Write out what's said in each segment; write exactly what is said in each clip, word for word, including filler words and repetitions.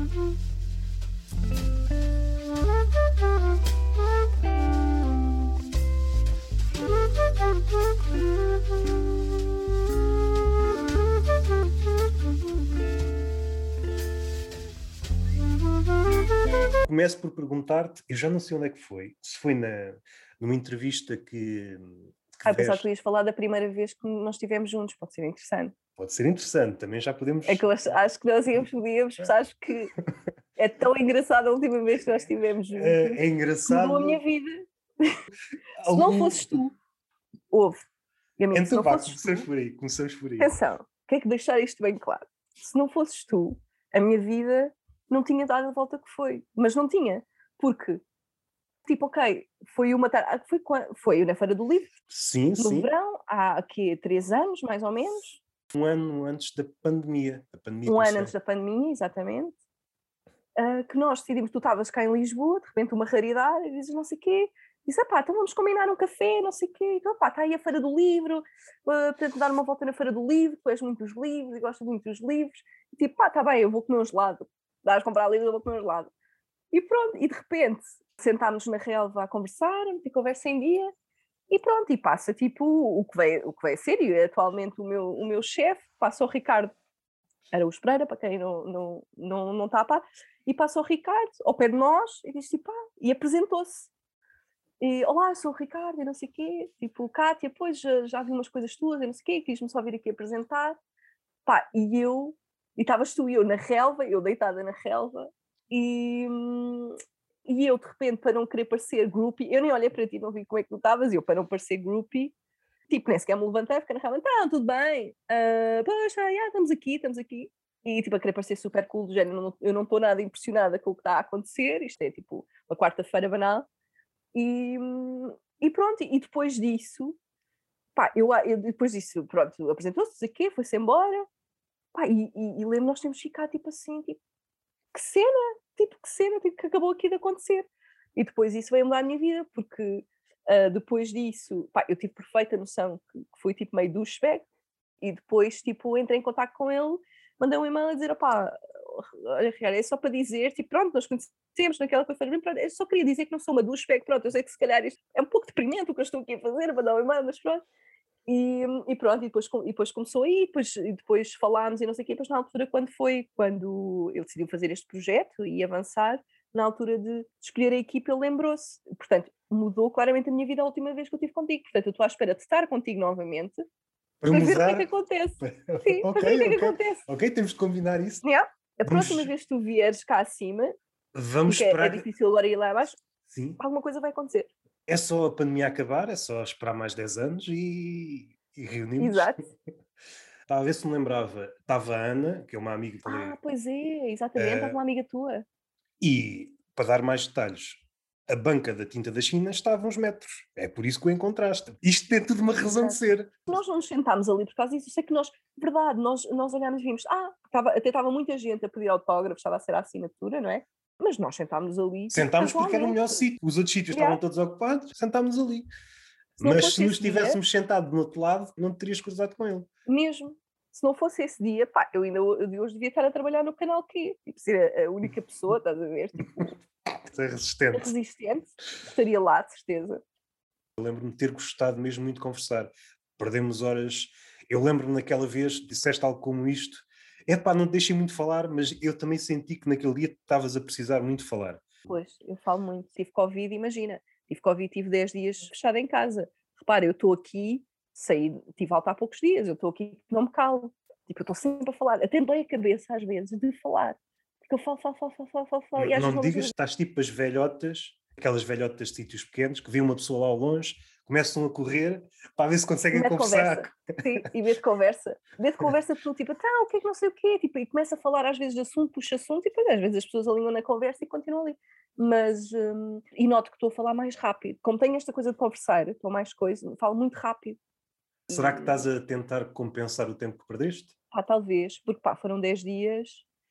Começo por perguntar-te, eu já não sei onde é que foi, se foi na, numa entrevista que... que Ah, pensava deste. que tu ias falar da primeira vez que nós estivemos juntos, pode ser interessante. Pode ser interessante, também já podemos... É que eu acho, acho que nós íamos, podíamos, porque acho que é tão engraçado a última vez que nós estivemos juntos. É, é engraçado... Mudou a minha vida. Se não Algum... fosses tu, ouve, amigo, se Então não vá, fosses começamos tu, por aí, começamos por aí. atenção, quero que deixar isto bem claro. Se não fosses tu, a minha vida não tinha dado a volta que foi, mas não tinha, porque, tipo, ok, foi uma tarde, foi, foi na Feira do Livro, Sim, no sim. verão, há aqui três anos, mais ou menos. Um ano antes da pandemia. A pandemia um começou. ano antes da pandemia, exatamente, uh, que nós decidimos, tu estavas cá em Lisboa, de repente uma raridade, e dizes não sei o quê, disse, pá, então vamos combinar um café, não sei o quê, então pá, está aí a Feira do Livro, uh, portanto dar uma volta na Feira do Livro, tu és muito dos livros e gostas muito dos livros, e tipo, pá, está bem, eu vou comer um gelado, dás a comprar livros, eu vou comer um gelado. E pronto, e de repente sentámos na relva a conversar, a conversa em dia, e pronto, e passa tipo o que vai, o que vai ser, e atualmente o meu, o meu chefe, passa o Ricardo Araújo Pereira, para quem não, não, não, não está a par, e passa o Ricardo ao pé de nós, e diz tipo, ah, e apresentou-se. E, olá, eu sou o Ricardo, e não sei o quê, tipo, Cátia, pois já, já vi umas coisas tuas, e não sei o quê, quis-me só vir aqui apresentar. Pá, e eu, e estavas tu e eu na relva, eu deitada na relva, e, e eu de repente, para não querer parecer groupie, eu nem olhei para ti, não vi como é que tu estavas, eu para não parecer groupie, tipo, nem sequer me levantei, fiquei na relva, então, tudo bem, uh, pois, ah, yeah, estamos aqui, estamos aqui. E tipo, a querer parecer super cool, do género, não, eu não estou nada impressionada com o que está a acontecer, isto é tipo uma quarta-feira banal. E, e pronto, e depois disso, pá, eu, eu depois disso, pronto, apresentou-se aqui, foi-se embora, pá, e, e, e lembro nós temos ficado tipo assim, tipo, que cena, tipo, que cena, tipo, que acabou aqui de acontecer. E depois isso veio mudar a minha vida, porque uh, depois disso, pá, eu tive perfeita noção que, que foi tipo meio douchebag, e depois, tipo, entrei em contato com ele, mandei um e-mail a dizer, opá, olha, Ricardo, é só para dizer, tipo, pronto, nós conhecemos naquela coisa, pronto, eu só queria dizer que não sou uma douchebag, pronto, eu sei que se calhar isto é um pouco deprimente o que eu estou aqui a fazer, a mandar um e-mail, mas pronto. E, e pronto, e depois, e depois começou aí, depois, e depois falámos e não sei o quê, depois na altura quando foi, quando ele decidiu fazer este projeto e avançar, na altura de escolher a equipa ele lembrou-se, portanto, mudou claramente a minha vida a última vez que eu estive contigo, portanto eu estou à espera de estar contigo novamente, para, para mudar... ver o que é que acontece. Sim, okay, para ver o que é okay. que acontece. Ok, temos de combinar isso. Yeah. A Vamos... próxima vez que tu vieres cá acima, Vamos porque esperar... é, é difícil agora ir lá abaixo, sim, alguma coisa vai acontecer. É só a pandemia acabar, é só esperar mais dez anos e, e reunimos. Exato. Estava a ver se me lembrava. Estava a Ana, que é uma amiga que falei. Ah, pois é, exatamente, estava uh, uma amiga tua. E, para dar mais detalhes, a banca da tinta da China estava a uns metros. É por isso que o encontraste. Isto tem tudo uma razão de ser. Nós não nos sentámos ali por causa disso. Eu sei que nós, verdade, nós, nós olhámos e vimos, ah, estava, até estava muita gente a pedir autógrafos, estava a ser a assinatura, não é? Mas nós sentámos ali. Sentámos porque era o melhor sítio. Os outros sítios yeah. estavam todos ocupados, sentámos ali. Se Mas se nos tivéssemos dia, sentado do outro lado, não te terias cruzado com ele. Mesmo. Se não fosse esse dia, pá, eu ainda eu hoje devia estar a trabalhar no canal Q. Tipo, ser a única pessoa, estás a ver? Tipo, ser resistente. Resistente. Estaria lá, de certeza. Eu lembro-me de ter gostado mesmo muito de conversar. Perdemos horas. Eu lembro-me naquela vez, disseste algo como isto. É pá, não te deixei muito falar, mas eu também senti que naquele dia estavas a precisar muito falar. Pois, eu falo muito. Tive Covid, imagina. Tive Covid, tive dez dias fechada em casa. Repara, eu estou aqui, saí, tive alta há poucos dias, eu estou aqui, não me calo. Tipo, eu estou sempre a falar. Até dói a cabeça, às vezes, de falar. Porque eu falo, falo, falo, falo, falo, falo. falo não e não me digas, estás tipo as velhotas, aquelas velhotas de sítios pequenos, que vêem uma pessoa lá ao longe, começam a correr para ver se conseguem conversar. Sim, e vê de conversa. Vê de conversa tu, tipo, tá, o que é que não sei o quê, tipo, e começa a falar às vezes de assunto, puxa assunto, e depois às vezes as pessoas alinham na conversa e continuam ali. Mas, hum, e noto que estou a falar mais rápido. Como tenho esta coisa de conversar, estou mais coisa, falo muito rápido. Será e... que estás a tentar compensar o tempo que perdeste? Pá, talvez, porque pá, foram dez dias...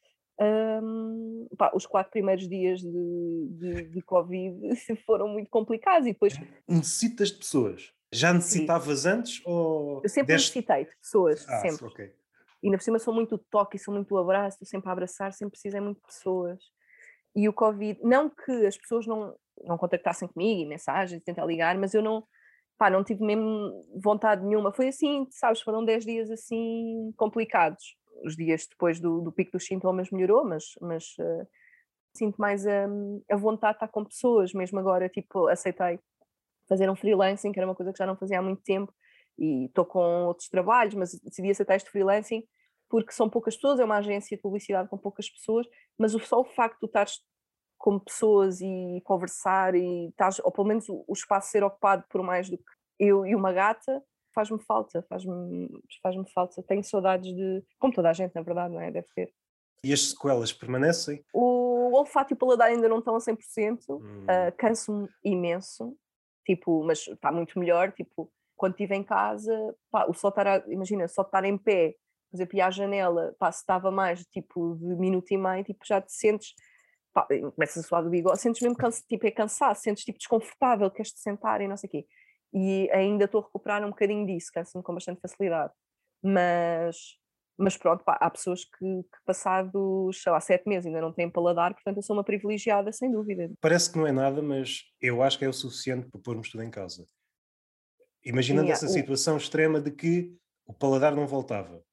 Um, pá, os quatro primeiros dias de, de, de Covid foram muito complicados e depois... Necessitas de pessoas? Já necessitavas Sim. antes ou... Eu sempre deste... necessitei de pessoas, ah, sempre. Okay. E ainda por cima sou muito do toque e sou muito do abraço, estou sempre a abraçar, sempre precisei muito de pessoas. E o Covid, não que as pessoas não, não contactassem comigo e mensagens, tentar ligar, mas eu não, pá, não tive mesmo vontade nenhuma. Foi assim, sabes, foram dez dias assim complicados. Os dias depois do, do pico dos sintomas melhorou, mas, mas uh, sinto mais a, a vontade de estar com pessoas, mesmo agora, tipo, aceitei fazer um freelancing, que era uma coisa que já não fazia há muito tempo, e estou com outros trabalhos, mas decidi aceitar este freelancing porque são poucas pessoas, é uma agência de publicidade com poucas pessoas, mas só o facto de tu estares com pessoas e conversar e estás, ou pelo menos o, o espaço ser ocupado por mais do que eu e uma gata, faz-me falta, faz-me, faz-me falta. Tenho saudades de, como toda a gente, na verdade, não é? Deve ter. E as sequelas permanecem? O olfato e o paladar ainda não estão a cem por cento, Hum. uh, canso-me imenso, tipo, mas está muito melhor, tipo, quando estive em casa, pá, o só estar, a, imagina, só estar em pé, por exemplo, ir à janela, pá, se estava mais, tipo, de minuto e meio, tipo, já te sentes, pá, começas a suar do bigode, sentes mesmo, cansa, tipo, é cansado, sentes, tipo, desconfortável, queres-te sentar e não sei o quê. E ainda estou a recuperar um bocadinho disso, canso-me com bastante facilidade. Mas, mas pronto, pá, há pessoas que, que passados, sei lá, sete meses ainda não têm paladar, portanto eu sou uma privilegiada, sem dúvida. Parece que não é nada, mas eu acho que é o suficiente para pormos tudo em causa. Imaginando Yeah, essa o- situação extrema de que o paladar não voltava.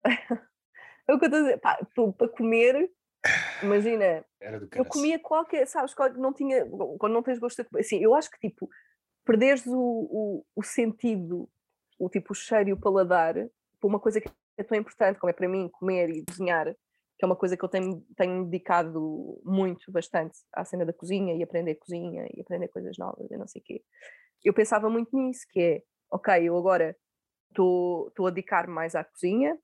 É o que eu estou a dizer, pá, tu, para comer, imagina, Era do eu caraças. comia qualquer, sabes, qual- não tinha, quando não tens gosto de comer, assim, eu acho que tipo, perderes o, o, o sentido, o tipo, o cheiro e o paladar, por uma coisa que é tão importante como é para mim comer e cozinhar, que é uma coisa que eu tenho, tenho dedicado muito, bastante à cena da cozinha e aprender cozinha e aprender coisas novas e não sei o quê. Eu pensava muito nisso, que é, ok, eu agora estou a dedicar-me mais à cozinha,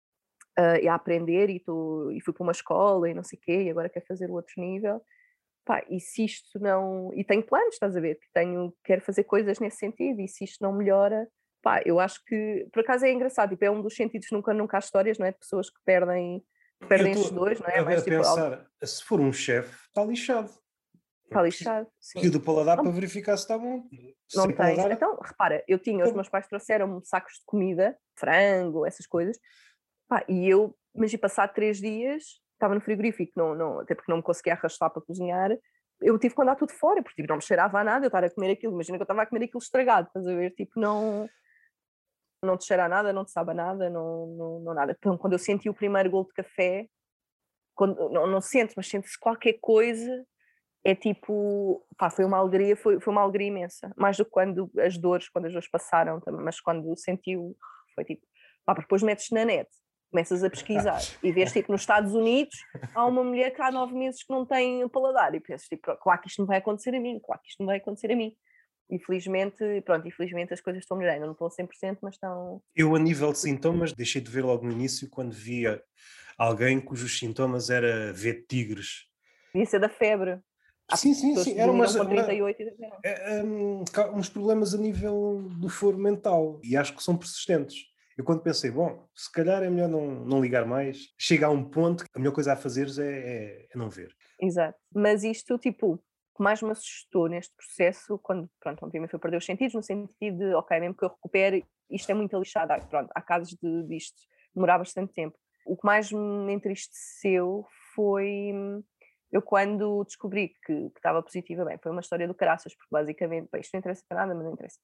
uh, e a aprender e, tô, e fui para uma escola e não sei o quê, e agora quero fazer o outro nível. Pá, e se isto não... E tenho planos, estás a ver? Que tenho, quero fazer coisas nesse sentido, e se isto não melhora... Pá, eu acho que... Por acaso é engraçado, tipo, é um dos sentidos, nunca, nunca há histórias, não é? De pessoas que perdem, Eu perdem estes estou dois, não é? a, Mas a tipo, algo pensar, se for um chefe, está lixado. está Preciso lixado, que sim. do paladar para Não, verificar se está bom. não Sem tens. paladar, Então, repara, eu tinha, os como. meus pais trouxeram-me sacos de comida, frango, essas coisas. Pá, e eu, mas e passado três dias, estava no frigorífico, não, não, até porque não me conseguia arrastar para cozinhar, eu tive que andar tudo fora, porque tipo, não me cheirava a nada, eu estava a comer aquilo, imagina que eu estava a comer aquilo estragado, estás a ver? Tipo, não, não te cheira a nada, não te sabe a nada, não, não, não nada. Então, quando eu senti o primeiro golo de café, quando, não, não sentes, mas sente-se qualquer coisa, é tipo, pá, foi uma alegria, foi, foi uma alegria imensa, mais do que quando as dores, quando as dores passaram, também, mas quando sentiu, foi tipo, pá, porque depois metes na net, começas a pesquisar e vês tipo nos Estados Unidos há uma mulher que há nove meses que não tem paladar e pensas tipo, claro que isto não vai acontecer a mim, claro que isto não vai acontecer a mim. Infelizmente, pronto, infelizmente as coisas estão melhorando, não estão a cem por cento, mas estão... Eu, a nível de sintomas, deixei de ver logo no início quando via alguém cujos sintomas era ver tigres. Devia ser da febre. Há Sim, sim, pessoas sim. que Eram deliram umas, com trinta uma, e oito e dizem, não. é, um, ca- uns problemas a nível do foro mental e acho que são persistentes. Eu quando pensei, bom, se calhar é melhor não, não ligar mais, chega a um ponto que a melhor coisa a fazeres é, é, é não ver. Exato. Mas isto, tipo, o que mais me assustou neste processo, quando, pronto, obviamente foi perder os sentidos, no sentido de, ok, mesmo que eu recupere, isto é muito lixado, ah, pronto, há casos de, disto demorar bastante tempo. O que mais me entristeceu foi hum, eu quando descobri que, que estava positiva, bem, foi uma história do caraças, porque basicamente, bem, isto não interessa para nada, mas não interessa.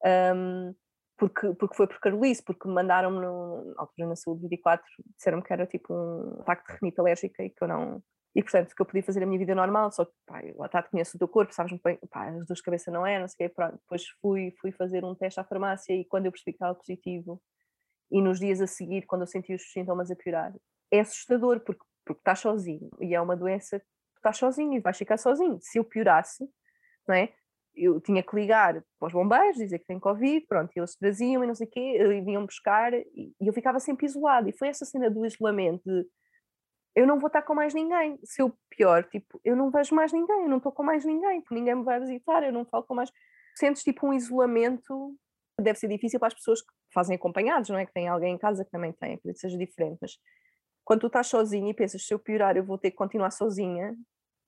Um, porque, porque foi por carolice, porque me mandaram-me no- na altura na Saúde vinte e quatro, disseram-me que era tipo um ataque de rinite alérgica e que eu não, e portanto que eu podia fazer a minha vida normal, só que pá, lá está, conheço o teu corpo, sabes muito bem, pá, as dores de cabeça não é, não sei o quê, pronto. Depois fui, fui fazer um teste à farmácia e quando eu percebi que estava positivo e nos dias a seguir, quando eu senti os sintomas a piorar, é assustador porque, porque estás sozinho e é uma doença que tu estás sozinho e vais ficar sozinho. Se eu piorasse, não é? Eu tinha que ligar para os bombeiros, dizer que tenho Covid, pronto, e eles traziam e não sei o quê, e vinham buscar e, e eu ficava sempre isolado. E foi essa cena do isolamento de eu não vou estar com mais ninguém. Se eu pior, tipo, eu não vejo mais ninguém, eu não estou com mais ninguém, porque ninguém me vai visitar, eu não falo com mais. Sentes tipo um isolamento, deve ser difícil para as pessoas que fazem acompanhados, não é? Que tem alguém em casa que também tem, acredito que seja diferente, mas quando tu estás sozinha e pensas, se eu piorar, eu vou ter que continuar sozinha,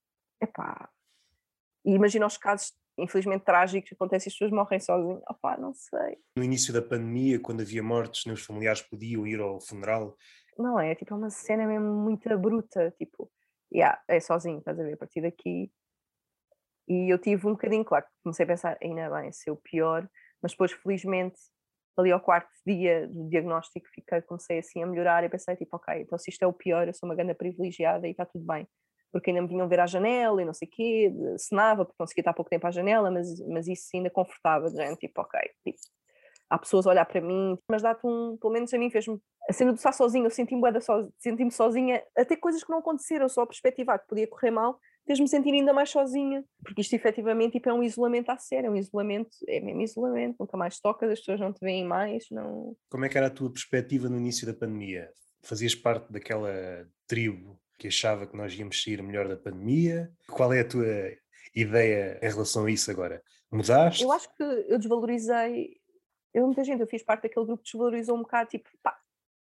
epá. E imagina os casos, infelizmente, trágicos que acontecem, as pessoas morrem sozinhas, opá, não sei. No início da pandemia, quando havia mortes, nem os familiares podiam ir ao funeral, não é? Tipo, é uma cena mesmo muito bruta, tipo, yeah, é sozinho, estás a ver, a partir daqui. E eu tive um bocadinho, claro, comecei a pensar, ainda bem, ser o pior, mas depois, felizmente, ali ao quarto dia do diagnóstico, fiquei, comecei assim a melhorar e pensei, tipo, ok, então se isto é o pior, eu sou uma grande privilegiada e está tudo bem. Porque ainda me vinham ver à janela e não sei o quê, cenava, porque conseguia estar pouco tempo à janela, mas, mas isso ainda confortava, de gente, tipo, ok, tipo, há pessoas a olhar para mim, mas dá-te um, pelo menos a mim fez-me, a cena de estar sozinha, eu senti-me bué da so, senti-me sozinha, até coisas que não aconteceram, só a perspectivar que podia correr mal, fez-me sentir ainda mais sozinha, porque isto efetivamente tipo, é um isolamento à sério, é um isolamento, é mesmo isolamento, nunca mais tocas, as pessoas não te veem mais, não... Como é que era a tua perspectiva no início da pandemia? Fazias parte daquela tribo que achava que nós íamos sair melhor da pandemia? Qual é a tua ideia em relação a isso agora? Eu Mudaste? acho que eu desvalorizei, eu muita gente, eu fiz parte daquele grupo que desvalorizou um bocado, tipo, pá,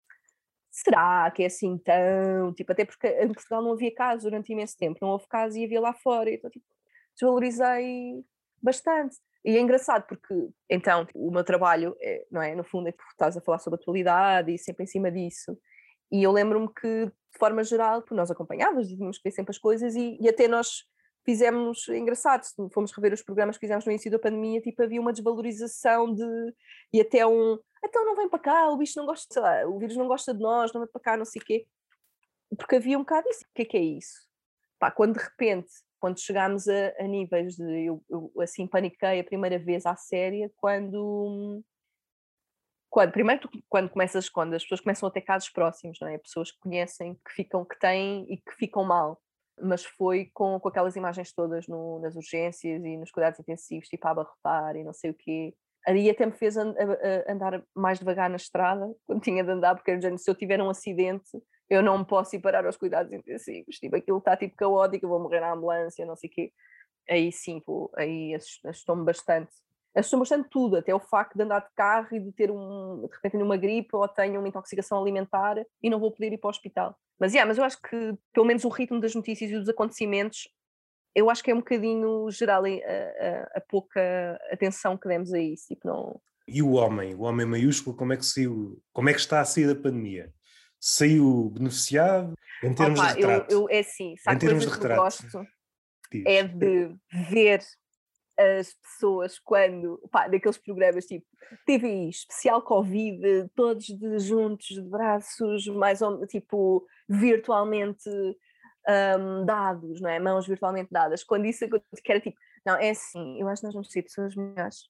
será que é assim tão, tipo, até porque em Portugal não havia casos durante imenso tempo, não houve casos e havia lá fora, então tipo, desvalorizei bastante. E é engraçado porque, então, o meu trabalho, é, não é, no fundo é que estás a falar sobre atualidade e sempre em cima disso. E eu lembro-me que, de forma geral, porque nós acompanhávamos e tínhamos que ver sempre as coisas e, e até nós fizemos, é engraçado, se fomos rever os programas que fizemos no início da pandemia, tipo, havia uma desvalorização de, e até um, então não vem para cá, o bicho não gosta, sei lá, o vírus não gosta de nós, não vem para cá, não sei o quê. Porque havia um bocado isso. O que é que é isso? Pá, quando de repente, quando chegámos a, a níveis de. Eu, eu assim paniquei a primeira vez à séria quando. Quando, primeiro, tu- quando começas, quando as pessoas começam a ter casos próximos, não é? Pessoas que conhecem, que ficam, que têm e que ficam mal. Mas foi com, com aquelas imagens todas no, nas urgências e nos cuidados intensivos, tipo a abarrotar e não sei o quê. Ali até me fez an- a- a- andar mais devagar na estrada, quando tinha de andar, porque eu, se eu tiver um acidente, eu não me posso ir parar aos cuidados intensivos. Tipo, aquilo está tipo caótico, eu vou morrer na ambulância, não sei o quê. Aí sim, pô, aí assustou-me bastante. Assustou-me bastante tudo, até o facto de andar de carro e de ter um, de repente uma gripe ou tenho uma intoxicação alimentar e não vou poder ir para o hospital. Mas, yeah, mas eu acho que pelo menos o ritmo das notícias e dos acontecimentos, eu acho que é um bocadinho geral a, a, a pouca atenção que demos a isso. Tipo, não... E o homem, o homem maiúsculo, como é que saiu, como é que está a sair da pandemia? Saiu beneficiado em termos de Opa, eu, retrato? eu, é assim, se há Em termos coisa de que eu retrato, gosto é diz. de ver as pessoas quando, pá, daqueles programas tipo T V I, especial Covid, todos de, juntos, de braços, mais ou tipo virtualmente hum, dados, não é? Mãos virtualmente dadas. Quando isso que era tipo, não, é assim, eu acho que nós vamos ser pessoas melhores.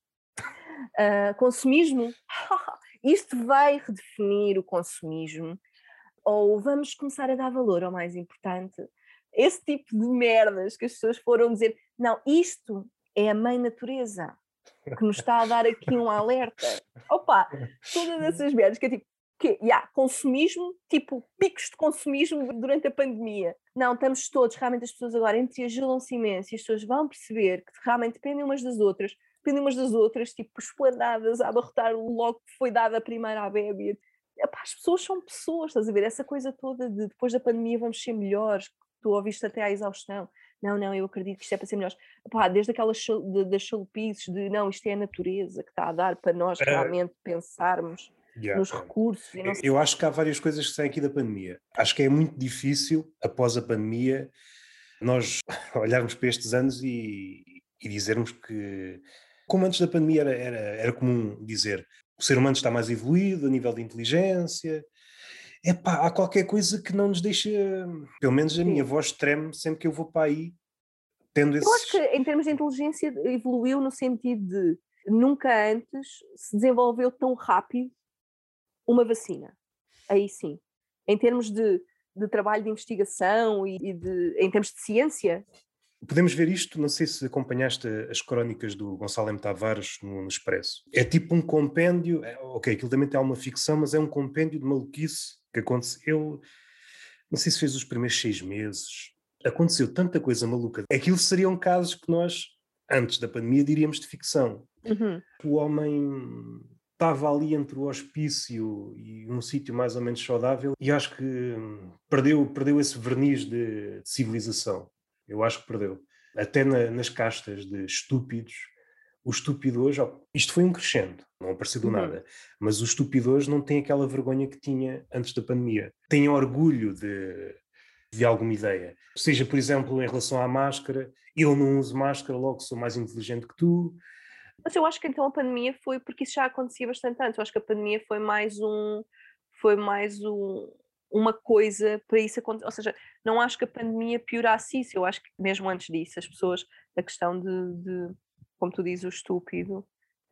Uh, consumismo, isto vai redefinir o consumismo, ou vamos começar a dar valor ao mais importante. Esse tipo de merdas que as pessoas foram dizer, não, isto é a mãe natureza que nos está a dar aqui um alerta. Opa, todas essas merdas que é tipo, que, yeah, consumismo, tipo picos de consumismo durante a pandemia. Não, estamos todos, realmente as pessoas agora entreajudam-se imenso e as pessoas vão perceber que realmente dependem umas das outras, dependem umas das outras, tipo, esplanadas a abarrotar logo que foi dada a primeira à bébia. Epá, as pessoas são pessoas, estás a ver? Essa coisa toda de depois da pandemia vamos ser melhores, que tu ouviste até à exaustão. Não, não, eu acredito que isto é para ser melhores. Epá, desde aquelas chal- de, das chalupices de não, isto é a natureza que está a dar para nós Uh, realmente pensarmos yeah, nos pronto. recursos e não sei. Eu acho que há várias coisas que saem aqui da pandemia. Acho que é muito difícil, após a pandemia, nós olharmos para estes anos e, e dizermos que, como antes da pandemia era, era, era comum dizer, o ser humano está mais evoluído a nível de inteligência. Epá, há qualquer coisa que não nos deixa, pelo menos a minha Sim. voz treme sempre que eu vou para aí, tendo Eu acho que esses... em termos de inteligência evoluiu no sentido de nunca antes se desenvolveu tão rápido uma vacina. Aí sim. Em termos de, de trabalho de investigação e, e de, em termos de ciência, Podemos ver isto, não sei se acompanhaste as crónicas do Gonçalo M. Tavares no, no Expresso. É tipo um compêndio, é, ok, aquilo também tem alguma ficção, mas é um compêndio de maluquice que aconteceu, não sei se fez os primeiros seis meses. Aconteceu tanta coisa maluca. Aquilo seriam casos que nós, antes da pandemia, diríamos de ficção. uhum. O homem estava ali entre o hospício e um sítio mais ou menos saudável e acho que hum, perdeu, perdeu esse verniz de, de civilização. Eu acho que perdeu. Até na, nas castas de estúpidos, O estúpido hoje, ó, isto foi um crescendo, não apareceu do Uhum. nada, mas o estúpido hoje não tem aquela vergonha que tinha antes da pandemia. Tem orgulho de, de alguma ideia. Seja, por exemplo, em relação à máscara, eu não uso máscara, logo sou mais inteligente que tu. Mas eu acho que então a pandemia foi porque isso já acontecia bastante antes. Eu acho que a pandemia foi mais um, foi mais um, uma coisa para isso acontecer. Ou seja, não acho que a pandemia piorasse isso. Eu acho que mesmo antes disso, as pessoas, a questão de, de como tu dizes, o estúpido,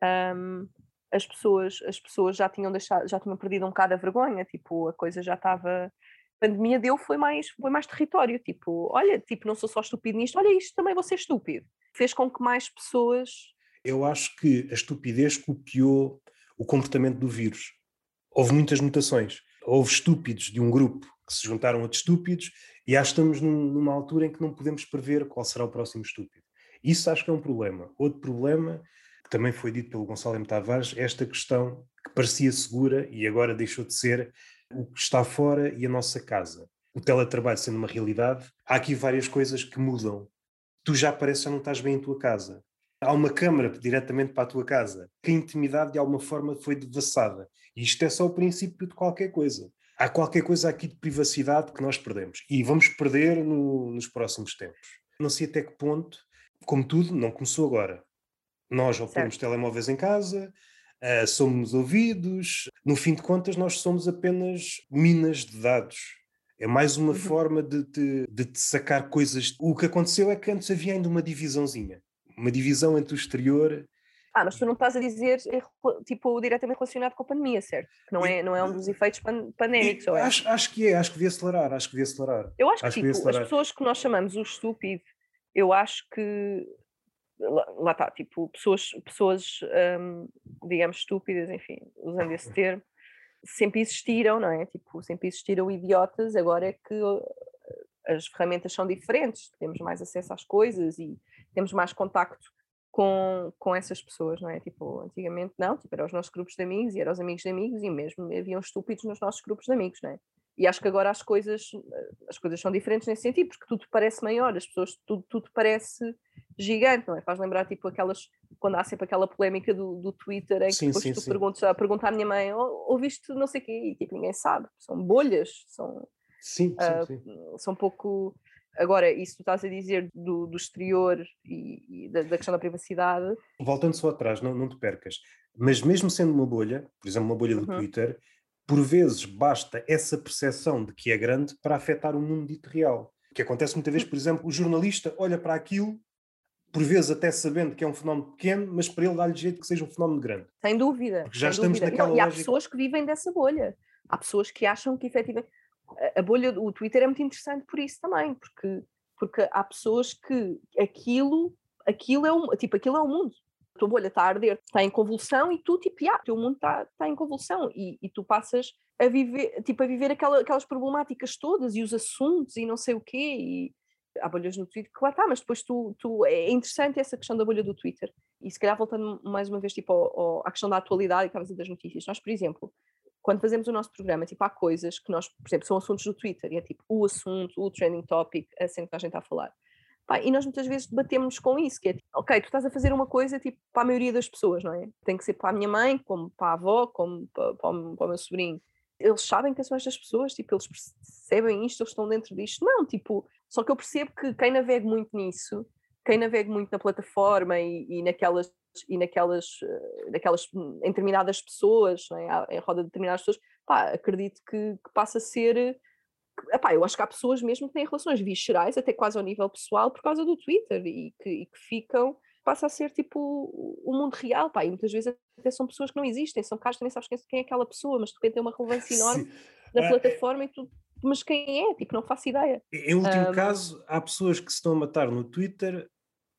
hum, as pessoas, as pessoas já tinham deixado, já tinham perdido um bocado a vergonha. Tipo, a coisa já estava. A pandemia deu foi mais, foi mais território. Tipo, olha, tipo, não sou só estúpido nisto, olha isto, também vou ser estúpido. Fez com que mais pessoas. Eu acho que a estupidez copiou o comportamento do vírus. Houve muitas mutações. Houve estúpidos de um grupo que se juntaram a outros estúpidos e acho que estamos num, numa altura em que não podemos prever qual será o próximo estúpido. Isso acho que é um problema. Outro problema, que também foi dito pelo Gonçalo M. Tavares, é esta questão que parecia segura e agora deixou de ser o que está fora e a nossa casa. O teletrabalho sendo uma realidade, há aqui várias coisas que mudam. Tu já parece que já não estás bem em tua casa. Há uma câmara diretamente para a tua casa. Que a intimidade de alguma forma foi devassada. E isto é só o princípio de qualquer coisa. Há qualquer coisa aqui de privacidade que nós perdemos. E vamos perder no, nos próximos tempos. Não sei até que ponto, como tudo, não começou agora. Nós, ao pormos Certo. telemóveis em casa, uh, somos ouvidos. No fim de contas, nós somos apenas minas de dados. É mais uma Uhum. forma de te, de te sacar coisas. O que aconteceu é que antes havia ainda uma divisãozinha. Uma divisão entre o exterior. Ah, mas tu não estás a dizer, eh, rela- tipo, diretamente relacionado com a pandemia, certo? Que não E, é, não é um dos efeitos pan- pandémicos, e ou é? acho, acho que é, acho que devia acelerar, acho que devia acelerar. Eu acho que, Acho que devia tipo, as acelerar. pessoas que nós chamamos o estúpido, eu acho que, lá, lá está, tipo, pessoas, pessoas hum, digamos, estúpidas, enfim, usando esse termo, sempre existiram, não é? Tipo, sempre existiram idiotas, agora é que uh, as ferramentas são diferentes, temos mais acesso às coisas e temos mais contacto com, com essas pessoas, não é? Tipo, antigamente não, tipo, eram os nossos grupos de amigos e eram os amigos de amigos e mesmo haviam estúpidos nos nossos grupos de amigos, não é? E acho que agora as coisas, as coisas são diferentes nesse sentido, porque tudo parece maior, as pessoas, tudo, tudo parece gigante, não é? Faz lembrar, tipo, aquelas, quando há sempre aquela polémica do, do Twitter em que Sim, depois sim, tu sim. perguntas, a perguntar à minha mãe, "Oh, ouviste não sei o quê?" E tipo, ninguém sabe, são bolhas, são, Sim, sim, sim. uh, são pouco. Agora, isso tu estás a dizer do, do exterior e, e da, da questão da privacidade. Voltando só atrás, não, não te percas. Mas mesmo sendo uma bolha, por exemplo, uma bolha do Uhum. Twitter, por vezes basta essa percepção de que é grande para afetar o mundo dito real. O que acontece muitas vezes, por exemplo, o jornalista olha para aquilo, por vezes até sabendo que é um fenómeno pequeno, mas para ele dá-lhe jeito que seja um fenómeno grande. Sem dúvida, Porque já sem estamos dúvida. naquela Não, e há lógica. pessoas que vivem dessa bolha. Há pessoas que acham que efetivamente. A, a bolha, o Twitter é muito interessante por isso também, porque, porque há pessoas que aquilo, aquilo é um, tipo, aquilo é o mundo. A tua bolha está a arder, está em convulsão e tu, tipo, ah, o teu mundo está, está em convulsão e, e tu passas a viver, tipo, a viver aquela, aquelas problemáticas todas e os assuntos e não sei o quê. E há bolhas no Twitter, claro, tá, mas depois tu, tu. É interessante essa questão da bolha do Twitter. E se calhar voltando mais uma vez tipo, ao, ao, à questão da atualidade e que estavas a dizer das notícias, nós, por exemplo, quando fazemos o nosso programa, tipo, há coisas que nós, por exemplo, são assuntos do Twitter, e é tipo o assunto, o trending topic, a cena que a gente está a falar. Pá, e nós muitas vezes debatemos com isso, que é tipo, ok, tu estás a fazer uma coisa tipo para a maioria das pessoas, não é? Tem que ser para a minha mãe, como para a avó, como para, para, o, para o meu sobrinho. Eles sabem quem são estas pessoas, tipo, eles percebem isto, eles estão dentro disto. Não, tipo, só que eu percebo que quem navega muito nisso, quem navega muito na plataforma e, e naquelas e naquelas, naquelas em determinadas pessoas, não é? Em roda de determinadas pessoas, pá, acredito que, que passa a ser. Epá, eu acho que há pessoas mesmo que têm relações viscerais, até quase ao nível pessoal, por causa do Twitter e que, e que ficam. Passa a ser tipo o mundo real, pá, e muitas vezes até são pessoas que não existem, são casos que nem sabes quem, quem é aquela pessoa, mas de repente tem uma relevância enorme Sim. na Ah, é- plataforma e tu, mas quem é? Tipo, não faço ideia. em último Um, caso, há pessoas que se estão a matar no Twitter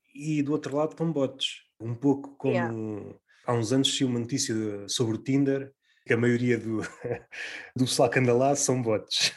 e do outro lado estão bots. Um pouco yeah, como há uns anos tinha uma notícia de- sobre o Tinder, que a maioria do, do pessoal que anda lá são bots.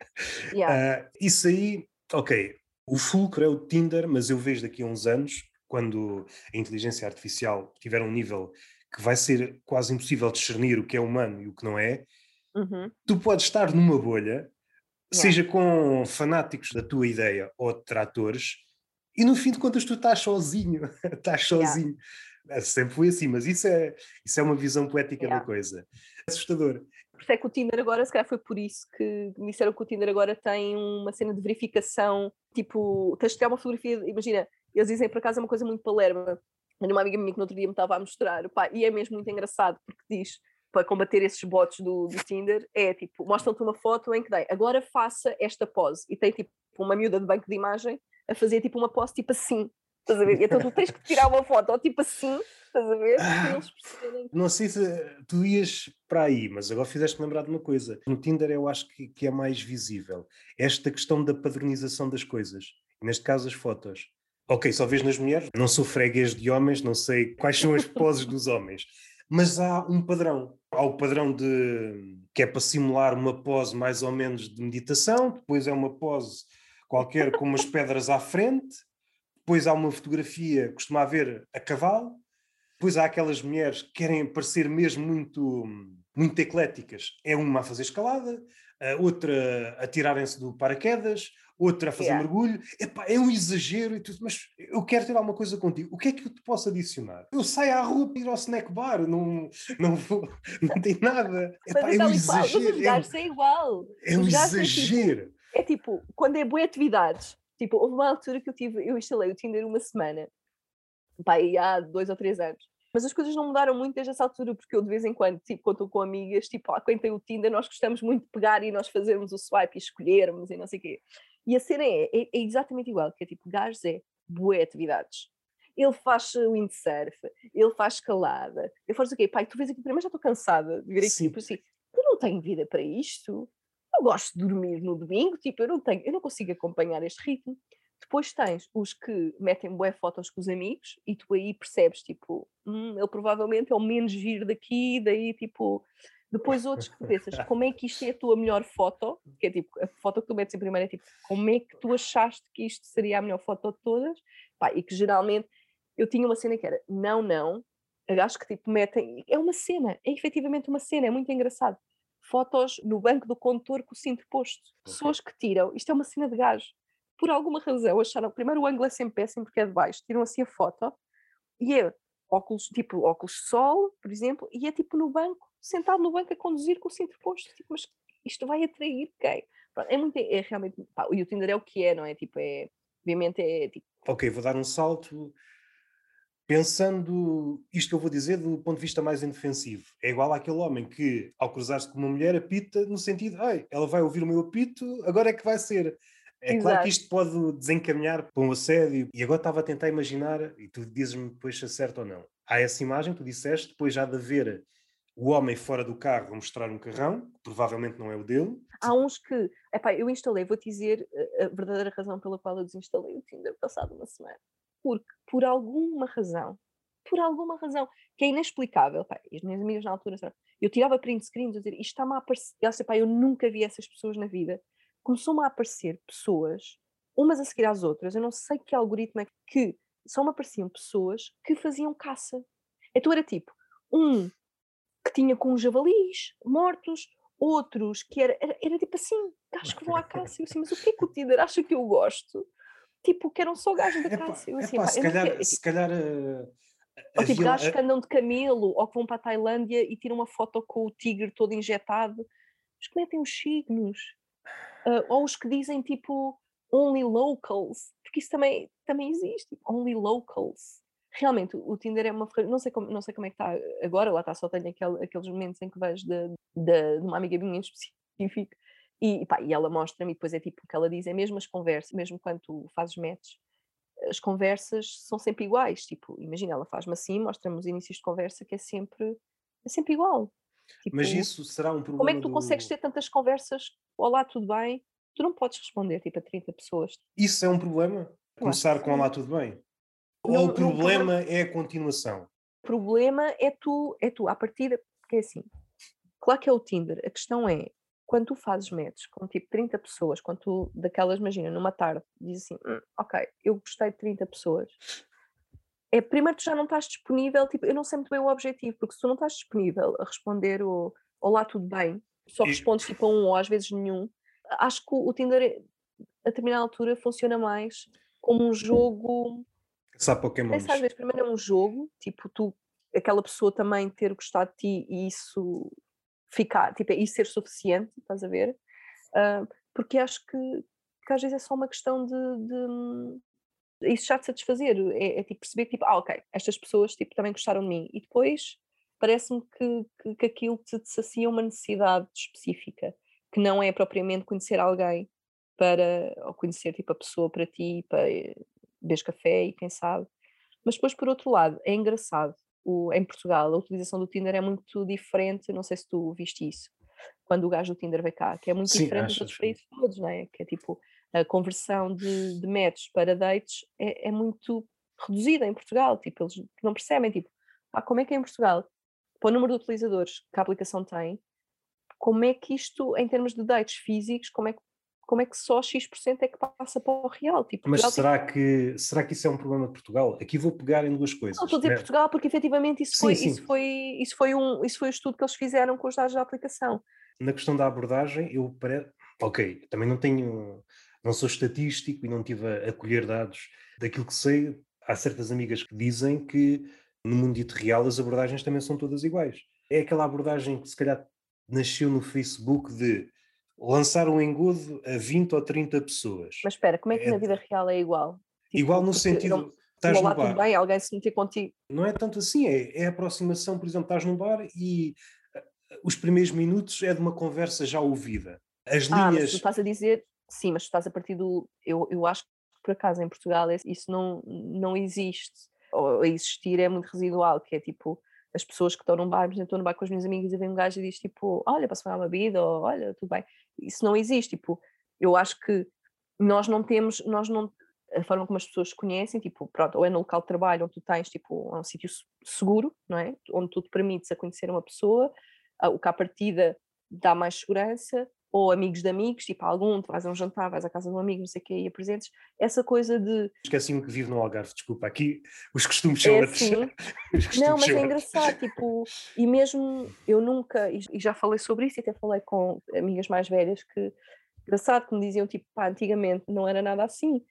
yeah. Ah, isso aí, ok, o fulcro é o Tinder, mas eu vejo daqui a uns anos, quando a inteligência artificial tiver um nível que vai ser quase impossível discernir o que é humano e o que não é, Uhum, tu podes estar numa bolha, yeah. seja com fanáticos da tua ideia ou detratores, e no fim de contas tu estás sozinho, estás Yeah. sozinho. É, sempre foi assim, mas isso é, isso é uma visão poética da Yeah. coisa. Assustador. Por isso é que o Tinder agora, se calhar foi por isso que me disseram que o Tinder agora tem uma cena de verificação, tipo, tens de tirar uma fotografia, imagina, eles dizem por acaso é uma coisa muito palerma. Tenho uma amiga minha que no outro dia me estava a mostrar, pá, e é mesmo muito engraçado, porque diz, para combater esses bots do, do Tinder, é tipo, mostram-te uma foto em que tem, agora faça esta pose, e tem tipo uma miúda de banco de imagem a fazer tipo uma pose tipo assim, estás a ver? Então tu tens que tirar uma foto, ou tipo assim, estás a ver? Para Ah, eles perceberem. não sei se tu ias para aí, mas agora fizeste-me lembrar de uma coisa. No Tinder eu acho que, que é mais visível esta questão da padronização das coisas. Neste caso, as fotos. Ok, só vês nas mulheres. Não sou freguês de homens, não sei quais são as poses dos homens. Mas há um padrão. Há o padrão de que é para simular uma pose mais ou menos de meditação, depois é uma pose qualquer com umas pedras à frente, depois há uma fotografia, costuma haver a cavalo. Depois há aquelas mulheres que querem parecer mesmo muito, muito ecléticas. É uma a fazer escalada, a outra a tirarem-se do paraquedas, outra a fazer Yeah. mergulho. Epá, é um exagero e tudo, mas eu quero ter alguma coisa contigo. O que é que eu te posso adicionar? Eu saio à rua para ir ao snack bar, não, não, vou, não tem nada. Mas Epá, é é um tal e qual, mas os exagero. É um, gajos é igual. é um Os gajos é tipo, exagero. é tipo, quando é boas atividades, tipo, houve uma altura que eu tive, eu instalei o Tinder uma semana, pá, aí há dois ou três anos. Mas as coisas não mudaram muito desde essa altura, porque eu de vez em quando, tipo, quando estou com amigas, tipo, ah, quem tem o Tinder, nós gostamos muito de pegar e nós fazermos o swipe e escolhermos e não sei o quê. E a cena é, é, é exatamente igual, que é tipo, gajos é boas atividades. Ele faz windsurf, ele faz escalada, ele faz o quê? Pai, tu vês aqui, primeiro já estou cansada de vir aqui, Sim. por assim, eu não tenho vida para isto, eu gosto de dormir no domingo, tipo, eu não tenho, eu não consigo acompanhar este ritmo. Depois tens os que metem bué fotos com os amigos e tu aí percebes, tipo, hum, ele provavelmente é o menos giro daqui, daí, tipo... Depois outros que tu pensas, como é que isto é a tua melhor foto? Que é tipo, a foto que tu metes em primeiro é tipo, como é que tu achaste que isto seria a melhor foto de todas? Pá, e que geralmente, eu tinha uma cena que era, não, não, acho que tipo metem, é uma cena, é efetivamente uma cena, é muito engraçado. Fotos no banco do condutor com o cinto posto. Pessoas que tiram, isto é uma cena de gajo, por alguma razão acharam, primeiro o ângulo é sempre péssimo porque é de baixo, tiram assim a foto e é óculos, tipo óculos de sol, por exemplo, e é tipo no banco, sentado no banco a conduzir com o cinto posto, tipo, mas isto vai atrair quem? Pronto, é muito, é realmente, pá, o Tinder é o que é, não é? Tipo, é, obviamente é tipo, Ok, vou dar um salto. Pensando isto que eu vou dizer do ponto de vista mais indefensivo, é igual àquele homem que, ao cruzar-se com uma mulher, apita no sentido, ai, ela vai ouvir o meu apito, agora é que vai ser. É claro que exato. isto pode desencaminhar para um assédio. E agora estava a tentar imaginar, e tu dizes-me depois se é certo ou não. Há essa imagem, tu disseste, depois já de haver o homem fora do carro a mostrar um carrão, que provavelmente não é o dele. Há uns que, epá, eu instalei, vou-te dizer a, a verdadeira razão pela qual eu desinstalei o Tinder passado uma semana. Porque, por alguma razão, por alguma razão, que é inexplicável, pá, e as minhas amigas na altura, sabe, eu tirava print screens a dizer, isto está-me a aparecer, eu, sei, pá, eu nunca vi essas pessoas na vida. Começou-me a aparecer pessoas, umas a seguir às outras, eu não sei que algoritmo é que, só me apareciam pessoas que faziam caça. Então era tipo, um que tinha com javalis mortos, outros que era, era, era tipo assim, gajos que vão à caça. Eu assim, mas o que é que o Tinder acha que eu gosto? Tipo, que eram só gajos da Epá, caça. Eu assim, epá, pá, se eu não quero. calhar, É se tipo, calhar uh, ou tipo, havia lá. gajos que andam de camelo ou que vão para a Tailândia e tiram uma foto com o tigre todo injetado. Os que metem os signos. Uh, ou os que dizem tipo only locals, porque isso também, também existe, tipo, only locals. Realmente, o Tinder é uma ferramenta, não sei como, não sei como é que está agora, lá está, só tenho aquele, aqueles momentos em que vejo de, de, de uma amiga minha em específico e, pá, e ela mostra-me e depois é tipo o que ela diz, é mesmo as conversas, mesmo quando tu fazes matches, as conversas são sempre iguais, tipo, imagina, ela faz-me assim, mostra-me os inícios de conversa que é sempre, é sempre igual. Mas Tipo, isso será um como é problema que tu consegues do. ter tantas conversas? Olá, tudo bem? Tu não podes responder tipo a trinta pessoas. Isso é um problema? Eu acho que Começar com sim. Olá, tudo bem? Ou o Não, não, o problema, problema é a continuação? o problema é tu, é tu, à partida, porque é assim, claro que é o Tinder, a questão é, quando tu fazes matches com tipo trinta pessoas, quando tu, daquelas, imagina, numa tarde, diz assim, hum, ok, eu gostei de trinta pessoas, é, primeiro tu já não estás disponível, tipo, eu não sei muito bem o objetivo, porque se tu não estás disponível a responder o olá, tudo bem, só E- respondes tipo a um ou às vezes nenhum, acho que o, o Tinder, a determinada altura, funciona mais como um jogo Caçar Parece às Pokémons. vezes primeiro é um jogo, tipo, tu aquela pessoa também ter gostado de ti e isso ficar, tipo, é isso ser suficiente, estás a ver? Ah, porque acho que, que às vezes é só uma questão de, de isso já de satisfazer, é, é tipo perceber que tipo, ah, ok, estas pessoas tipo, também gostaram de mim, e depois parece-me que, que, que aquilo te, te sacia uma necessidade específica, que não é propriamente conhecer alguém para, ou conhecer tipo a pessoa para ti, para eh, beber café e quem sabe. Mas depois, por outro lado, é engraçado, o, em Portugal, a utilização do Tinder é muito diferente, não sei se tu viste isso, quando o gajo do Tinder veio cá, que é muito Sim, diferente dos outros achas? países todos, não é? Que é tipo, a conversão de, de matches para dates é, é muito reduzida em Portugal, tipo, eles não percebem, tipo, ah, como é que é em Portugal, para o número de utilizadores que a aplicação tem, como é que isto, em termos de dates físicos, como é que, como é que só X% por cento é que passa para o real? Tipo, Mas Portugal tem. será que, será que isso é um problema de Portugal? Aqui vou pegar em duas Não, estou a coisas, dizer né? Portugal porque efetivamente isso Sim, foi, isso sim. foi, isso foi um, isso foi o estudo que eles fizeram com os dados da aplicação. Na questão da abordagem, eu pare... ok, também não tenho, não sou estatístico e não tive a, a colher dados daquilo que sei. Há certas amigas que dizem que no mundo dito real as abordagens também são todas iguais. É aquela abordagem que se calhar nasceu no Facebook de lançar um engodo a vinte ou trinta pessoas. Mas espera, como é que É na de- vida real é igual? igual Tipo, no porque eu não, sentido, o estás no olá, tudo bar, bem, alguém se meter contigo. não é tanto assim, é, é a aproximação, por exemplo, estás num bar e ah, os primeiros minutos é de uma conversa já ouvida. As Ah, mas tu linhas, estás a dizer, sim, mas tu estás a partir do. Eu, eu acho que por acaso em Portugal é- isso não, não existe. Ou a existir é muito residual, que é tipo as pessoas que estão num bar, por exemplo, estou no bar com os meus amigos e vem um gajo e diz tipo, olha, posso tomar uma bebida, ou olha, tudo bem. Isso não existe, tipo, eu acho que nós não temos, nós não, a forma como as pessoas se conhecem, tipo, pronto, ou é no local de trabalho onde tu tens, tipo, é um sítio se- seguro, não é? Onde tu te permites a conhecer uma pessoa, ah, o que à partida dá mais segurança, ou amigos de amigos, tipo algum, tu vais a um jantar, vais à casa de um amigo, não sei o quê, e apresentes, essa coisa de, esqueci-me que vive no Algarve, desculpa, aqui os costumes são é outros. assim, Os não, costumes mas são é outros. engraçado, tipo, e mesmo eu nunca, e e já falei sobre isso, e até falei com amigas mais velhas, que, engraçado, que me diziam, tipo, pá, antigamente não era nada assim,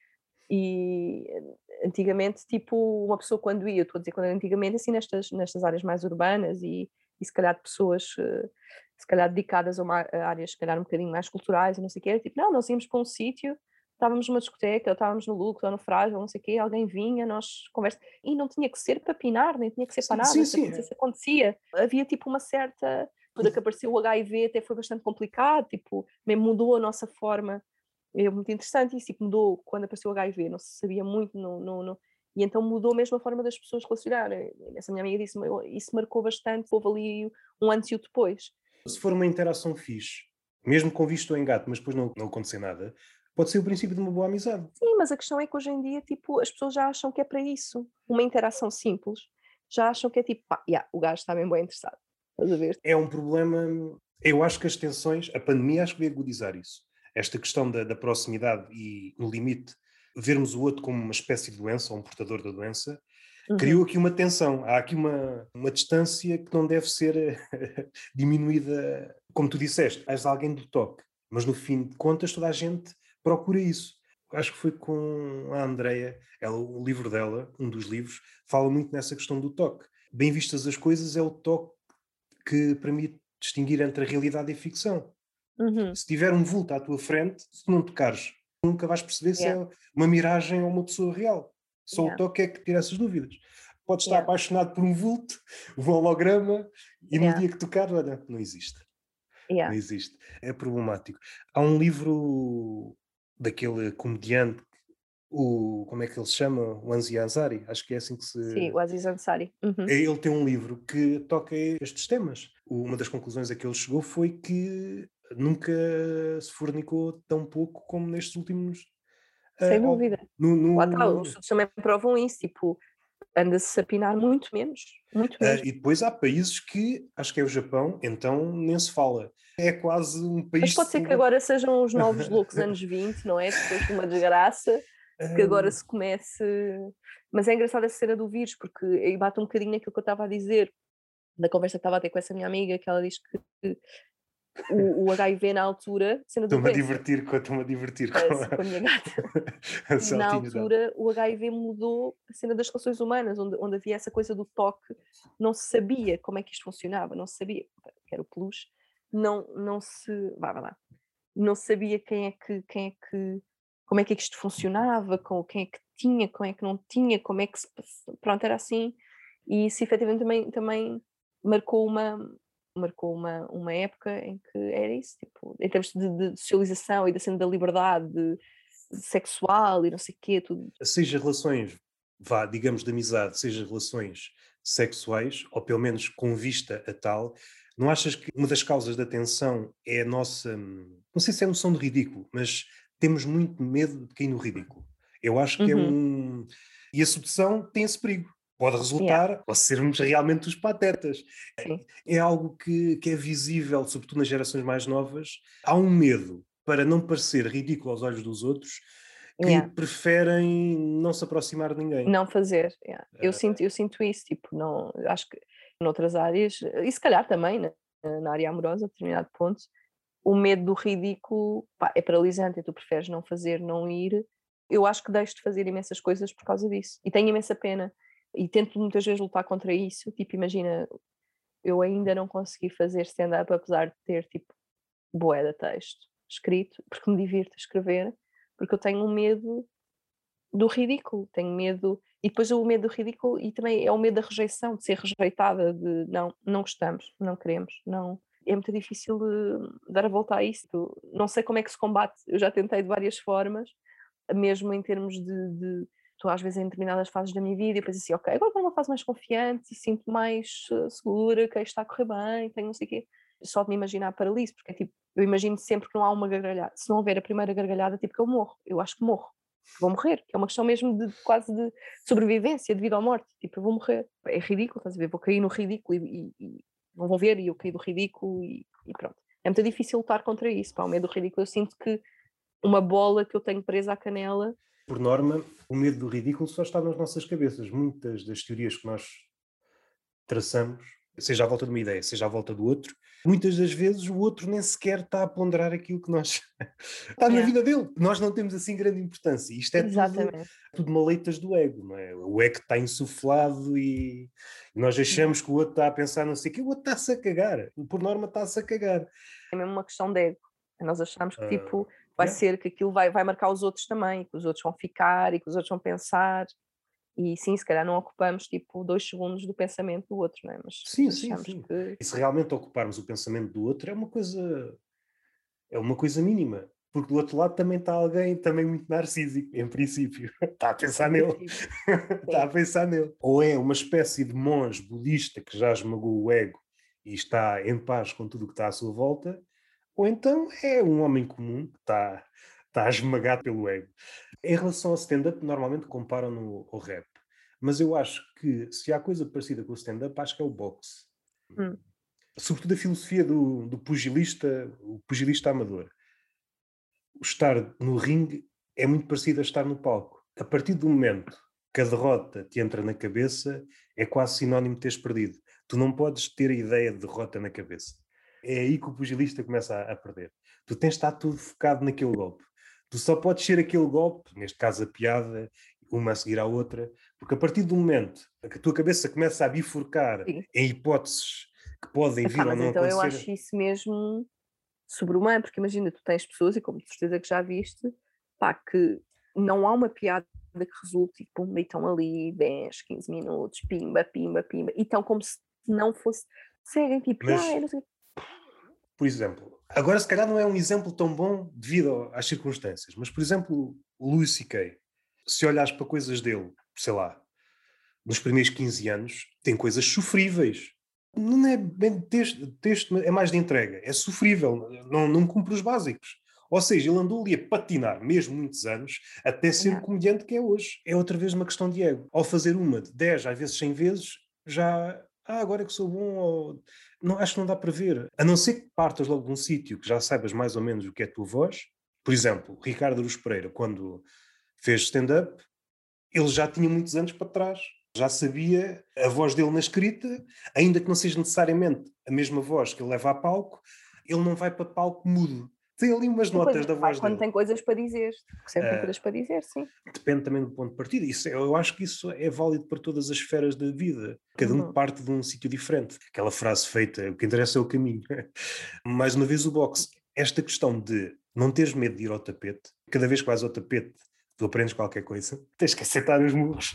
e eh, antigamente, tipo, uma pessoa quando ia, eu estou a dizer quando era antigamente, assim, nestas, nestas áreas mais urbanas e, e se calhar de pessoas, eh, se calhar dedicadas a, uma, a áreas, se calhar um bocadinho mais culturais e não sei o quê, era tipo, não, nós íamos para um sítio, estávamos numa discoteca, ou estávamos no Lux, ou no Frágil, não sei o quê, alguém vinha, nós conversamos, e não tinha que ser para pinar, nem tinha que ser para Sim, nada, sim, se sim. acontecesse, acontecia. Havia, tipo, uma certa... Quando que apareceu o H I V até foi bastante complicado, tipo, mesmo mudou a nossa forma, é muito interessante isso, tipo, mudou quando apareceu o H I V, não se sabia muito, não, não, não, e então mudou mesmo a forma das pessoas relacionarem. Essa minha amiga disse, isso marcou bastante, houve ali um antes e o depois. Se for uma interação fixe, mesmo com visto em gato, mas depois não, não acontecer nada, pode ser o princípio de uma boa amizade. Sim, mas a questão é que hoje em dia, tipo, as pessoas já acham que é para isso. Uma interação simples, já acham que é tipo, pá, yeah, o gajo está bem bem interessado. Estás a ver? É um problema. Eu acho que as tensões, a pandemia acho que veio agudizar isso. Esta questão da, da proximidade e, no limite, vermos o outro como uma espécie de doença, ou um portador da doença, criou Uhum. aqui uma tensão. Há aqui uma, uma distância que não deve ser diminuída. Como tu disseste, és alguém do toque, mas no fim de contas toda a gente procura isso. Acho que foi com a Andreia, ela, o livro dela, um dos livros, fala muito nessa questão do toque. Bem vistas as coisas, é o toque que permite distinguir entre a realidade e a ficção. Uhum. Se tiver um vulto à tua frente, se não tocares, nunca vais perceber se Yeah, é uma miragem ou uma pessoa real. Só o yeah, toque é que tira essas dúvidas. Podes estar yeah, apaixonado por um vulto, um holograma, e no yeah, dia que tocar, olha, não existe. Não yeah. existe. É problemático. Há um livro daquele comediante, o, como é que ele se chama? O Anzi Ansari, acho que é assim que Sim, se... o Aziz Ansari. Uhum. Ele tem um livro que toca estes temas. Uma das conclusões a que ele chegou foi que nunca se fornicou tão pouco como nestes últimos. Sem ah, dúvida. ao- no, Lá no- está, os no- estudos também provam isso, tipo, anda-se a pinar muito menos, muito ah, mesmo. e depois há países que, acho que é o Japão, então nem se fala. É quase um Mas país pode ser que celebra- agora sejam os novos loucos anos vinte, não é? Depois de uma desgraça, que agora Ah, se comece. Mas é engraçado essa cena do vírus, porque aí bate um bocadinho naquilo que eu estava a dizer, da conversa que estava a ter com essa minha amiga, que ela diz que o, o H I V na altura, cena do Estou-me a doença, divertir com, estou-me a divertir com parece, a, com a minha gata. a E na saltinho dela. altura o H I V mudou a cena das relações humanas, onde, onde havia essa coisa do toque, não se sabia como é que isto funcionava, não se sabia, que era o peluche, não, não se, vá, vá lá, não se sabia quem é que, quem é que, como é que isto funcionava, com quem é que tinha, quem é que não tinha, como é que se, pronto, era assim, e isso efetivamente também, também marcou uma, marcou uma, uma época em que era isso, tipo, em termos de, de socialização e da cena da liberdade, de, sexual e não sei o quê, tudo. Seja relações, vá, digamos, de amizade, seja relações sexuais, ou pelo menos com vista a tal, não achas que uma das causas da tensão é a nossa, hum, não sei se é noção de ridículo, mas temos muito medo de cair no ridículo. Eu acho que é Uhum. um... E a sedução tem esse perigo. Pode Yeah, resultar, ou sermos realmente os patetas. sim. É algo que, que é visível, sobretudo nas gerações mais novas. Há um medo para não parecer ridículo aos olhos dos outros, que Yeah. preferem não se aproximar de ninguém. Não fazer, yeah. Eu sinto, eu sinto isso, tipo, não, eu acho que noutras áreas, e se calhar também na, na área amorosa, a determinado ponto, o medo do ridículo, pá, é paralisante, e tu preferes não fazer, não ir. Eu acho que deixo de fazer imensas coisas por causa disso, e tenho imensa pena, e tento muitas vezes lutar contra isso, tipo, imagina, eu ainda não consegui fazer stand-up, apesar de ter, tipo, bué de texto escrito, porque me divirto a escrever, porque eu tenho um medo do ridículo, tenho medo, e depois o medo do ridículo, e também é o medo da rejeição, de ser rejeitada, de não, não gostamos, não queremos, não. É muito difícil de dar a volta a isso. Não sei como é que se combate, eu já tentei de várias formas, mesmo em termos de, de estou às vezes em determinadas fases da minha vida e depois assim, ok, agora estou numa fase mais confiante e sinto mais uh, segura, que isto está a correr bem, tenho não sei o quê. Só de me imaginar paralise, porque é tipo, eu imagino sempre que não há uma gargalhada. Se não houver a primeira gargalhada, tipo que eu morro, eu acho que morro. Vou morrer, que é uma questão mesmo de quase de sobrevivência, de vida ou morte. Tipo, eu vou morrer. É ridículo, estás a ver? Vou cair no ridículo e, e, e não vão ver e eu caí do ridículo e, e pronto. É muito difícil lutar contra isso, pá, o medo do ridículo. Eu sinto que uma bola que eu tenho presa à canela. Por norma, o medo do ridículo só está nas nossas cabeças. Muitas das teorias que nós traçamos, seja à volta de uma ideia, seja à volta do outro, muitas das vezes o outro nem sequer está a ponderar aquilo que nós... está na Yeah, vida dele. Nós não temos assim grande importância. Isto é tudo, exatamente. tudo maleitas do ego, não é? O ego está insuflado e nós Yeah. achamos que o outro está a pensar não sei o quê, o outro está-se a cagar. Por norma está-se a cagar. É mesmo uma questão de ego. Nós achamos que Ah, tipo vai yeah. ser que aquilo vai, vai marcar os outros também, que os outros vão ficar e que os outros vão pensar. E sim, se calhar não ocupamos tipo dois segundos do pensamento do outro, não é? Mas, Sim, mas sim, achamos sim. que. E se realmente ocuparmos o pensamento do outro é uma coisa, é uma coisa mínima. Porque do outro lado também está alguém também muito narcísico, em princípio. Está a Em pensar nele. princípio, Está sim. a pensar nele. Ou é uma espécie de monge budista que já esmagou o ego e está em paz com tudo o que está à sua volta, ou então é um homem comum que está, está esmagado pelo ego. Em relação ao stand-up, normalmente comparam-no ao rap. Mas eu acho que se há coisa parecida com o stand-up, acho que é o boxe. Hum. Sobretudo a filosofia do, do pugilista, o pugilista amador. O estar no ringue é muito parecido a estar no palco. A partir do momento que a derrota te entra na cabeça, é quase sinónimo de teres perdido. Tu não podes ter a ideia de derrota na cabeça. É aí que o pugilista começa a, a perder. Tu tens de estar tudo focado naquele golpe. Tu só podes ser aquele golpe, neste caso a piada, uma a seguir à outra, porque a partir do momento que a tua cabeça começa a bifurcar Sim. em hipóteses que podem Epá, vir ou mas não então eu acontecer. acho isso mesmo sobre-humano, porque imagina, tu tens pessoas, e como de certeza que já viste, pá, que não há uma piada que resulte, e pumba, e estão ali dez, quinze minutos, pimba, pimba, pimba, e estão como se não fosse, seguem tipo, ah, Mas, eu não sei. por exemplo, agora se calhar não é um exemplo tão bom devido às circunstâncias, mas, por exemplo, o Louis C K, se olhares para coisas dele, sei lá, nos primeiros quinze anos, tem coisas sofríveis. Não é bem de texto, texto, é mais de entrega. É sofrível, não, não cumpre os básicos. Ou seja, ele andou ali a patinar, mesmo muitos anos, até ser o Yeah. comediante que é hoje. É outra vez uma questão de ego. Ao fazer uma de dez, às vezes cem vezes, já... Ah, agora é que sou bom. Ou... Não, acho que não dá para ver. A não ser que partas logo de um sítio que já saibas mais ou menos o que é a tua voz. Por exemplo, Ricardo Aruz Pereira, quando fez stand-up, ele já tinha muitos anos para trás. Já sabia a voz dele na escrita, ainda que não seja necessariamente a mesma voz que ele leva a palco, ele não vai para palco mudo. Tem ali umas Depois notas da vai voz quando dele. tem coisas para dizer, porque sempre tem Ah, coisas para dizer, sim. Depende também do ponto de partida. Isso, é- eu acho que isso é válido para todas as esferas da vida. Cada um Uhum. parte de um sítio diferente. Aquela frase feita, o que interessa é o caminho. Mais uma vez o boxe. Esta questão de não teres medo de ir ao tapete, cada vez que vais ao tapete tu aprendes qualquer coisa, tens que aceitar os murros.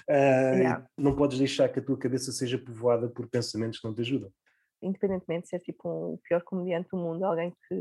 Ah, Yeah. e não podes deixar que a tua cabeça seja povoada por pensamentos que não te ajudam. Independentemente de ser tipo um, o pior comediante do mundo, alguém que,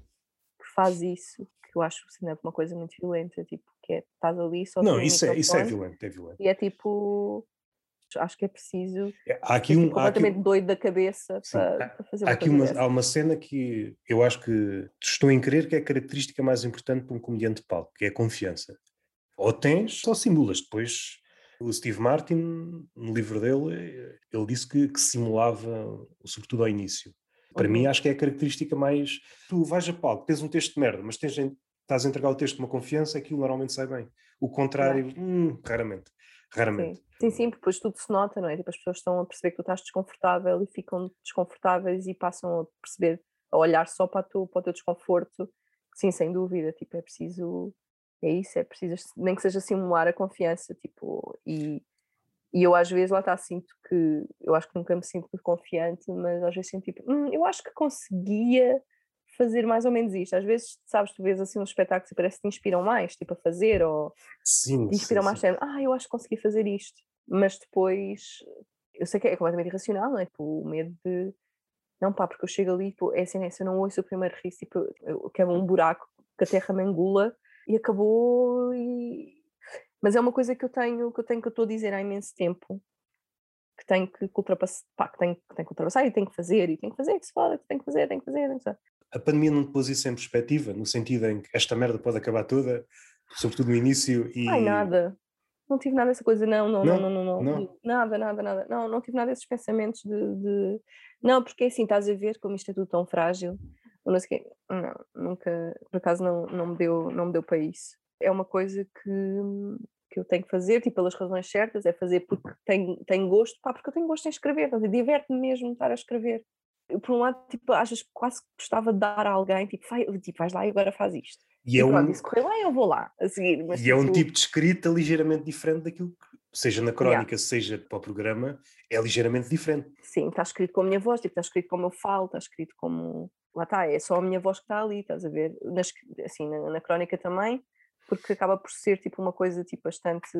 que faz isso, que eu acho assim, uma coisa muito violenta, tipo, que é estás ali, só Não, tem um isso é, isso é microfone violento, é violento. e é tipo, acho que é preciso É, Há aqui ser tipo, um, há aqui, completamente doido da cabeça sim, para, há, para fazer há uma aqui coisa uma, dessa. há uma cena que eu acho que estou em crer que é a característica mais importante para um comediante de palco, que é a confiança. Ou tens, ou simulas. Depois, o Steve Martin, no livro dele, ele disse que, que simulava, sobretudo ao início. Para mim, Uhum. acho que é a característica mais... Tu vais a palco, tens um texto de merda, mas tens, estás a entregar o texto com uma confiança, aquilo normalmente sai bem. O Yeah. contrário, hum, raramente. Sim. Raramente. Sim, sim, porque depois tudo se nota, não é? Tipo, as pessoas estão a perceber que tu estás desconfortável e ficam desconfortáveis e passam a perceber, a olhar só para, tu, para o teu desconforto. Sim, sem dúvida, tipo, é preciso, é isso, é preciso, nem que seja simular a confiança, tipo, e, e eu às vezes lá está, sinto que, eu acho que nunca me sinto muito confiante, mas às vezes sinto tipo, hum, eu acho que conseguia fazer mais ou menos isto. Às vezes, sabes, tu vês assim uns espetáculos e parece que te inspiram mais, tipo, a fazer, ou Sim, te sim, inspiram mais sim. tempo. Ah, eu acho que consegui fazer isto. Mas depois, eu sei que é completamente irracional, não é? Tipo, o medo de, não pá, porque eu chego ali, tipo, é assim, é, se eu não ouço o primeiro riff, tipo, eu quero um buraco que a terra me engula e acabou e... Mas é uma coisa que eu tenho, que eu tenho, que eu estou a dizer há imenso tempo, que tenho que ultrapassar, pá, que tenho, que tenho que ultrapassar e tenho que fazer, e tenho que fazer, que se foda, que tenho que fazer, tenho que fazer, tenho que fazer. A pandemia não te pôs isso em perspectiva, no sentido em que esta merda pode acabar toda, sobretudo no início, Ai, e... nada. Não tive nada dessa coisa, não, não, não, não, Não, não, não, de- não. nada, nada, nada, não, não tive nada desses pensamentos de, de- não, porque é assim, estás a ver como isto é tudo tão frágil, ou não sei o quê, não, nunca, por acaso não, não me deu, não me deu para isso. É uma coisa que, que eu tenho que fazer, tipo, pelas razões certas, é fazer porque tenho, tenho gosto, pá, porque eu tenho gosto em escrever, estás a ver? Diverte-me mesmo estar a escrever. Eu, por um lado, tipo, achas que quase que gostava de dar a alguém, tipo, vai, tipo, vais lá e agora faz isto. E E é pronto, e se um, correr bem eu vou lá a seguir, mas e é um tipo, tipo de escrita ligeiramente diferente daquilo que, seja na yeah. crónica, seja para o programa, é ligeiramente diferente. Sim, está escrito com a minha voz, tipo, está escrito como eu falo, está escrito como. Lá está, é só a minha voz que está ali, estás a ver? Nas, assim, na, na crónica também, porque acaba por ser tipo uma coisa tipo bastante.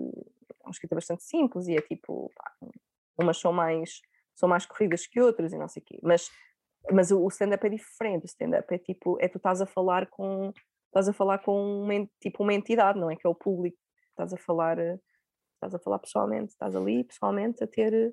Uma escrita bastante simples e é tipo. Pá, umas são mais, são mais corridas que outras e não sei o quê. Mas, mas o stand-up é diferente, o stand-up é tipo. É tu estás a falar com. Estás a falar com uma, tipo, uma entidade, não é? Que é o público. Estás a falar. Estás a falar pessoalmente, estás ali pessoalmente a ter.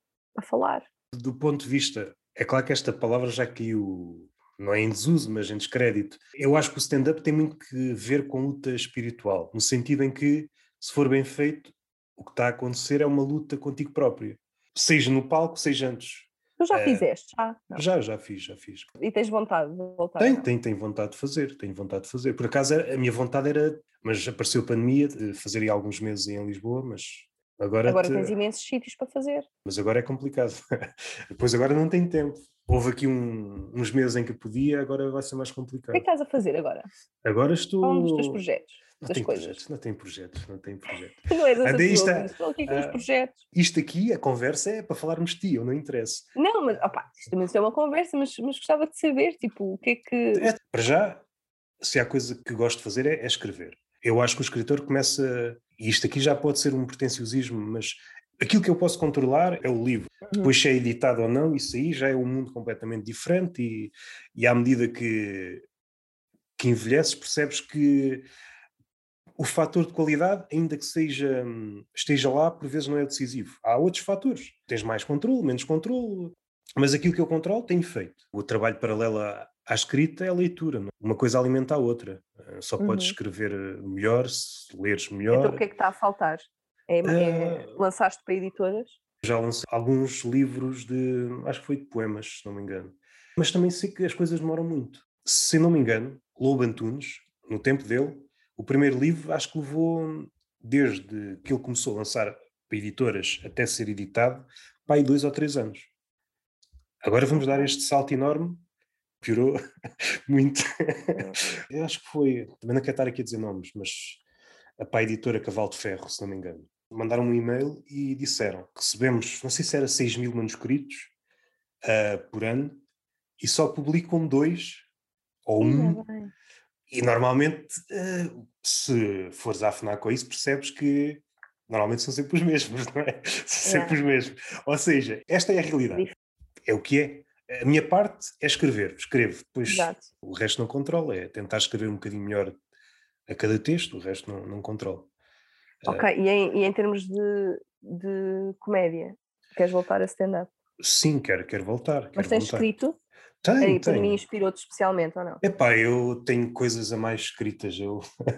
A falar. Do ponto de vista, é claro que esta palavra já caiu, não é em desuso, mas em descrédito. Eu acho que o stand-up tem muito que ver com luta espiritual, no sentido em que, se for bem feito, o que está a acontecer é uma luta contigo próprio. Seja no palco, seja antes. Tu já Uh, fizeste? Já? Não. já, já fiz, já fiz. E tens vontade de voltar ou Tenho, não? tenho, tenho vontade de fazer, tenho vontade de fazer. Por acaso a minha vontade era, mas apareceu a pandemia, de fazer aí alguns meses em Lisboa, mas agora Agora te, tens imensos sítios para fazer. mas agora é complicado. Depois agora não tenho tempo. Houve aqui um- uns meses em que podia, agora vai ser mais O que é complicado. que estás a fazer agora? Agora Fala-me dos teus estou. projetos, Não das tenho coisas. projetos, não tenho projetos, não tenho projetos. Não és essa Anda, isto, pessoa que é- diz, "Oh, o que é que são os ah, projetos?" isto aqui, a conversa é para falarmos de ti, eu não interessa. Não, mas opá, isto também é uma conversa, mas, mas gostava de saber, tipo, o que é que. É, para já, se há coisa que gosto de fazer é, é escrever. Eu acho que o escritor começa, e isto aqui já pode ser um pretenciosismo, mas aquilo que eu posso controlar é o livro. Uhum. Depois se é editado ou não, isso aí já é um mundo completamente diferente e, e à medida que, que envelheces percebes que o fator de qualidade, ainda que seja, esteja lá, por vezes não é o decisivo. Há outros fatores. Tens mais controle, menos controle, mas aquilo que eu controlo tenho feito. O trabalho paralelo à, à escrita é a leitura. Não é? Uma coisa alimenta a outra. Uh, Só podes Uhum. escrever melhor se leres Então o melhor. que é que está a faltar? É, é, Uh, lançaste para editoras? já lancei alguns livros de, acho que foi de poemas, se não me engano. Mas também sei que as coisas demoram muito. Se não me engano, Lobo Antunes, no tempo dele, o primeiro livro acho que levou, desde que ele começou a lançar para editoras até ser editado, para aí dois ou três anos. Agora vamos dar Ok. este salto enorme piorou muito. Eu acho que foi, também não quero estar aqui a dizer nomes, mas a pá editora Cavalo de Ferro, se não me engano. Mandaram um e-mail e disseram que recebemos, não sei se era seis mil manuscritos uh, por ano, e só publicam dois ou Ainda um. bem. E normalmente, uh, se fores à FNAC com isso, percebes que normalmente são sempre os mesmos, não é? São sempre Yeah. os mesmos. Ou seja, esta é a realidade. É o que é. A minha parte é escrever. Escrevo. Depois Exato. o resto não controlo. É tentar escrever um bocadinho melhor a cada texto. O resto não, não controlo. Ok, e em, e em termos de, de comédia, queres voltar a stand-up? Sim, quero, quero voltar. Mas Quero tens voltar. escrito? Tenho, A pandemia tenho. inspirou-te especialmente ou não? Epá, eu tenho coisas a mais escritas. Eu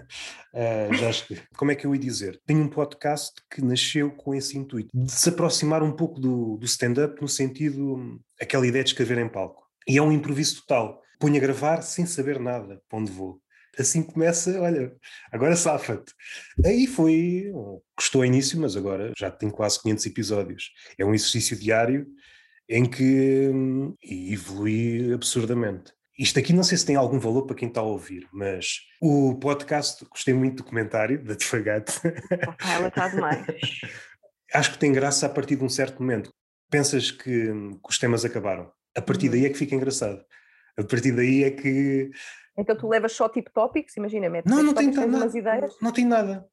uh, já escrevi. Como é que eu ia dizer? Tenho um podcast que nasceu com esse intuito de se aproximar um pouco do, do stand-up, no sentido, hum, aquela ideia de escrever em palco. E é um improviso total. Ponho a gravar sem saber nada para onde vou. Assim começa, olha, agora safa-te. Aí foi, custou ao início, mas agora já tenho quase quinhentos episódios. É um exercício diário em que hum, evolui absurdamente. Isto aqui não sei se tem algum valor para quem está a ouvir, mas o podcast, gostei muito do comentário da Defagate. Opa, ela está demais. Acho que tem graça a partir de um certo momento. Pensas que, hum, que os temas acabaram. A partir Uhum. daí é que fica engraçado. A partir daí é que... Então tu levas só tipo tópicos, imagina, metes Não, metes não tem, tópicos, ta- tens na- umas ideias, não tem nada.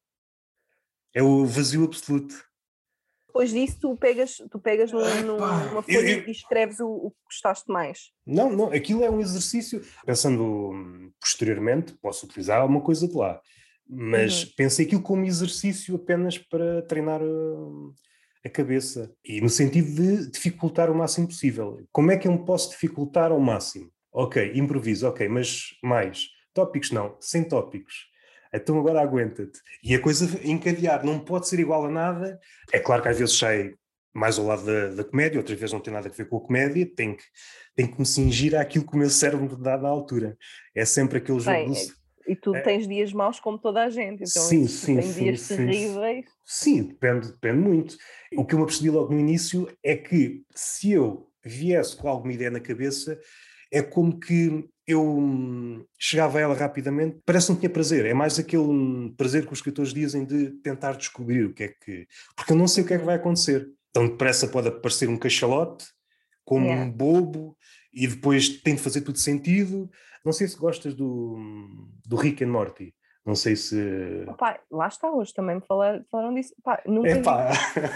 É o vazio absoluto. depois disso tu pegas, tu pegas num- num- Epá, numa eu- folha eu- e escreves o, o que gostaste mais. Não, não, aquilo é um exercício. Pensando hum, posteriormente, posso utilizar alguma coisa de lá, mas Uhum. pensei aquilo como exercício apenas para treinar hum, a cabeça e no sentido de dificultar o máximo possível. Como é que eu me posso dificultar ao máximo? Ok, improviso, ok, mas mais. Tópicos não, sem tópicos. Então agora aguenta-te. E a coisa encadear não pode ser igual a nada. É claro que às vezes sai mais ao lado da, da comédia, outras vezes não tem nada a ver com a comédia, tem que, tem que me cingir àquilo que o meu cérebro me dá na altura. É sempre aquele jogo do... Bem, é- e tu É, tens dias maus como toda a gente, então sim, esses sim, têm sim, dias sim. terríveis. Sim, depende, depende muito. O que eu me apercebi logo no início é que se eu viesse com alguma ideia na cabeça, é como que eu hum, chegava a ela rapidamente, parece que não tinha prazer, é mais aquele hum, prazer que os escritores dizem de tentar descobrir o que é que... Porque eu não sei o que é que vai acontecer. Tão depressa pode aparecer um cachalote, como Yeah. um bobo, e depois tem de fazer tudo sentido. Não sei se gostas do, do Rick and Morty. Não sei se... Opa, lá está, hoje também me falaram, falaram disso. Pá, nunca vi, Epá,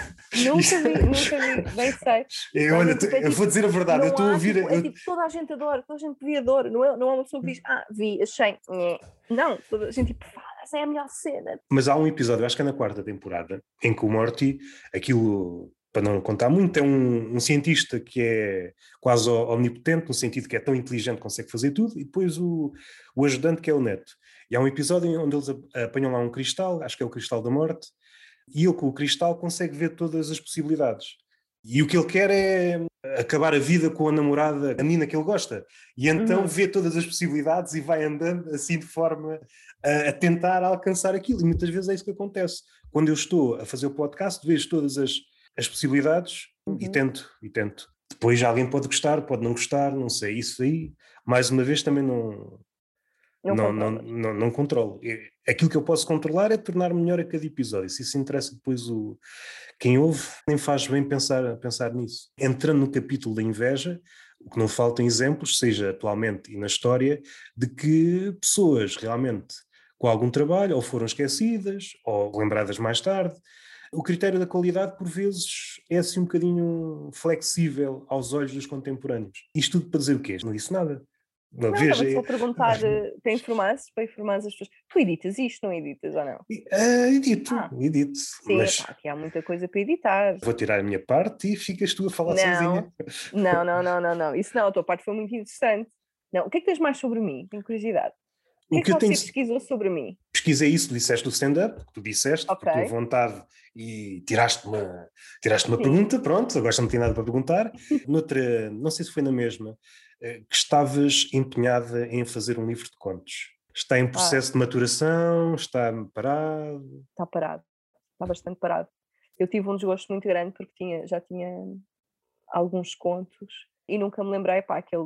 nunca vi, nunca vi, nem sei. eu, Mas olha, é tipo, é eu tipo, vou dizer a verdade, eu não estou a há, ouvir. tipo, é Eu... tipo, toda a gente adora, toda a gente devia adora, não é, não é uma pessoa que diz, ah, vi, achei, nhé. Não, toda a gente tipo, "Ah, essa é a melhor cena." Mas há um episódio, acho que é na quarta temporada, em que o Morty, aquilo, para não contar muito, é um, um cientista que é quase omnipotente, no sentido que é tão inteligente que consegue fazer tudo, e depois o, o ajudante que é o Neto. E há um episódio onde eles apanham lá um cristal, acho que é o cristal da morte, e ele com o cristal consegue ver todas as possibilidades. E o que ele quer é acabar a vida com a namorada, a menina que ele gosta. E então Uhum. vê todas as possibilidades e vai andando assim de forma a, a tentar alcançar aquilo. E muitas vezes é isso que acontece. Quando eu estou a fazer o podcast, vejo todas as, as possibilidades e Uhum. tento, e tento. Depois alguém pode gostar, pode não gostar, não sei. Isso aí, mais uma vez, também não, Não não, não, controlas. não, não controlo. É- Aquilo que eu posso controlar é tornar-me melhor a cada episódio. Se isso interessa depois o, quem ouve, nem faz bem pensar, pensar nisso. Entrando no capítulo da inveja, o que não faltam exemplos, seja atualmente e na história, de que pessoas realmente com algum trabalho ou foram esquecidas ou lembradas mais tarde. O critério da qualidade, por vezes, é assim um bocadinho flexível aos olhos dos contemporâneos. Isto tudo para dizer o quê? Não disse nada. Uma Não, vez, estava só é, a perguntar eh, para informar para informar as pessoas. Tu editas isto, não editas ou não? é, edito, Ah, edito, sim, mas pá, aqui há muita coisa para editar. vou tirar a minha parte e ficas tu a falar sozinha. Não, não, não, não, não, não. Isso não, a tua parte foi muito interessante. Não, o que é que tens mais sobre mim? Tenho curiosidade. O que O é que que eu tenho, você pesquisou sobre mim? pesquisei isso, disseste do stand-up, que tu disseste, Ok, por tua vontade, e tiraste uma, tiraste uma sim. pergunta, pronto, agora já não tinha nada para perguntar. Noutra, não sei se foi na mesma, eh, que estavas empenhada em fazer um livro de contos. Está em Ah, processo de maturação, está parado. está parado. Está bastante parado. Eu tive um desgosto muito grande porque tinha, já tinha alguns contos e nunca me lembrei, pá, aquele erro.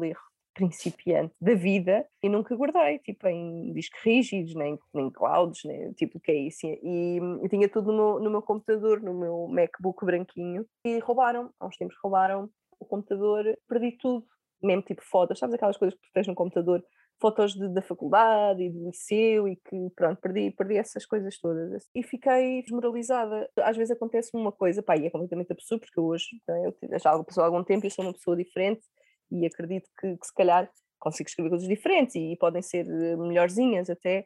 principiante da vida e nunca guardei, tipo, em discos rígidos, nem, nem clouds, nem, tipo, o que é isso? E eu tinha tudo no meu, no meu computador, no meu MacBook branquinho, e roubaram, há uns tempos roubaram o computador, perdi tudo, mesmo tipo fotos, sabes aquelas coisas que tu tens no computador, fotos de, da faculdade e do liceu e que, pronto, perdi, perdi essas coisas todas. E fiquei desmoralizada. Às vezes acontece uma coisa, pá, e é completamente absurdo, porque eu hoje, eu já passou algum tempo e eu sou uma pessoa diferente e acredito que, que se calhar consigo escrever coisas diferentes e podem ser melhorzinhas até,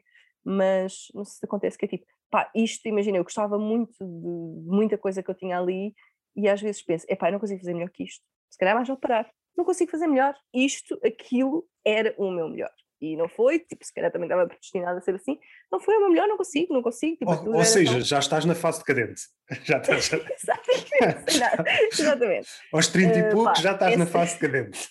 mas não sei se acontece que é tipo, pá, isto, imagina, eu gostava muito de muita coisa que eu tinha ali e às vezes penso, epá, eu não consigo fazer melhor que isto, se calhar é mais vale parar, não consigo fazer melhor, isto, aquilo era o meu melhor. E não foi, tipo, se calhar também estava predestinado a ser assim, não foi o meu melhor, não consigo, não consigo. Tipo, Ou, ou seja, tão... já estás na fase decadente. Já estás. exatamente, exatamente. Aos trinta e uh, poucos pá, já estás é na fase decadente.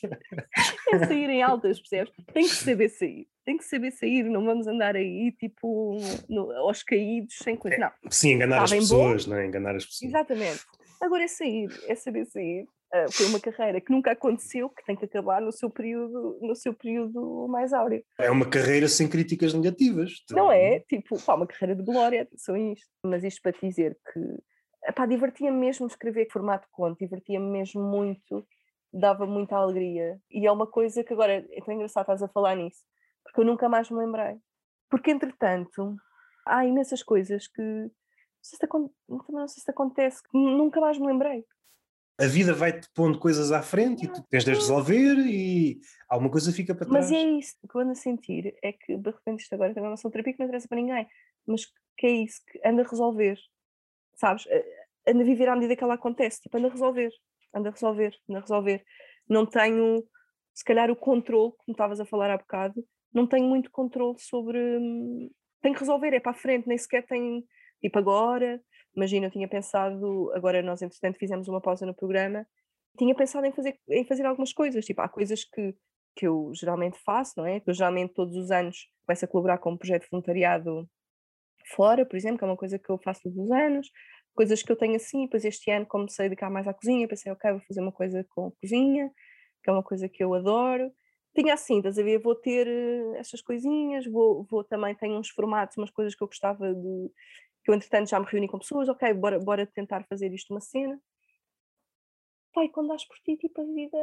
É sair em altas, percebes? Tem que saber sair, tem que saber sair, não vamos andar aí, tipo, no, aos caídos, sem coisa. Não. Sim, enganar Está as bem pessoas, bom, não é? Enganar as pessoas. Exatamente. Agora é sair, é saber sair. Uh, foi uma carreira que nunca aconteceu, que tem que acabar no seu período, no seu período mais áureo. É uma carreira sem críticas negativas. Não é? Tipo, pá, uma carreira de glória, atenção a isto. Mas isto para te dizer que, pá, divertia-me mesmo escrever formato conto, divertia-me mesmo muito, dava muita alegria. E é uma coisa que agora, é tão engraçado estás a falar nisso, porque eu nunca mais me lembrei. Porque, entretanto, há imensas coisas que, não sei se, também não sei se acontece, que nunca mais me lembrei. A vida vai-te pondo coisas à frente e tu tens de as resolver e alguma coisa fica para trás. Mas é isso que eu ando a sentir, é que de repente isto agora também é uma ação terapia que não interessa para ninguém, mas que é isso, que anda a resolver, sabes? Anda a viver à medida que ela acontece, tipo, anda a resolver, anda a resolver, anda a resolver. Não tenho, se calhar, o controle, como estavas a falar há bocado, não tenho muito controle sobre. Hum, tenho que resolver, é para a frente, nem sequer tenho. Tipo, agora, imagina, eu tinha pensado, agora nós, entretanto, fizemos uma pausa no programa, tinha pensado em fazer, em fazer algumas coisas, tipo, há coisas que, que eu geralmente faço, não é? Que eu geralmente todos os anos começo a colaborar com um projeto de voluntariado fora, por exemplo, que é uma coisa que eu faço todos os anos, coisas que eu tenho assim, depois este ano comecei a dedicar mais à cozinha, pensei, ok, vou fazer uma coisa com cozinha, que é uma coisa que eu adoro. Tinha assim, estás a ver, vou ter uh, essas coisinhas, vou, vou também, tenho uns formatos, umas coisas que eu gostava de, que eu entretanto já me reuni com pessoas, ok, bora, bora tentar fazer isto uma cena. Pai, quando dás por ti, tipo, a vida...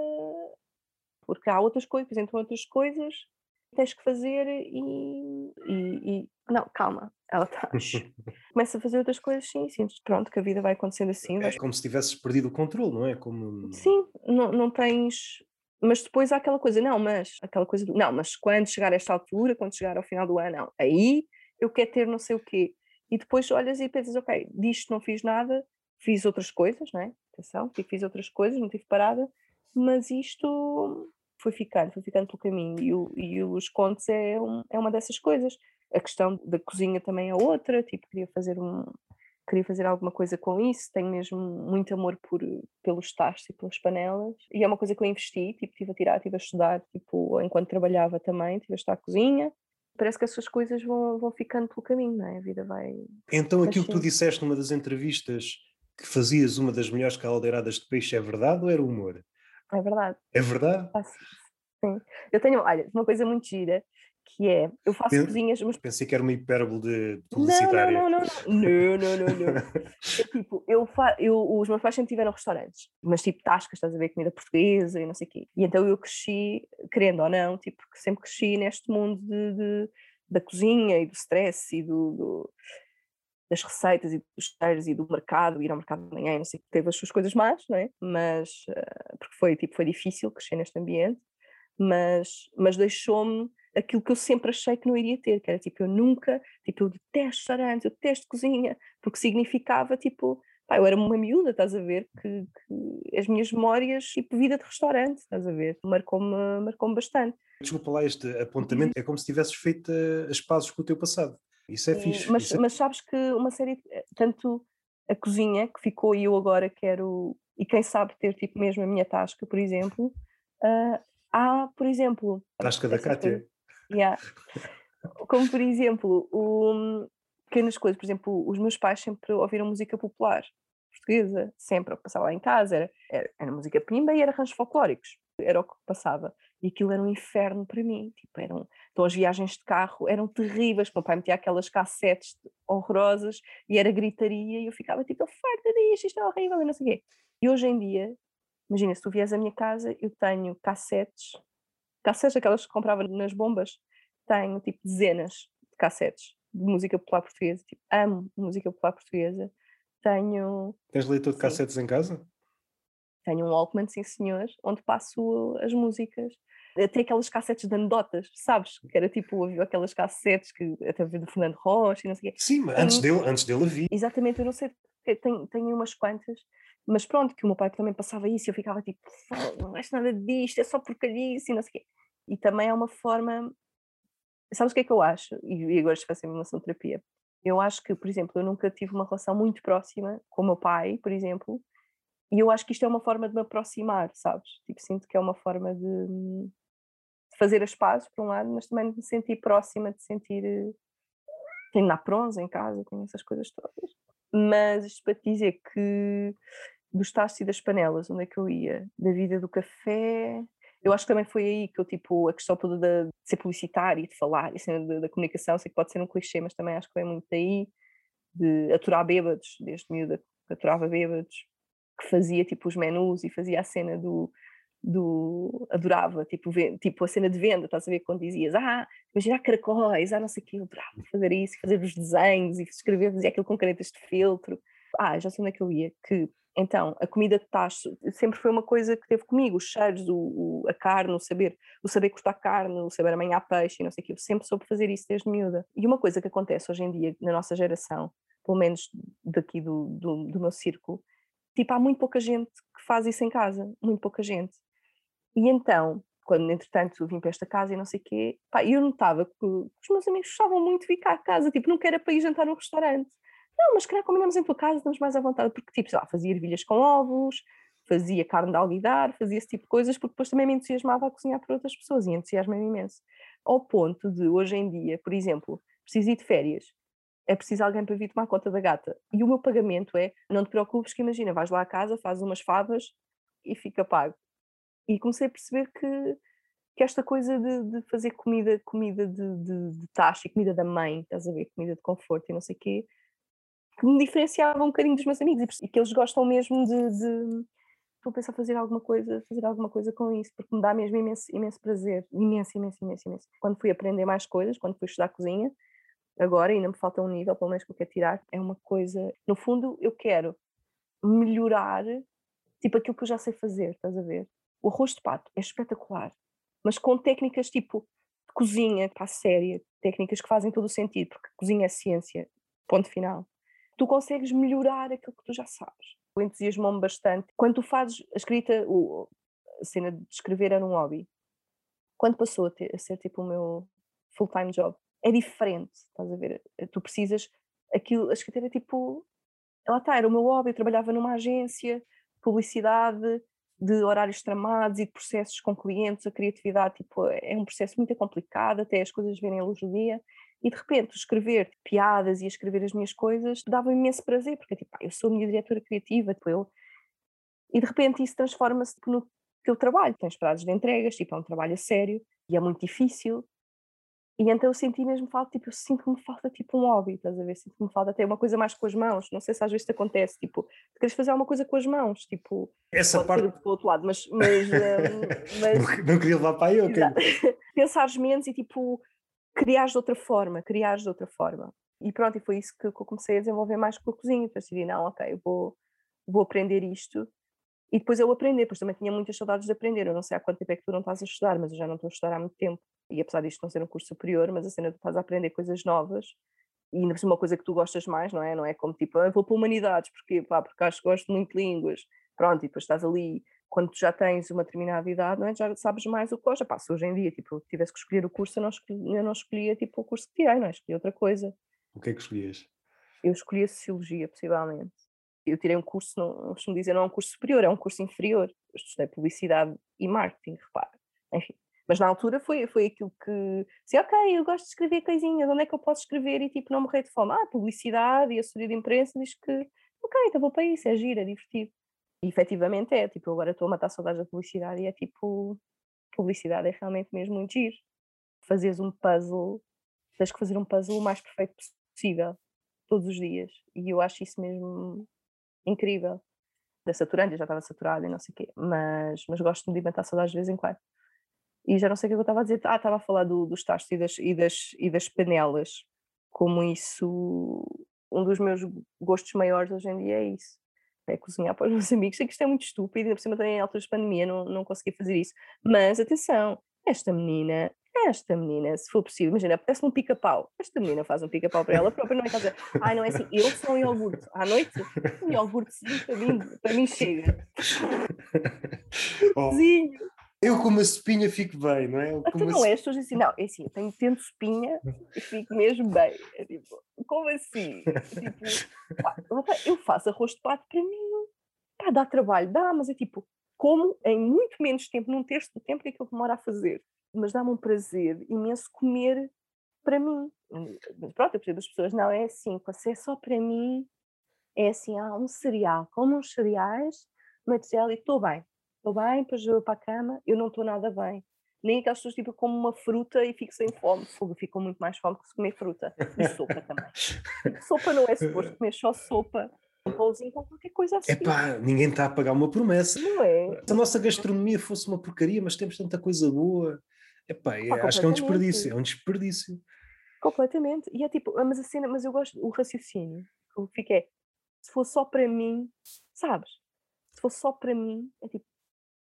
Porque há outras coisas, entram outras coisas, tens que fazer e... e, e... Não, calma, ela está... Começa a fazer outras coisas, sim, sim, pronto, que a vida vai acontecendo assim. É Vais... como se tivesses perdido o controle, não é? Como... Sim, não, não tens... Mas depois há aquela coisa, não, mas... Aquela coisa do, não, mas quando chegar a esta altura, quando chegar ao final do ano, não, aí eu quero ter não sei o quê. E depois olhas e pensas, ok, disto não fiz nada, fiz outras coisas, não é? Atenção, tipo, fiz outras coisas, não tive parada, mas isto foi ficando, foi ficando pelo caminho. E, o, e os contos é, um, é uma dessas coisas. A questão da cozinha também é outra, tipo, queria fazer um... Queria fazer alguma coisa com isso, tenho mesmo muito amor por, pelos tachos e pelas panelas, e é uma coisa que eu investi, tipo, estive a tirar, estive a estudar, tipo, enquanto trabalhava também, estive a estudar a cozinha. Parece que essas coisas vão, vão ficando pelo caminho, não é? A vida vai... Então aquilo que tu Assim. disseste numa das entrevistas, que fazias uma das melhores caldeiradas de peixe, é verdade ou era humor? É verdade. É verdade? Ah, sim. Eu tenho, olha, uma coisa muito gira, que é, eu faço cozinhas... Mas... Pensei que era uma hipérbole de Não, não, publicitária. não, não, não, não, não, não, não. É tipo, eu, fa... eu os meus pais sempre tiveram restaurantes, mas tipo tascas, estás a ver, comida portuguesa e não sei o quê. E então eu cresci, querendo ou não, tipo, sempre cresci neste mundo de, de da cozinha e do stress e do, do, das receitas e dos cheiros e do mercado, ir ao mercado de manhã e não sei o quê. Teve as suas coisas más, não é? Mas, uh, porque foi, tipo, foi difícil crescer neste ambiente, mas, mas deixou-me aquilo que eu sempre achei que não iria ter, que era tipo, eu nunca, tipo, eu detesto restaurantes, eu detesto cozinha, porque significava, tipo, pá, eu era uma miúda, estás a ver, que, que as minhas memórias, tipo, vida de restaurante, estás a ver, marcou-me marcou-me bastante. Desculpa lá este apontamento, é como se tivesses feito as pazes com o teu passado. Isso é E, fixe. mas, Isso é... mas sabes que uma série, tanto a cozinha, que ficou e eu agora quero, e quem sabe ter, tipo, mesmo a minha tasca, por exemplo, uh, há, por exemplo, Tasca da Cátia. Yeah. Como por exemplo, o, pequenas coisas, por exemplo, os meus pais sempre ouviram música popular portuguesa, sempre, o que passava lá em casa era, era, era música pimba e era arranjos folclóricos, era o que passava. E aquilo era um inferno para mim, tipo, eram, então as viagens de carro eram terríveis, o meu pai metia aquelas cassetes horrorosas e era gritaria e eu ficava tipo, farta disto, isto é horrível e não sei o quê. E hoje em dia, imagina, se tu vieres à minha casa, eu tenho cassetes, cassetes aquelas que comprava nas bombas, tenho tipo dezenas de cassetes de música popular portuguesa, tipo, amo música popular portuguesa, tenho, Tens leitor de sim, cassetes em casa? tenho um Walkman, sim senhor, onde passo as músicas. Até aquelas cassetes de anedotas, sabes? Que era tipo, havia aquelas cassetes que até havia do Fernando Rocha e não sei o quê. Sim, mas antes Tenho, dele, antes dele havia. exatamente, eu não sei, eu tenho, tenho umas quantas, mas pronto, que o meu pai também passava isso e eu ficava tipo, não és nada disto, é só porcarice e não sei o quê. E também é uma forma, sabes o que é que eu acho? E, e agora estou a fazer uma terapia. Eu acho que, por exemplo, eu nunca tive uma relação muito próxima com o meu pai, por exemplo, e eu acho que isto é uma forma de me aproximar, sabes? Tipo, sinto que é uma forma de, de fazer as pazes, por um lado, mas também de me sentir próxima, de sentir. eh, Tenho naprons em casa, tenho essas coisas todas. Mas isto para te dizer que dos tachos e das panelas, onde é que eu ia? Da vida do café. Eu acho que também foi aí que eu, tipo, a questão toda de ser publicitário e de falar, e assim, da, da comunicação, sei que pode ser um clichê, mas também acho que foi muito daí, de aturar bêbados, desde miúda, que aturava bêbados, que fazia tipo os menus e fazia a cena do, do adorava, tipo, ve- tipo a cena de venda, estás a ver quando dizias, ah, imagina caracóis, ah, não sei o quê, eu adorava fazer isso, fazer os desenhos e escrever, fazia aquilo com canetas de feltro. Ah, já sei onde é que eu ia, que então a comida de tacho sempre foi uma coisa que teve comigo, os cheiros, o, o- a carne, o saber, o saber cortar carne, o saber amanhar peixe e não sei o quê, eu sempre soube fazer isso desde miúda. E uma coisa que acontece hoje em dia na nossa geração, pelo menos daqui do, do, do meu círculo, tipo, há muito pouca gente que faz isso em casa, muito pouca gente. E então, quando entretanto vim para esta casa e não sei o quê, pá, eu notava que os meus amigos gostavam muito de vir cá a casa, tipo, não quero para ir jantar no restaurante. Não, mas se calhar combinamos em tua casa, estamos mais à vontade, porque tipo, sei lá, fazia ervilhas com ovos, fazia carne de alguidar, fazia esse tipo de coisas, porque depois também me entusiasmava a cozinhar para outras pessoas e entusiasma-me imenso. Ao ponto de, hoje em dia, por exemplo, preciso ir de férias, é preciso alguém para vir tomar conta da gata. E o meu pagamento é, não te preocupes que imagina, vais lá a casa, fazes umas favas e fica pago. E comecei a perceber que, que esta coisa de, de fazer comida, comida de, de, de taxa e comida da mãe, estás a ver, comida de conforto e não sei o quê, que me diferenciava um bocadinho dos meus amigos e perce- e que eles gostam mesmo de, de estou a pensar fazer alguma coisa, fazer alguma coisa com isso, porque me dá mesmo imenso, imenso prazer, imenso, imenso, imenso, imenso. Quando fui aprender mais coisas, quando fui estudar cozinha, agora ainda me falta um nível, pelo menos que eu quero tirar, é uma coisa, no fundo eu quero melhorar, tipo aquilo que eu já sei fazer, estás a ver? O arroz de pato é espetacular, mas com técnicas tipo de cozinha, para a séria, técnicas que fazem todo o sentido, porque cozinha é ciência, ponto final. Tu consegues melhorar aquilo que tu já sabes. O entusiasmou-me bastante. Quando tu fazes a escrita, o, a cena de escrever era um hobby. Quando passou a, ter, a ser tipo o meu full-time job, é diferente, estás a ver? Tu precisas, aquilo, a escrita era tipo, lá está, era o meu hobby, eu trabalhava numa agência de publicidade, de horários tramados e de processos com clientes, a criatividade tipo, é um processo muito complicado, até as coisas verem a luz do dia, e de repente escrever piadas e escrever as minhas coisas dava imenso prazer, porque tipo, eu sou a minha diretora criativa, tipo, eu, e de repente isso transforma-se tipo, no teu trabalho, tens prazos de entregas, tipo, é um trabalho a sério, e é muito difícil, e então eu senti mesmo falta, tipo, eu sinto que me falta tipo um hobby, estás a ver? Sinto que me falta até uma coisa mais com as mãos. Não sei se às vezes te acontece, tipo, tu queres fazer alguma coisa com as mãos, tipo, Essa pode ser parte do outro lado, mas, mas, hum, não, mas não queria levar para aí, ok. exato. Pensares menos e tipo, criares de outra forma, criares de outra forma. E pronto, e foi isso que, que eu comecei a desenvolver mais com a cozinha. Depois decidi, não, ok, eu vou, vou aprender isto. E depois eu aprender, pois também tinha muitas saudades de aprender. Eu não sei há quanto tempo é que tu não estás a estudar, mas eu já não estou a estudar há muito tempo. E apesar disto não ser um curso superior, mas a cena de tu estás a aprender coisas novas e ainda por cima uma coisa que tu gostas mais, não é? Não é como tipo, ah, vou para humanidades, porque, pá, porque acho que gosto muito de línguas. Pronto, e depois estás ali, quando tu já tens uma determinada idade, não é? Já sabes mais o que gostas. Pá, se hoje em dia, tipo, eu tivesse que escolher o curso, eu não, escolhi, eu não escolhia, tipo, o curso que tirei, não é? Escolhi outra coisa. O que é que escolhias? Eu escolhi a Sociologia, possivelmente. Eu tirei um curso, não costumo dizer, não é um curso superior, é um curso inferior. Eu estudei Publicidade e Marketing, repara. Enfim. Mas na altura foi, foi aquilo que... Disse, ok, eu gosto de escrever coisinhas, onde é que eu posso escrever e tipo não morrer de fome? Ah, Publicidade e assessoria de imprensa diz que, ok, então vou para isso, é giro, é divertido. E efetivamente é, tipo, eu agora estou a matar saudades da publicidade e é tipo... publicidade é realmente mesmo muito giro. Fazeres um puzzle, tens que fazer um puzzle o mais perfeito possível, todos os dias. E eu acho isso mesmo incrível. Da saturante, eu já estava saturada e não sei o quê, mas, mas gosto de inventar saudades de vez em quando. E já não sei o que eu estava a dizer. Ah, estava a falar do, dos tachos e das, e, das, e das panelas. Como isso, um dos meus gostos maiores hoje em dia é isso. É cozinhar para os meus amigos. Sei que isto é muito estúpido, ainda por cima também em alturas de pandemia não, não consegui fazer isso. Mas atenção, esta menina, esta menina, se for possível, imagina, apetece-me um pica-pau. Esta menina faz um pica-pau para ela própria, não é casa. Ai, não é assim, eu sou um iogurte. À noite, um iogurtezinho para mim, para mim chega. Oh, Zinho. eu com uma espinha fico bem, não é? Eu com Tu uma não és, sp- tu dizes assim, não, é assim, eu tenho tento espinha e fico mesmo bem. É tipo, como assim? Tipo, pá, eu faço arroz de pato para mim. Pá, dá trabalho, dá, mas é tipo, como em muito menos tempo, num terço do tempo que aquilo demora a fazer. Mas dá-me um prazer imenso comer para mim. Mas pronto, eu percebo as pessoas, não, é assim, se é só para mim, é assim, há um cereal, como uns cereais, material e estou bem. Estou bem, depois eu vou para a cama, eu não estou nada bem. Nem aquelas pessoas tipo como uma fruta e fico sem fome. Fogo, fico com muito mais fome que se comer fruta. E sopa também. Tipo, sopa não é suposto comer só sopa. Um pãozinho com qualquer coisa a seguir. Epá, ninguém está a pagar uma promessa. Não é? Se a nossa gastronomia fosse uma porcaria, mas temos tanta coisa boa. Epá, Opa, é- acho que é um desperdício, completamente. é um desperdício. Completamente. E é tipo, ah, mas a cena, mas eu gosto, o raciocínio. O que fica é, se fosse só para mim, sabes? Se fosse só para mim, é tipo,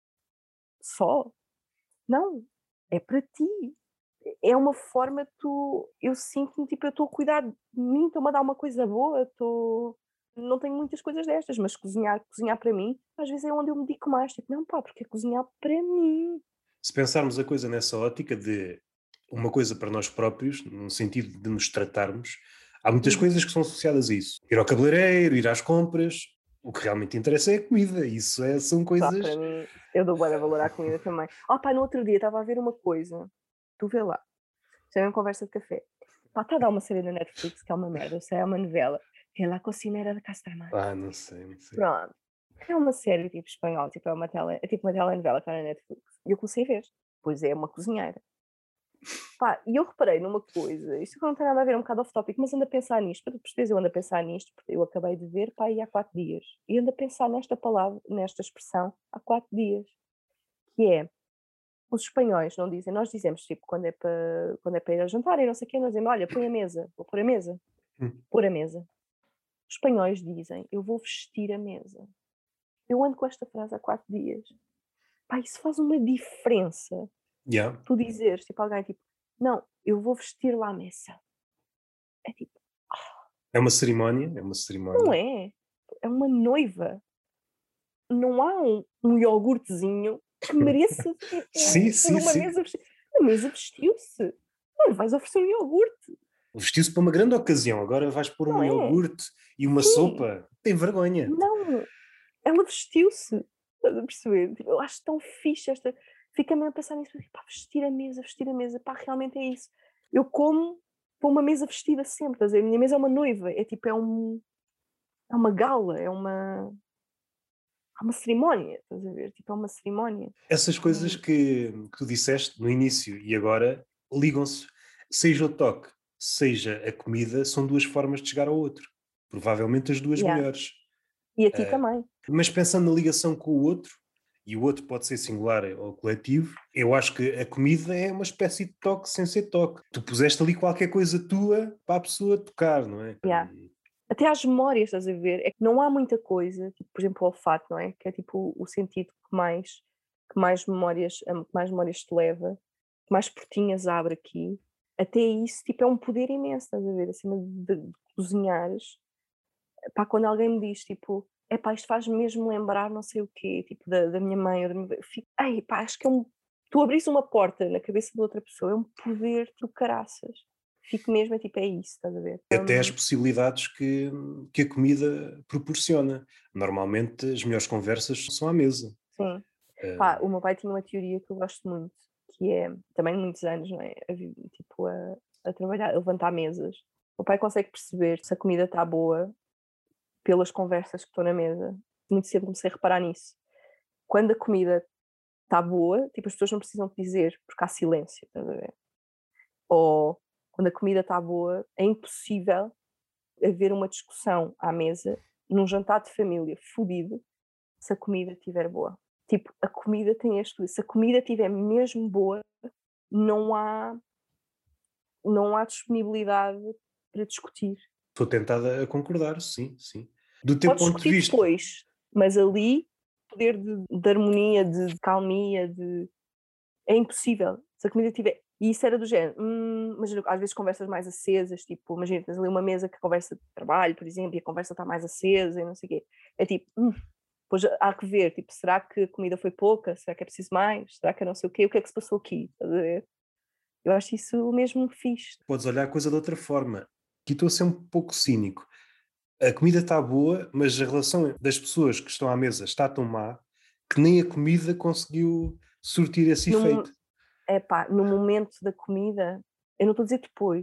só? Não, é para ti. É uma forma de tu. Eu sinto-me tipo, eu estou a cuidar de mim, estou-me a dar uma coisa boa, estou. Não tenho muitas coisas destas, mas cozinhar, cozinhar para mim, às vezes é onde eu me dedico mais. Tipo, não, pá, porque é cozinhar para mim. Se pensarmos a coisa nessa ótica de uma coisa para nós próprios, no sentido de nos tratarmos, há muitas Uhum. coisas que são associadas a isso. Ir ao cabeleireiro, ir às compras, o que realmente interessa é a comida. Isso é, são Pá, para coisas. mim, eu dou bué de valor à comida também. Ah, pá, no outro dia estava a ver uma coisa, tu vê lá, isto é uma conversa de café. Pá, está a dar uma série na Netflix que é uma merda, eu sei, é uma novela, que é La Cocinera de Castamar. Ah, não sei, não sei. Pronto. É uma série tipo espanhol, tipo, é, uma tele, é tipo uma telenovela que está na Netflix. E eu comecei a ver. Pois é, uma cozinheira. Pá, e eu reparei numa coisa, isto não tem nada a ver, é um bocado off-topic, mas ando a pensar nisto, para tu perceberes, eu ando a pensar nisto, porque eu acabei de ver, pá, aí há quatro dias. E ando a pensar nesta palavra, nesta expressão, há quatro dias. Que é, os espanhóis não dizem, nós dizemos, tipo, quando é para, quando é para ir a jantar e não sei o quê, nós dizemos, olha, põe a mesa, vou pôr a mesa, Hum. pôr a mesa. Os espanhóis dizem, eu vou vestir a mesa. Eu ando com esta frase há quatro dias. Pá, isso faz uma diferença. Yeah. Tu dizeres, tipo, alguém, tipo, não, eu vou vestir lá a mesa. É tipo, É uma cerimónia, é uma não cerimónia. é? É uma noiva. Não há um, um iogurtezinho que mereça eh, eh, Sim, estar sim, numa sim. mesa vestida. A mesa vestiu-se. Não vais oferecer um iogurte, Vestiu-se para uma grande ocasião, agora vais pôr um não é? iogurte e uma Sim, sopa. Tem vergonha. não. Ela vestiu-se. Estás a perceber? Tipo, eu acho tão fixe esta. Fica mesmo a pensar nisso. Tipo, pá, vestir a mesa, vestir a mesa. Pá, realmente é isso. Eu como para uma mesa vestida sempre. Estás a ver? A minha mesa é uma noiva. É tipo, é, um, é uma gala. É uma, é uma cerimónia. Estás a ver? Tipo, é uma cerimónia. Essas coisas E, que, que tu disseste no início e agora ligam-se. Seja o toque, seja a comida, são duas formas de chegar ao outro. Provavelmente as duas yeah. melhores. E a ti Uh, também. mas pensando na ligação com o outro, e o outro pode ser singular ou coletivo, eu acho que a comida é uma espécie de toque sem ser toque. Tu puseste ali qualquer coisa tua para a pessoa tocar, não é? Yeah. Até às memórias, estás a ver? É que não há muita coisa, tipo, por exemplo, o olfato, não é? Que é tipo o sentido que mais, que mais memórias, que mais memórias te leva, que mais portinhas abre aqui. Até isso, tipo, é um poder imenso, estás a ver? Acima de, de cozinhares. Pá, quando alguém me diz, tipo, é pá, isto faz-me mesmo lembrar não sei o quê, tipo, da, da minha mãe ou da minha... Eu fico, ei, pá, acho que é um... Tu abris uma porta na cabeça de outra pessoa, é um poder do caraças. Fico mesmo, é tipo, é isso, estás a ver? Até as Hum, possibilidades que, que a comida proporciona. Normalmente as melhores conversas são à mesa. sim. Pá, Uh, o meu pai tinha uma teoria que eu gosto muito, que é, também muitos anos, não é? A, vi- tipo, a, a trabalhar, a levantar mesas. O pai consegue perceber se a comida está boa pelas conversas que estão na mesa. Muito cedo comecei a reparar nisso. Quando a comida está boa, tipo, as pessoas não precisam te dizer, porque há silêncio, estás a ver? Ou quando a comida está boa, é impossível haver uma discussão à mesa, num jantar de família fodido, se a comida estiver boa. Tipo, a comida tem este, se a comida estiver mesmo boa, não há, não há disponibilidade para discutir. Estou tentada a concordar, sim, sim. Do teu Podes ponto de discutir vista, depois, mas ali, poder de, de harmonia, de calmia, de... é impossível. Se a comida tiver... E isso era do género, hum, mas às vezes conversas mais acesas, tipo, imagina, tens ali uma mesa que conversa de trabalho, por exemplo, e a conversa está mais acesa e não sei o quê. É tipo, hum, pois há que ver, tipo, será que a comida foi pouca? Será que é preciso mais? Será que é não sei o quê? O que é que se passou aqui? Estás a ver? Eu acho isso mesmo fixe. podes olhar a coisa de outra forma. Aqui estou a ser um pouco cínico. A comida está boa, mas a relação das pessoas que estão à mesa está tão má que nem a comida conseguiu surtir esse No, efeito. epá, no momento da comida, eu não estou a dizer depois,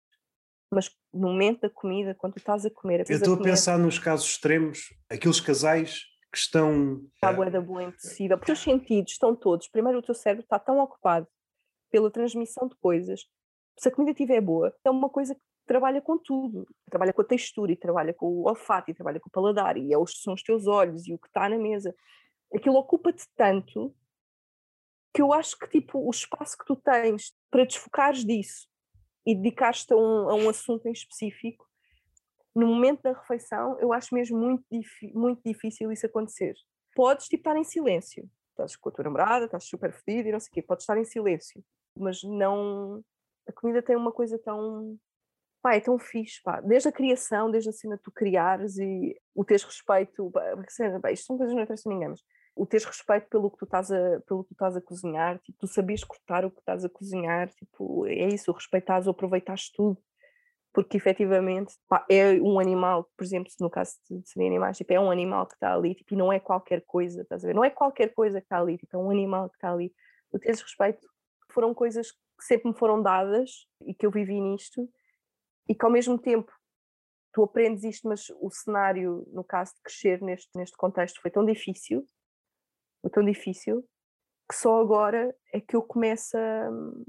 mas no momento da comida, quando tu estás a comer, Eu estás a estou a comer, pensar nos casos extremos, aqueles casais que estão. está bué da boa, impossível, porque os sentidos estão todos, primeiro o teu cérebro está tão ocupado pela transmissão de coisas, se a comida estiver boa, é uma coisa que trabalha com tudo, trabalha com a textura, e trabalha com o olfato, e trabalha com o paladar, e é os, são os teus olhos, e o que está na mesa, aquilo ocupa-te tanto, que eu acho que tipo, o espaço que tu tens para desfocares disso, e dedicares-te a um, a um assunto em específico, no momento da refeição, eu acho mesmo muito, muito difícil isso acontecer. Podes tipo, estar em silêncio, estás com a tua namorada, estás super fedido e não sei o quê, podes estar em silêncio, mas não. A comida tem uma coisa tão. Pá, é tão fixe, pá. Desde a criação, desde a cena de tu criares e o teres respeito. Pá, isto são coisas que não interessam a ninguém, mas o teres respeito pelo que tu estás a, pelo que tu estás a cozinhar, tipo, tu sabias cortar o que estás a cozinhar, tipo, é isso, o respeitares, o aproveitares tudo. Porque efetivamente pá, é um animal, por exemplo, no caso de, de serem animais, tipo, é um animal que está ali tipo, e não é qualquer coisa, estás a ver? Não é qualquer coisa que está ali, tipo, é um animal que está ali. Tu tens respeito, foram coisas que sempre me foram dadas e que eu vivi nisto e que ao mesmo tempo tu aprendes isto, mas o cenário, no caso de crescer neste, neste contexto, foi tão difícil, foi tão difícil, que só agora é que eu começo a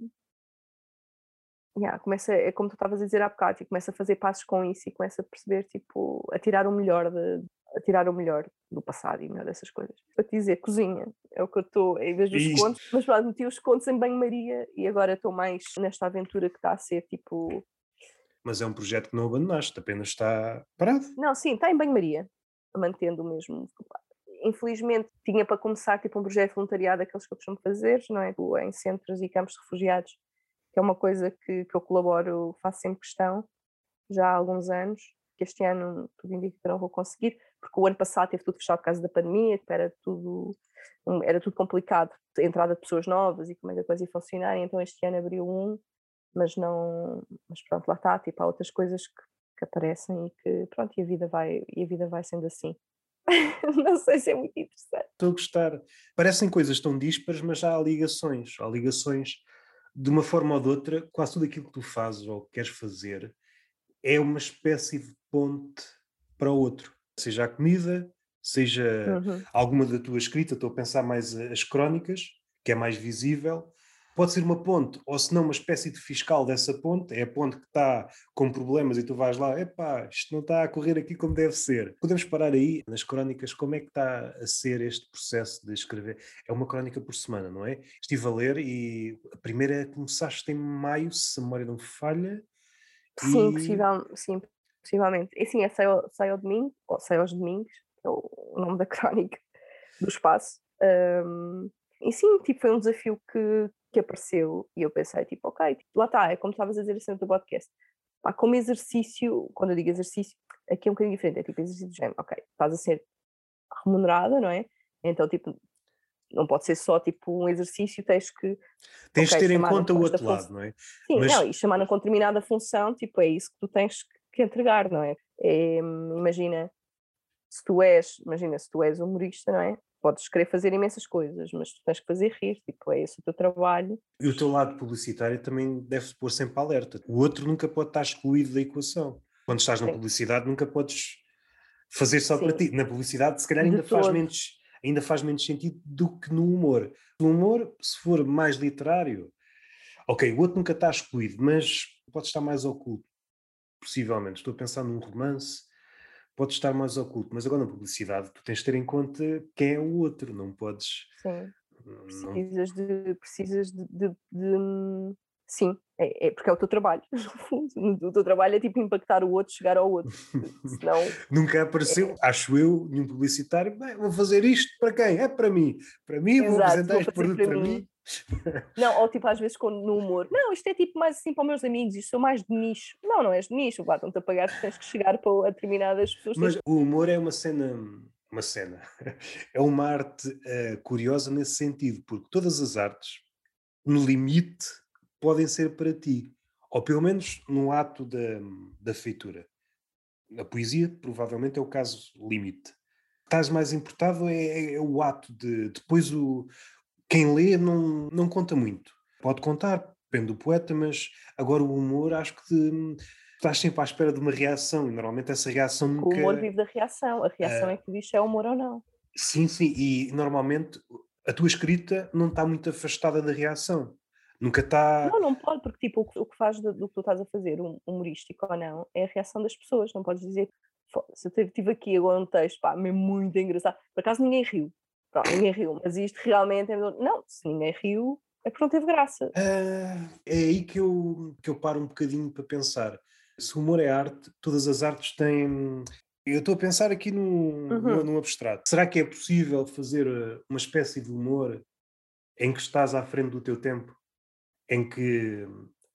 Yeah, começa, é como tu estavas a dizer há bocado, e começa a fazer passos com isso e começa a perceber, tipo, a tirar o melhor, de, a tirar o melhor do passado e o melhor dessas coisas. Para te dizer, cozinha, é o que eu estou, em vez dos E isto, contos, mas pronto, meti os contos em banho-maria e agora estou mais nesta aventura que está a ser, tipo... mas é um projeto que não abandonaste, apenas está parado. Não, sim, está em banho-maria, mantendo o mesmo... Infelizmente, tinha para começar, tipo, um projeto de voluntariado, aqueles que eu costumo fazer, não é? Em centros e campos de refugiados, que é uma coisa que, que eu colaboro, faço sempre questão, já há alguns anos, que este ano tudo indica que não vou conseguir, porque o ano passado teve tudo fechado por causa da pandemia, era tudo, era tudo complicado, a entrada de pessoas novas e como é que a coisa ia funcionar, então este ano abriu um, mas não, mas pronto, lá está, tipo, há outras coisas que, que aparecem e que, pronto, e a vida vai, e a vida vai sendo assim. Não sei se é muito interessante. Estou a gostar. Parecem coisas tão díspares, mas já há ligações. Há ligações de uma forma ou de outra. Quase tudo aquilo que tu fazes ou queres fazer é uma espécie de ponte para o outro. Seja a comida, seja Uhum. alguma da tua escrita, estou a pensar mais as crónicas, que é mais visível. Pode ser uma ponte, ou se não uma espécie de fiscal dessa ponte, é a ponte que está com problemas e tu vais lá, epá, isto não está a correr aqui como deve ser. Podemos parar aí nas crónicas, como é que está a ser este processo de escrever? É uma crónica por semana, não é? Estive a ler e a primeira começaste em maio, se a memória não falha, Sim, e possível, sim, possivelmente. E sim, é sai ao, sai ao domingo, ou sai aos domingos, que é o, o nome da crónica do espaço. Um, e sim, tipo, foi um desafio que, que apareceu e eu pensei, tipo, ok, tipo, lá está, é como estavas a dizer assim no teu podcast. Pá, como exercício, quando eu digo exercício, aqui é um bocadinho diferente, é tipo exercício de género, ok, estás a ser remunerada, não é? Então, tipo, não pode ser só tipo um exercício, tens que, tens de ok, ter em chamaram conta o com esta outro lado, função. não é? Sim, não, Mas e chamaram com determinada função, tipo, é isso que tu tens que, que entregar, não é? É, imagina, se tu és, imagina, se tu és humorista, não é? Podes querer fazer imensas coisas, mas tu tens que fazer rir, tipo, é esse o teu trabalho. e o teu lado publicitário também deve-se pôr sempre alerta. O outro nunca pode estar excluído da equação. Quando estás na Sim, publicidade, nunca podes fazer só para sim, ti. Na publicidade, se calhar de ainda faz todo. menos, ainda faz menos sentido do que no humor. No humor, se for mais literário, ok, o outro nunca está excluído, mas pode estar mais oculto, possivelmente. Estou a pensar num romance, pode estar mais oculto, mas agora na publicidade tu tens de ter em conta quem é o outro, não podes. Sim. Não, Precisas de precisas de de de sim, é é porque é o teu trabalho, no fundo. O teu trabalho é tipo impactar o outro, chegar ao outro, senão nunca apareceu, é acho eu, nenhum publicitário, "Bem, vou fazer isto para quem? É para mim. Para mim, vou exato, apresentar vou este fazer produto para para mim. mim." Não, ou tipo às vezes quando no humor: "Não, isto é tipo mais assim para os meus amigos, isto sou mais de nicho". Não, não és de nicho, vá, estão-te a pagar, tu tens que chegar para a determinadas pessoas, tens Mas o humor é uma cena, uma cena, é uma arte eh, curiosa nesse sentido, porque todas as artes, no limite, podem ser para ti, ou pelo menos no ato da, da feitura. A poesia, provavelmente, é o caso limite. Estás mais importado é, é- é o ato de depois o quem lê não, não conta muito. Pode contar, depende do poeta, mas agora o humor acho que de- estás sempre à espera de uma reação e normalmente essa reação que o humor nunca. vive da reação, a reação é que diz se é humor ou não. Sim, sim, e normalmente a tua escrita não está muito afastada da reação. Nunca está. Não, não pode, porque tipo, o que o que faz do do que tu estás a fazer, hum humorístico ou não, é a reação das pessoas, não podes dizer: "Foda-se, eu tive tive aqui agora um texto, pá, mesmo muito engraçado", por acaso ninguém riu, pronto, ninguém riu, mas isto realmente é do não, se ninguém riu, é porque não teve graça. Ah, é aí que eu, que eu paro um bocadinho para pensar. Se o humor é arte, todas as artes têm. Eu estou a pensar aqui num, num, Uhum. num abstrato. Será que é possível fazer eh, uma espécie de humor em que estás à frente do teu tempo? Em que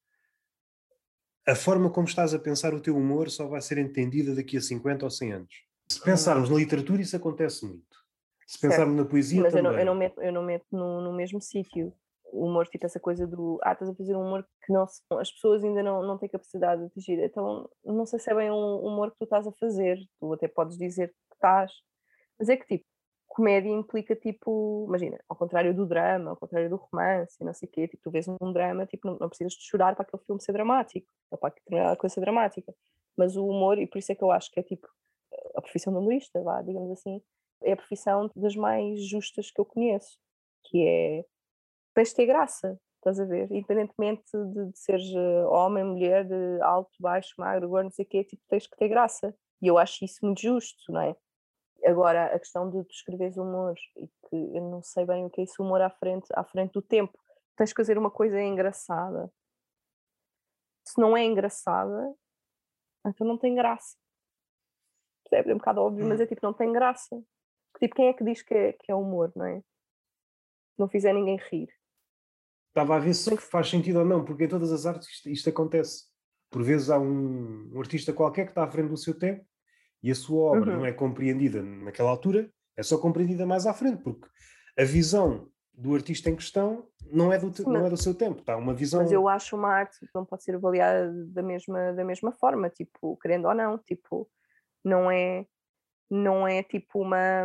a forma como estás a pensar o teu humor só vai ser entendida daqui a cinquenta ou cem anos? Se pensarmos na literatura, isso acontece muito. Se Certo. pensarmos na Sim, poesia, mas eu não eu não também. meto eu não meto no no mesmo sítio. O humor, tipo essa coisa do: "Ah, estás a fazer um humor que não se as pessoas ainda não não têm capacidade de atingir", então não sei se é bem um humor que tu estás a fazer, tu até podes dizer que estás, mas é que tipo, comédia implica tipo, imagina, ao contrário do drama, ao contrário do romance e não sei o quê, tipo, tu vês um drama, tipo, não não precisas de chorar para aquele filme ser dramático, ou para determinada coisa ser dramática, mas o humor, e por isso é que eu acho que é tipo, a profissão de humorista, vá, digamos assim, é a profissão das mais justas que eu conheço, que é tens de ter graça, estás a ver? Independentemente de, de seres eh, homem, mulher, de alto, baixo, magro, gordo, não sei o quê, tipo, tens que ter graça. E eu acho isso muito justo, não é? Agora, a questão de tu escreveres humor, e que eu não sei bem o que é esse humor à frente, à frente do tempo, tens que fazer uma coisa engraçada. Se não é engraçada, então não tem graça. Percebe? É um bocado óbvio, mas é tipo, não tem graça. Tipo, quem é que diz que é, que é humor, não é? Não fizer ninguém rir. Estava a ver Se se bem que faz sentido ou não, porque em todas as artes isto, isto acontece. Por vezes há um, um artista qualquer que está à frente do seu tempo e a sua obra não uhum. é compreendida naquela altura, é só compreendida mais à frente, porque a visão do artista em questão não é do, te- Sim, não mas, é do seu tempo, está uma mas visão. eu acho uma arte que não pode ser avaliada da mesma, da mesma forma, tipo, querendo ou não, tipo, não é, não é tipo uma,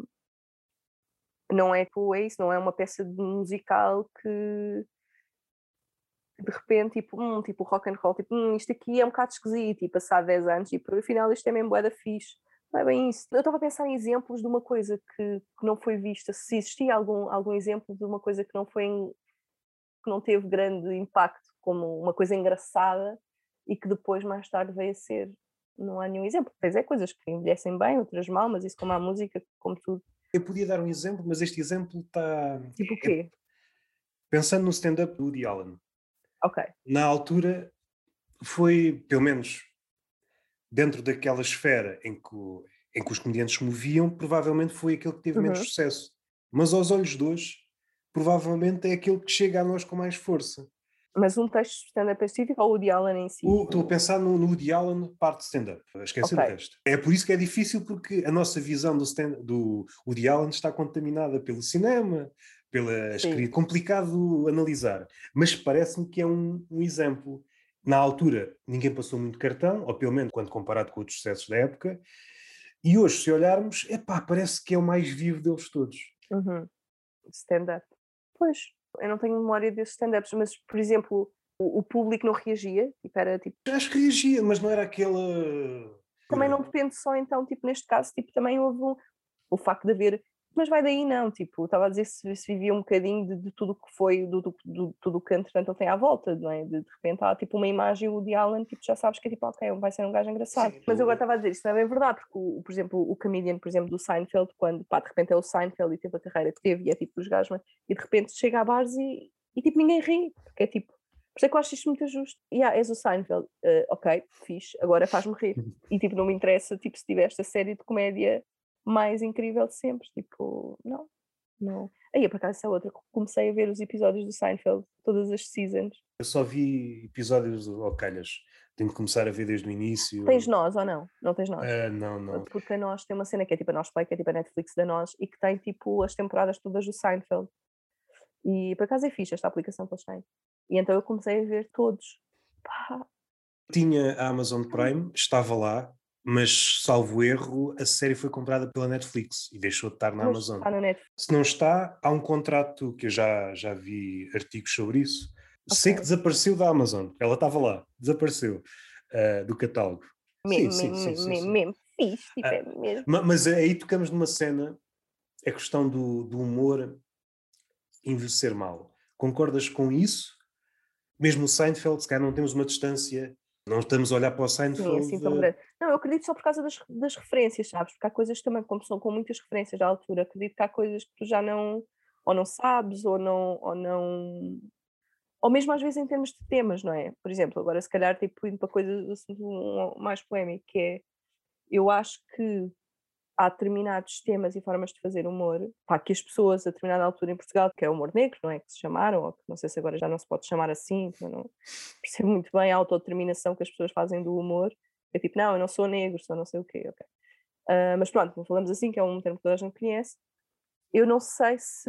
não é, tipo, é isso, não é uma peça de musical que de repente, tipo, hum, tipo rock and roll, tipo, hum, isto aqui é um bocado esquisito, e passado dez anos, e por afinal isto é mesmo bué da fixe. Não é bem isso. Eu estava a pensar em exemplos de uma coisa que, que não foi vista, se existia algum, algum exemplo de uma coisa que não foi, em- que não teve grande impacto, como uma coisa engraçada, e que depois, mais tarde, veio a ser. Não há nenhum exemplo. Pois é, coisas que envelhecem bem, outras mal, mas isso como a música, como tudo. Eu podia dar um exemplo, mas este exemplo está. Tipo o é- quê? pensando no stand-up do Woody Allen. Ok. Na altura foi, pelo menos dentro daquela esfera em que, o- em que os comediantes se moviam, provavelmente foi aquele que teve menos Uhum. sucesso. Mas aos olhos de hoje, provavelmente é aquele que chega a nós com mais força. Mas um texto stand-up específico ou o de Alan em si? O- Estou a pensar no, no Woody Allen, parte de stand-up, a esquecer Ok. o resto. É por isso que é difícil, porque a nossa visão do, stand, do Woody Allen está contaminada pelo cinema, pela Sim. escrita. Complicado analisar, mas parece-me que é um, um exemplo. Na altura, ninguém passou muito cartão, ou pelo menos quando comparado com outros sucessos da época, e hoje, se olharmos, epá, parece que é o mais vivo deles todos. Uhum. Stand-up. Pois, eu não tenho memória desses stand-ups, mas, por exemplo, o, o público não reagia, tipo, era tipo, Acho que reagia, mas não era aquela também não cura. depende só então, tipo, neste caso, tipo, também houve um, o facto de haver Mas vai daí não, tipo, estava a dizer se, se vivia um bocadinho de, de tudo o que foi, do, do, do, tudo o que entretanto ele tem à volta, não é? De, de repente há tipo uma imagem, o Woody Allen, tipo, já sabes que é tipo, ok, vai ser um gajo engraçado. Sim, Mas eu agora tu- estava a dizer, isso não é bem verdade, porque, o, o, por exemplo, o comedian, por exemplo, do Seinfeld, quando pá, de repente é o Seinfeld e teve a carreira que teve e é tipo os gajos, mas- e de repente chega a bares e, e tipo ninguém ri, porque é tipo, por isso é que eu acho isto muito justo. E ah, és o Seinfeld, uh, ok, fixe, agora faz-me rir. E tipo, não me interessa tipo, se tiveste a série de comédia mais incrível de sempre, tipo, não. Não. Aí, por acaso, essa é outra. Comecei a ver os episódios do Seinfeld, todas as seasons. eu só vi episódios ao calhas. Tenho que começar a ver desde o Tens início. nós ou não? Não tens nós? Ah, não, não. Porque a nós tem uma cena que é tipo a nós Play, que é tipo a Netflix da nós, e que tem tipo as temporadas todas do Seinfeld. E por acaso é fixe esta aplicação que eles têm. E então eu comecei a ver todos. Pá, Tinha a Amazon Prime, estava lá, mas salvo erro, a série foi comprada pela Netflix e deixou de estar na mas Amazon. está na Netflix. Se não está, há um contrato que eu já, já vi artigos sobre isso. Sei que Ok. desapareceu da Amazon, ela estava lá, desapareceu ah, do catálogo. Sim, Mesmo, sim, sim, mesmo, sim, mesmo, sim. mesmo fixe, tipo, é Ah, mesmo. ma- mas aí tocamos numa cena, a questão do, do humor envelhecer mal. Concordas com isso? Mesmo o Seinfeld, se calhar não temos uma distância, não estamos a olhar para o Sim, Seinfeld. assim tão grande. Não, eu acredito só por causa das, das referências, sabes? Porque há coisas também, como são com muitas referências à altura, acredito que há coisas que tu já não, ou não sabes, ou não, ou não, ou mesmo às vezes em termos de temas, não é? Por exemplo, agora se calhar tipo indo para coisas assim, um- mais polémico, que é, eu acho que há determinados temas e formas de fazer humor, pá, que as pessoas a determinada altura em Portugal, que é o humor negro, não é? Que se chamaram, ou que não sei se agora já não se pode chamar assim, eu não percebo muito bem a autodeterminação que as pessoas fazem do humor. É tipo, não, eu não sou negro, sou não sei o quê, ok. Ah, mas pronto, não falamos assim, que é um termo que toda a gente conhece. Eu não sei se,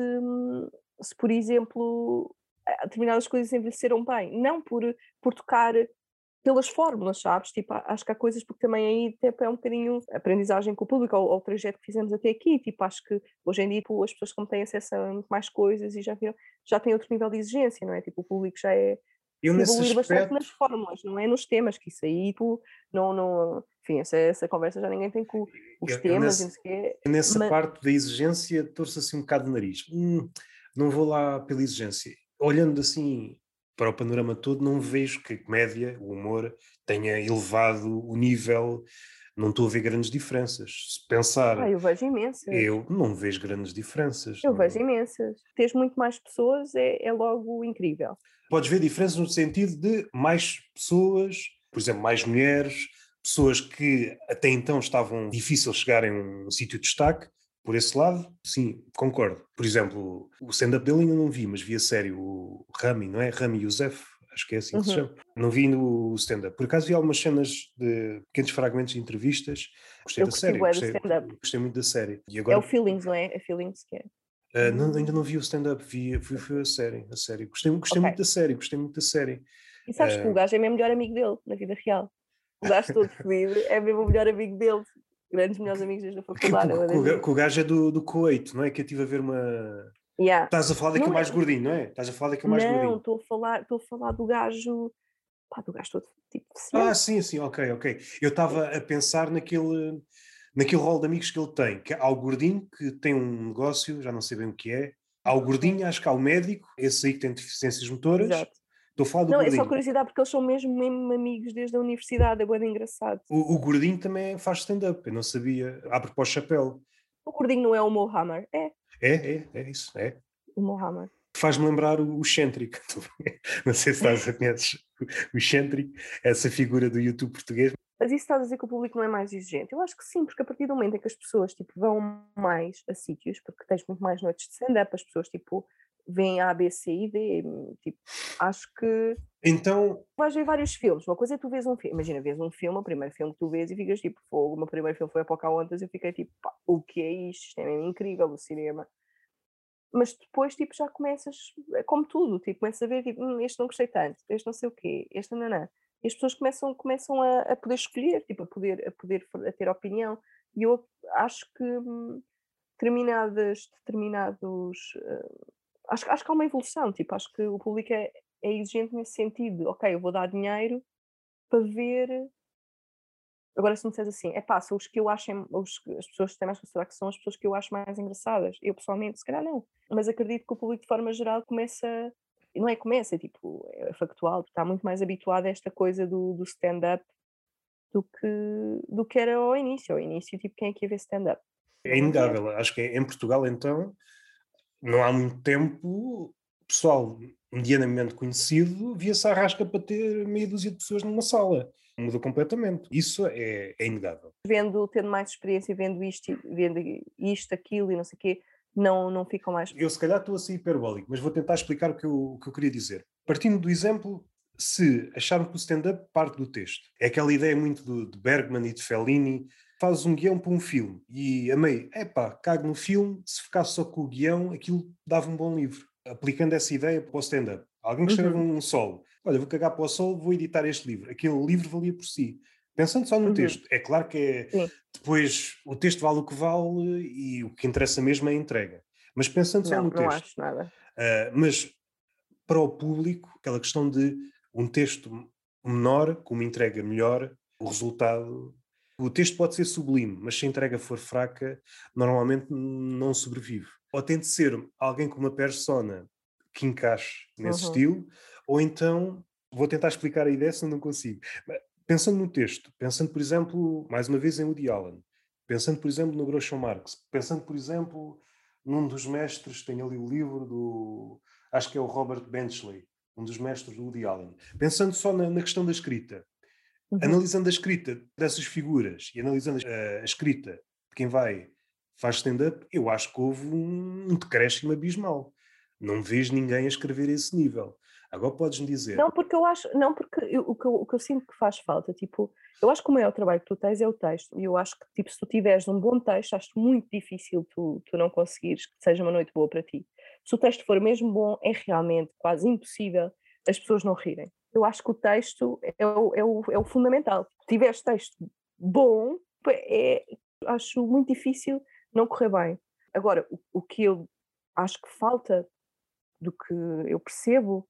se por exemplo, ah, determinadas coisas envelheceram bem, não por, por tocar pelas fórmulas, sabes? Tipo, a- acho que há coisas, porque também aí tipo, é um bocadinho aprendizagem com o público, ou, ou o trajeto que fizemos até aqui. Tipo, acho que hoje em dia tipo, as pessoas como têm acesso a muito mais coisas e já, viram, já têm outro nível de exigência, não é? Tipo, o público já é Eu, nesse evoluir bastante nas aspecto, fórmulas, não é nos temas, que isso aí, tipo, não, não, enfim, essa, essa conversa já ninguém tem com os eu, eu temas e não nesse, sei o quê, nessa mas, parte da exigência torço assim um bocado o nariz. Hum, não vou lá pela exigência. Olhando assim para o panorama todo, não vejo que a comédia, o humor, tenha elevado o nível. Não estou a ver grandes diferenças. Se ah, pensar, eu vejo imensas, eu não vejo grandes diferenças. eu vejo Não. imensas. Teres muito mais pessoas é, é logo incrível. Podes ver diferenças no sentido de mais pessoas, por exemplo, mais mulheres, pessoas que até então estavam difícil chegarem a um sítio de destaque. Por esse lado, sim, concordo. Por exemplo, o stand-up dele ainda não vi, mas vi a série, o Rami, não é? Rami Youssef, acho que é assim que se Uhum. chama. Não vi no stand-up. Por acaso vi algumas cenas de pequenos fragmentos de entrevistas. Gostei Eu da curti série, bué do gostei, stand-up. gostei muito da série. E É o agora Feelings, não é? É Feelings que é. Uh, não, ainda não Hum, vi o stand-up, vi, vi, vi a série, a série. Gostei, gostei ok. muito da série, gostei muito da série. E sabes que o Uh, gajo é mesmo melhor amigo dele, na vida real. O gajo todo fodido é mesmo o melhor amigo dele. Grandes melhores amigos desde a que, que, faculdade, é bué que, da o ga- giro. que o gajo é do, do Kuwait, não é? Que eu estive a ver uma. Yeah. Estás a falar daquele Não, mais é- gordinho, não é? Estás a falar daquele mais não, gordinho. estou a falar, estou a falar do gajo, pá, do gajo todo tipo Ah, deficiente. sim, sim, ok, ok. Eu Sim. estava a pensar naquele, naquele rol de amigos que ele tem, que há o gordinho que tem um negócio, já não sei bem o que é. Há o Sim, gordinho, acho que há o médico, esse aí que tem deficiências motoras. exato. Estou a falar do Não, é só gordinho. curiosidade porque eles são mesmo, mesmo amigos desde a universidade, é bué de engraçado. O, o gordinho também faz stand-up, eu não sabia. Abre para o chapéu. O gordinho não é o Mohammed, é É, é, é isso, é. o Mohammed. Faz-me lembrar o, o Excêntrico. Não sei se estás a conhecer o Excêntrico, essa figura do YouTube português. Mas isso está a dizer que o público não é mais exigente? Eu acho que sim, porque a partir do momento em que as pessoas tipo, vão mais a sítios, porque tens muito mais noites de stand-up, as pessoas tipo, veem A, B, C e D, tipo, acho que Então, vais ver vários filmes. Uma coisa é tu vês um filme, imagina, vês um filme, o primeiro filme que tu vês e ficas tipo, fogo, o meu primeiro filme foi a Pocahontas e eu fiquei tipo, pá, o que é isto? Isto é mesmo incrível, o cinema. Mas depois tipo, já começas, é como tudo, tipo, começas a ver, tipo, hum, este não gostei tanto, este não sei o quê, este não, não. E as pessoas começam, começam a, a poder escolher, tipo, a poder, a poder a ter opinião. E eu acho que hum, determinadas, determinados. Uh, acho, acho que há uma evolução, tipo, acho que o público é, é exigente nesse sentido. Ok, eu vou dar dinheiro para ver Agora, se me disseres assim, é pá, são os que eu acho, em- os, que- as pessoas que têm mais considerar que são as pessoas que eu acho mais engraçadas. Eu, pessoalmente, se calhar não. Mas acredito que o público, de forma geral, começa. E não é começa, é tipo, é factual, está muito mais habituado a esta coisa do, do stand-up do que, do que era ao início. Ao início, tipo, quem é que ia ver stand-up? É Não havia. inegável. Acho que em Portugal, então, não há muito tempo, o pessoal medianamente conhecido via-se à rasca para ter meia dúzia de pessoas numa sala. Muda completamente. Isso é, é inegável. Vendo, tendo mais experiência, vendo isto, e- vendo isto, aquilo e não sei o quê, não, não ficam mais. Eu, se calhar, estou a ser hiperbólico, mas vou tentar explicar o que eu, o que eu queria dizer. Partindo do exemplo, se acharam que o stand-up parte do texto. É aquela ideia muito do, de Bergman e de Fellini. Fazes um guião para um filme e a meio, epá, cago no filme, se ficasse só com o guião, aquilo dava um bom livro. Aplicando essa ideia para o stand-up. Alguém que escreve Uhum, um solo. Olha, vou cagar para o solo, vou editar este livro. Aquele livro valia por si. Pensando só no uhum, texto. É claro que é, sim, depois o texto vale o que vale e o que interessa mesmo é a entrega. Mas pensando só não, no não texto, acho nada. uh, mas para o público, aquela questão de um texto menor, com uma entrega melhor, o resultado. O texto pode ser sublime, mas se a entrega for fraca, normalmente não sobrevive. Ou tem de ser alguém com uma persona que encaixe nesse Uhum, estilo, ou então, vou tentar explicar a ideia se não consigo. Pensando no texto, pensando, por exemplo, mais uma vez em Woody Allen, pensando, por exemplo, no Groucho Marx, pensando, por exemplo, num dos mestres, tem ali o livro do, acho que é o Robert Benchley, um dos mestres do Woody Allen. Pensando só na, na questão da escrita, uhum. analisando a escrita dessas figuras e analisando a, a escrita de quem vai faz stand-up, eu acho que houve um, um decréscimo abismal. Não vejo ninguém a escrever a esse nível. Agora podes-me dizer, Não, porque eu acho, não, porque eu- o, que eu, o que eu sinto que faz falta, tipo, eu acho que o maior trabalho que tu tens é o texto, e eu acho que, tipo, se tu tiveres um bom texto, acho muito difícil tu, tu não conseguires que seja uma noite boa para ti. Se o texto for mesmo bom, é realmente quase impossível as pessoas não rirem. Eu acho que o texto é o, é o, é o fundamental. Se tiveres texto bom, é, acho muito difícil não correr bem. Agora, o, o que eu acho que falta, do que eu percebo,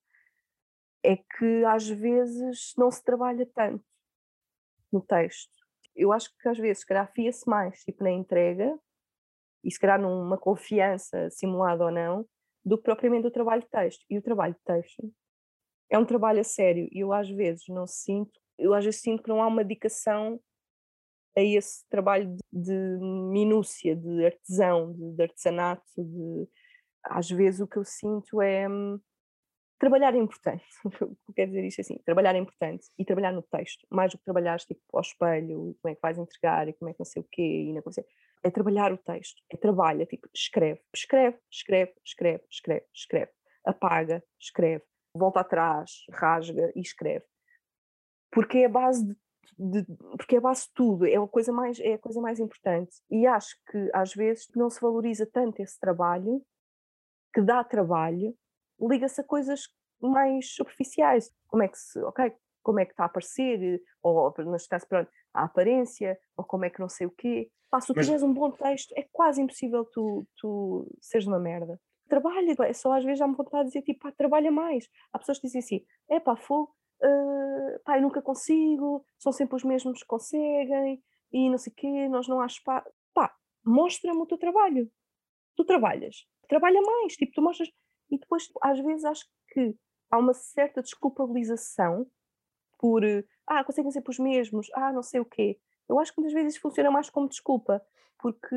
é que às vezes não se trabalha tanto no texto. Eu acho que às vezes, se calhar, fia-se mais tipo, na entrega e se calhar numa confiança simulada ou não, do que propriamente o trabalho de texto. E o trabalho de texto é um trabalho a sério e eu às vezes não sinto, eu às vezes sinto que não há uma dedicação a esse trabalho de, de minúcia, de artesão, de, de artesanato, de... Às vezes o que eu sinto é hum, trabalhar é importante. O que quer dizer isto assim? Trabalhar é importante e trabalhar no texto, mais do que trabalhares tipo ao espelho, e como é que vais entregar e como é que não sei o quê, e não sei. É trabalhar o texto, é trabalho, é tipo, escreve, escreve, escreve, escreve, escreve, escreve, apaga, escreve, volta atrás, rasga e escreve. Porque é a base de, de- porque é a base de tudo, é a coisa mais, é a coisa mais importante. E acho que às vezes não se valoriza tanto esse trabalho que dá trabalho, liga-se a coisas mais superficiais. Como é que se, ok, como é que está a aparecer, ou neste caso, pronto, a aparência, ou como é que não sei o quê. Pá, se tu mas tiveres um bom texto, é quase impossível tu, tu seres uma merda. Trabalha, pá, é só às vezes há-me vontade de dizer, tipo, pá, trabalha mais. Há pessoas que dizem assim, é pá, fogo, uh, pá, eu nunca consigo, são sempre os mesmos que conseguem, e não sei o quê, nós não há espaço. Pá, mostra-me o teu trabalho. Tu trabalhas, trabalha mais, tipo, tu mostras. E depois, às vezes, acho que há uma certa desculpabilização por, eh, ah, conseguem ser os mesmos, ah, não sei o quê. Eu acho que muitas vezes isso funciona mais como desculpa, porque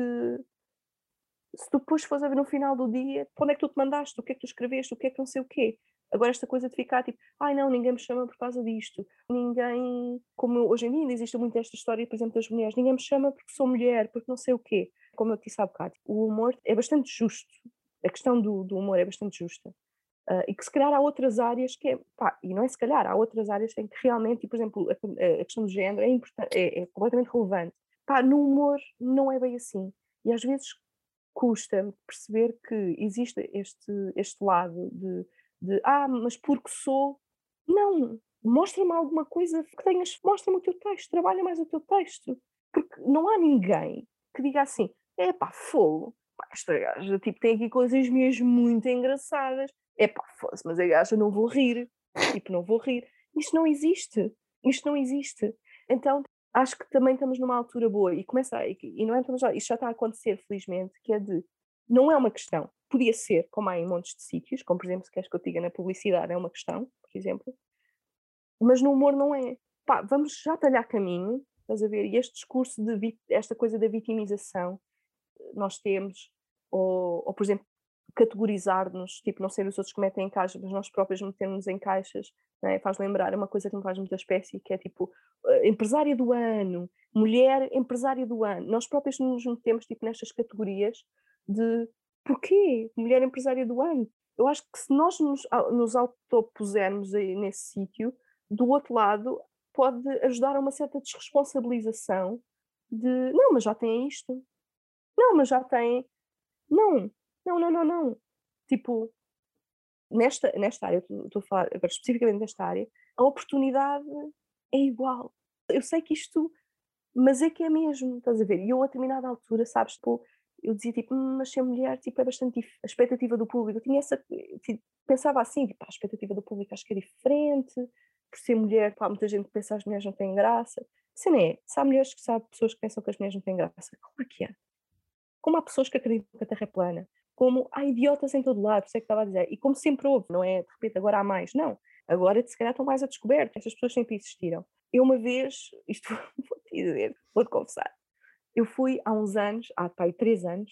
se tu depois fores a ver no final do dia, para onde é que tu te mandaste, o que é que tu escreveste, o que é que não sei o quê. Agora esta coisa de ficar tipo, ai não, ninguém me chama por causa disto, ninguém, como hoje em dia ainda existe muito esta história, por exemplo, das mulheres, ninguém me chama porque sou mulher, porque não sei o quê. Como eu te disse há bocado, o humor é bastante justo, a questão do, do humor é bastante justa. Uh, e que se calhar há outras áreas que é, pá, e não é se calhar, há outras áreas em que realmente, e, por exemplo, a, a questão do género é, importante, é, é completamente relevante. Pá, no humor não é bem assim. E às vezes custa-me perceber que existe este, este lado de, de ah, mas porque sou. Não, mostra-me alguma coisa que tenhas, mostra-me o teu texto, trabalha mais o teu texto. Porque não há ninguém que diga assim, é pá, fogo, pá, esta gaja tipo, tem aqui coisas mesmo muito engraçadas. É pá, foda-se, mas a gaja não vou rir. Tipo, não vou rir. Isto não existe. Isto não existe. Então, acho que também estamos numa altura boa e começa a, e, e não é estamos já, isto já está a acontecer, felizmente, que é de, não é uma questão, podia ser, como há em montes de sítios, como por exemplo, se queres que eu te diga na publicidade, é uma questão, por exemplo, mas no humor não é. Pá, vamos já talhar caminho, estás a ver? E este discurso de, vi- esta coisa da vitimização, nós temos, ou, ou por exemplo, categorizar-nos, tipo, não ser os outros que metem em caixas, mas nós próprios metermos em caixas, não é? Faz lembrar uma coisa que me faz muita espécie, que é tipo, eh, empresária do ano, mulher empresária do ano. Nós próprios nos metemos tipo, nestas categorias de porquê mulher empresária do ano? Eu acho que se nós nos, au- nos autopusermos aí nesse sítio, do outro lado, pode ajudar a uma certa desresponsabilização de não, mas já tem isto, não, mas já tem. Não, não, não, não, não. Tipo, nesta, nesta área, eu estou a falar agora especificamente nesta área, a oportunidade é igual. Eu sei que isto, mas é que é mesmo, estás a ver? E eu a determinada altura, sabes, tipo, eu dizia tipo, "Hum, mas ser mulher tipo, é bastante dif- a expectativa do público. Eu tinha essa, tipo, pensava assim, tipo, "Pá, a expectativa do público acho que é diferente, por ser mulher, pá, muita gente pensa que as mulheres não têm graça. Se não é, se há mulheres que sabem, pessoas que pensam que as mulheres não têm graça, claro que é. Como há pessoas que acreditam que a Terra é plana, como há idiotas em todo lado, por isso é que estava a dizer, e como sempre houve, não é de repente agora há mais, não. Agora se calhar estão mais a descoberto, estas pessoas sempre existiram. Eu uma vez, isto vou-te dizer, vou-te confessar, eu fui há uns anos, há pá, aí três anos,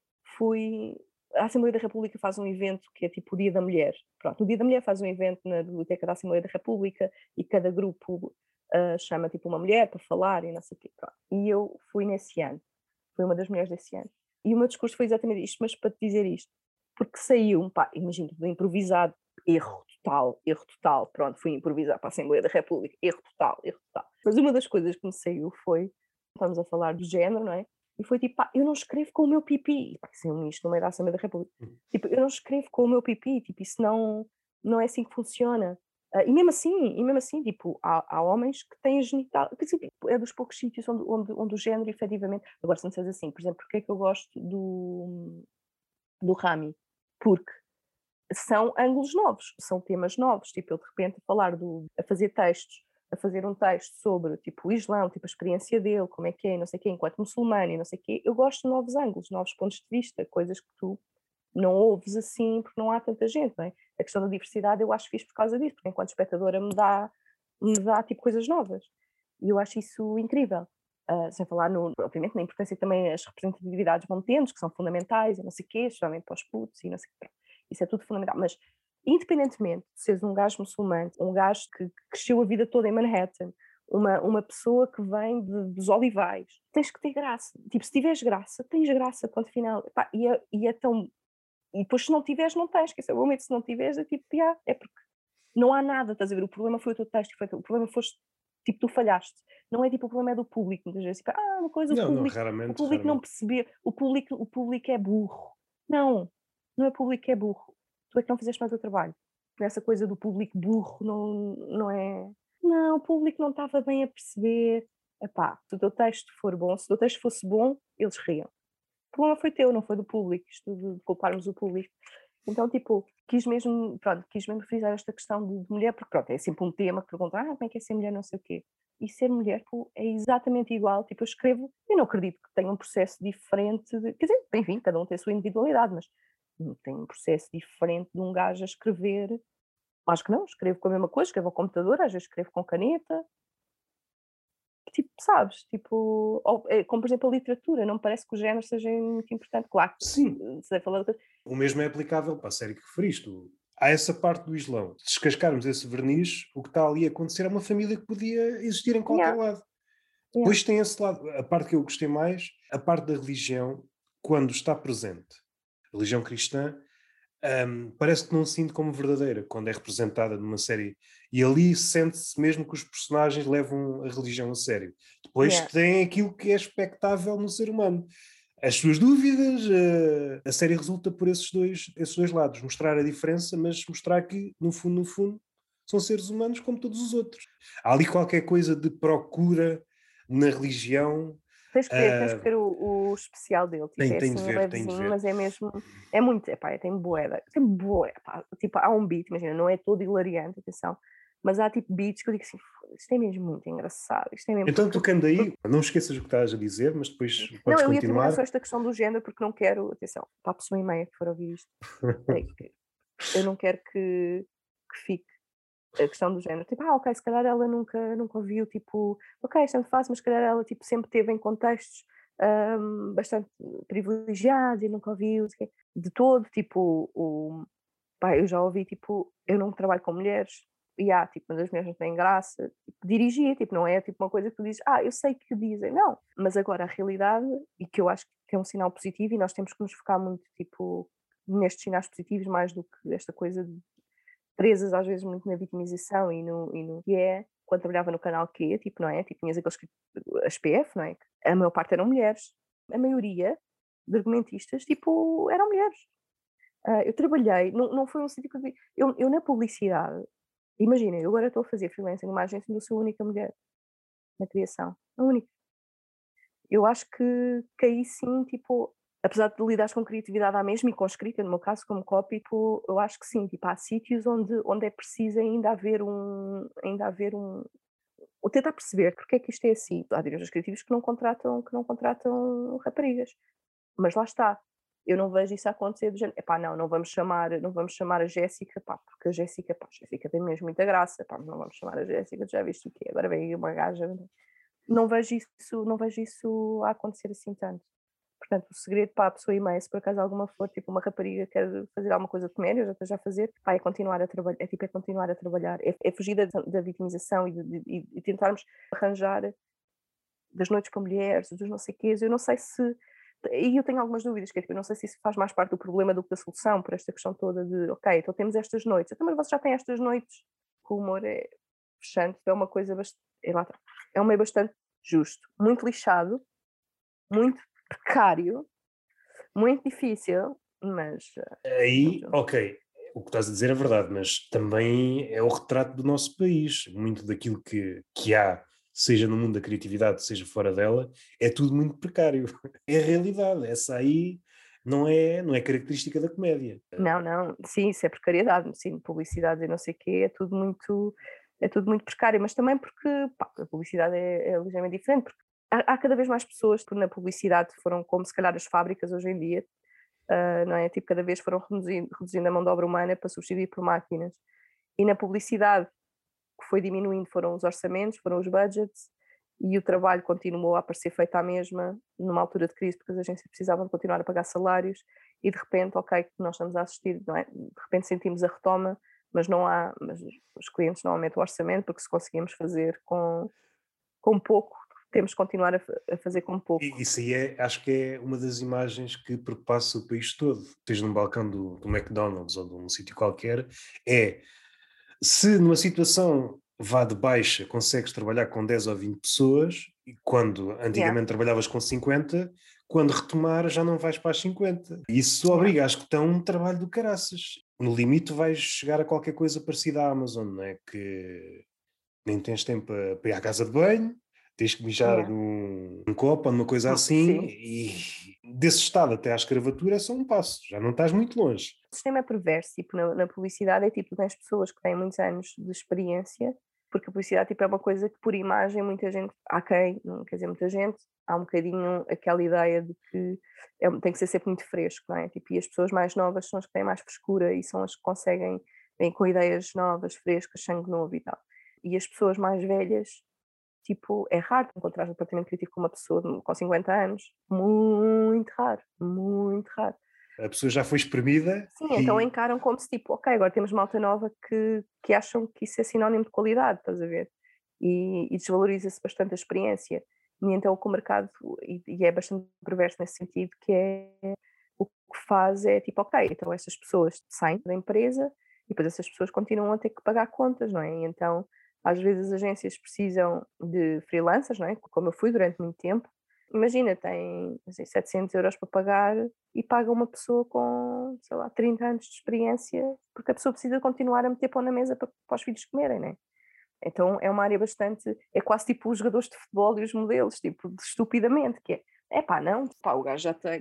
fui. A Assembleia da República faz um evento que é tipo o Dia da Mulher. Pronto, o Dia da Mulher faz um evento na Biblioteca da Assembleia da República e cada grupo ah, chama tipo uma mulher para falar e não sei o quê. Pronto. E eu fui nesse ano, fui uma das mulheres desse ano. E o meu discurso foi exatamente isto, mas para te dizer isto, porque saiu, pá, imagino, do improvisado, erro total, erro total, pronto, fui improvisar para a Assembleia da República, erro total, erro total. Mas uma das coisas que me saiu foi, estamos a falar do género, não é? E foi tipo, pá, eu não escrevo com o meu pipi. E pá, saiu isto no meio da Assembleia da República. Tipo, eu não escrevo com o meu pipi, tipo, isso não, não é assim que funciona. Ah, e mesmo assim, e mesmo assim, tipo, há, há homens que têm genital, quer dizer, tipo, é dos poucos sítios onde, onde, onde o género efetivamente. Agora, se me disseres assim, por exemplo, porque é que eu gosto do, do Rami? Porque são ângulos novos, são temas novos, tipo, eu de repente a falar do, a fazer textos, a fazer um texto sobre, tipo, o Islão, tipo, a experiência dele, como é que é, não sei o quê, enquanto muçulmano e não sei o quê, eu gosto de novos ângulos, novos pontos de vista, coisas que tu não ouves assim porque não há tanta gente, não é? A questão da diversidade eu acho fixe por causa disso, porque enquanto espectadora me dá, me dá tipo coisas novas. E eu acho isso incrível. Uh, sem falar, no, obviamente, na importância que também as representatividades vão tendo, que são fundamentais, e não sei o quê, especialmente para os putos, e não sei o quê. Isso é tudo fundamental. Mas, independentemente de seres um gajo muçulmano, um gajo que cresceu a vida toda em Manhattan, uma, uma pessoa que vem de, dos Olivais, tens que ter graça. Tipo, se tiveres graça, tens graça, ponto final. Epá, e, é, e é tão e depois, se não tiveres, não tens, que esse é o momento, se não tiveres, é tipo, yeah, é porque não há nada, estás a ver? O problema foi o teu texto, foi, o problema foste, tipo, tu falhaste. Não é tipo, o problema é do público, muitas vezes, tipo, ah, uma coisa, o Não, não, público, o raramente, público não raramente. percebeu, o público, o público é burro. Não, não é o público que é burro. Tu é que não fizeste mais o trabalho. Essa coisa do público burro não, não é. Não, o público não estava bem a perceber. Epá, se o teu texto for bom, se o teu texto fosse bom, eles riam. O problema foi teu, não foi do público, isto de, de culparmos o público. Então, tipo, quis mesmo, pronto, quis mesmo frisar esta questão de, de mulher, porque pronto, é sempre um tema que perguntam, ah, como é que é ser mulher, não sei o quê. E ser mulher, pô, é exatamente igual, tipo, eu escrevo, eu não acredito que tenha um processo diferente, de, quer dizer, enfim, cada um tem a sua individualidade, mas tem um processo diferente de um gajo a escrever, acho que não, escrevo com a mesma coisa, escrevo ao computador, às vezes escrevo com caneta, tipo, sabes, tipo, ou, é, como por exemplo a literatura, não me parece que o género seja muito importante, claro, Sim, que, se falar de o mesmo é aplicável para a série que referiste. O- Há essa parte do Islão. Se descascarmos esse verniz, o que está ali a acontecer é uma família que podia existir em qualquer yeah, lado. yeah. Depois tem esse lado, a parte que eu gostei mais, a parte da religião, quando está presente. A religião cristã, hum, parece que não se sente como verdadeira quando é representada numa série. E ali sente-se mesmo que os personagens levam a religião a sério. Depois Yeah. tem aquilo que é expectável no ser humano. As suas dúvidas, eh, a série resulta por esses dois, esses dois lados. Mostrar a diferença, mas mostrar que, no fundo, no fundo, são seres humanos como todos os outros. Há ali qualquer coisa de procura na religião. Tens que ver, tens que ah, ver o, o especial dele, tipo, tem, é tem de assim ver, tem de levezinho, ver. mas é mesmo, é muito, epá, tem bué, da- tem bué, pá, tipo, há um beat, imagina, não é todo hilariante, atenção, Mas há tipo beats que eu digo assim, isto é mesmo muito engraçado, isto é mesmo... Então tu porque- que anda aí, não esqueças o que estás a dizer, mas depois Não, podes eu ia terminar só continuar. esta questão do género porque não quero, atenção, para a pessoa e meia que for ouvir isto, é que eu não quero que, que fique a questão do género, tipo, ah, ok, se calhar ela nunca, nunca ouviu, tipo, ok, isto é muito fácil, mas se calhar ela tipo, sempre teve em contextos hum, bastante privilegiados e nunca ouviu, não sei o quê. De todo, tipo, o, pá, eu já ouvi, tipo, eu não trabalho com mulheres, e há, tipo, mas as mulheres não têm graça, tipo, dirigir, tipo, não é tipo uma coisa que tu dizes, ah, eu sei que dizem, não, mas agora a realidade, e que eu acho que é um sinal positivo, e nós temos que nos focar muito, tipo, nestes sinais positivos, mais do que esta coisa de presas às vezes muito na vitimização e no, e no que é, quando trabalhava no canal Q, tipo, não é? Tipo, tinhas aqueles, que- as P F, não é? A maior parte eram mulheres. A maioria de argumentistas, tipo, eram mulheres. Ah, eu trabalhei, não, não foi um sítio que eu, vi- eu, eu na publicidade, imagina, eu agora estou a fazer freelancing numa agência onde eu sou a única mulher na criação. A única. Eu acho que, que aí sim, tipo, apesar de lidares com criatividade à mesma e com escrita, no meu caso, como copy, tipo, eu acho que sim, tipo, há sítios onde, onde é preciso ainda haver um, ainda haver um, ou tentar perceber porque é que isto é assim. Há diretores criativos que não contratam, que não contratam raparigas, mas lá está. Eu não vejo isso acontecer do género, epá, não, não vamos chamar, não vamos chamar a Jéssica, pá, porque a Jéssica, pá, a Jéssica tem mesmo muita graça, pá, não vamos chamar a Jéssica, já viste o quê? Agora vem aí uma gaja, não vejo isso, não vejo isso a acontecer assim tanto. Portanto, o segredo para a pessoa e-mail, se por acaso alguma for, tipo uma rapariga quer fazer alguma coisa de comédia, eu já esteja a fazer, pá, é continuar a trabalhar, é tipo, é continuar a trabalhar, é, é fugir da, da vitimização e, de, de, e tentarmos arranjar das noites para mulheres, dos não sei quês, eu não sei se, e eu tenho algumas dúvidas, que é, tipo, eu não sei se isso faz mais parte do problema do que da solução, por esta questão toda de, ok, então temos estas noites, então, mas vocês já têm estas noites, que o humor é fechante, é uma coisa bastante, é, lá está, é um meio bastante justo, muito lixado, muito precário, muito difícil, mas eh, Aí, pronto. ok, o que estás a dizer é verdade, mas também é o retrato do nosso país. Muito daquilo que, que há, seja no mundo da criatividade, seja fora dela, é tudo muito precário. É a realidade. Essa aí não é, não é característica da comédia. Não, não, sim, isso é precariedade, sim, publicidade e não sei o quê, é tudo muito, é tudo muito precário, mas também porque pá, a publicidade é, é ligeiramente diferente, porque há, há cada vez mais pessoas que na publicidade foram como se calhar as fábricas hoje em dia, uh, não é? Tipo, cada vez foram reduzindo, reduzindo a mão de obra humana para substituir por máquinas. E na publicidade, que foi diminuindo, foram os orçamentos, foram os budgets, e o trabalho continuou a parecer feito à mesma, numa altura de crise, porque as agências precisavam de continuar a pagar salários, e de repente, ok, nós estamos a assistir, não é? De repente sentimos a retoma, mas não há, mas os clientes não aumentam o orçamento, porque se conseguimos fazer com, com pouco, temos que continuar a, a fazer com pouco. E isso aí é, acho que é uma das imagens que perpassa o país todo. Seja num balcão do, do McDonald's ou de um sítio qualquer, é se numa situação vá de baixa consegues trabalhar com dez ou vinte pessoas, e quando Yeah, antigamente trabalhavas com cinquenta, quando retomar já não vais para as cinquenta. Isso yeah. obriga, acho que estão um trabalho do caraças. No limite vais chegar a qualquer coisa parecida à Amazon, não é? Que nem tens tempo para, para ir à casa de banho, tens que mijar Yeah. num, num copo ou numa coisa Hum, assim, sim. e desse estado até à escravatura é só um passo, já não estás muito longe. O sistema é perverso, tipo, na, na publicidade é tipo, tens pessoas que têm muitos anos de experiência, porque a publicidade tipo, é uma coisa que por imagem muita gente, há quem, não quer dizer muita gente, há um bocadinho aquela ideia de que é, tem que ser sempre muito fresco, não é? Tipo, e as pessoas mais novas são as que têm mais frescura e são as que conseguem, vêm com ideias novas, frescas, sangue novo e tal. E as pessoas mais velhas, tipo, é raro encontrar um departamento criativo com uma pessoa de- com cinquenta anos, muito raro, muito raro. A pessoa já foi espremida Sim, então e encaram como se tipo, ok, agora temos malta nova que, que acham que isso é sinónimo de qualidade, estás a ver? E, e desvaloriza-se bastante a experiência. E então o que o mercado, e, e é bastante perverso nesse sentido, que é o que faz é tipo, ok, então essas pessoas saem da empresa e depois essas pessoas continuam a ter que pagar contas, não é? E então às vezes as agências precisam de freelancers, não é? Como eu fui durante muito tempo. Imagina, tem assim, setecentos euros para pagar e paga uma pessoa com, sei lá, trinta anos de experiência, porque a pessoa precisa continuar a meter pão na mesa para, para os filhos comerem, né? Então é uma área bastante, é quase tipo os jogadores de futebol e os modelos, tipo, de estupidamente, que é, é pá, não, pá, o gajo já tem,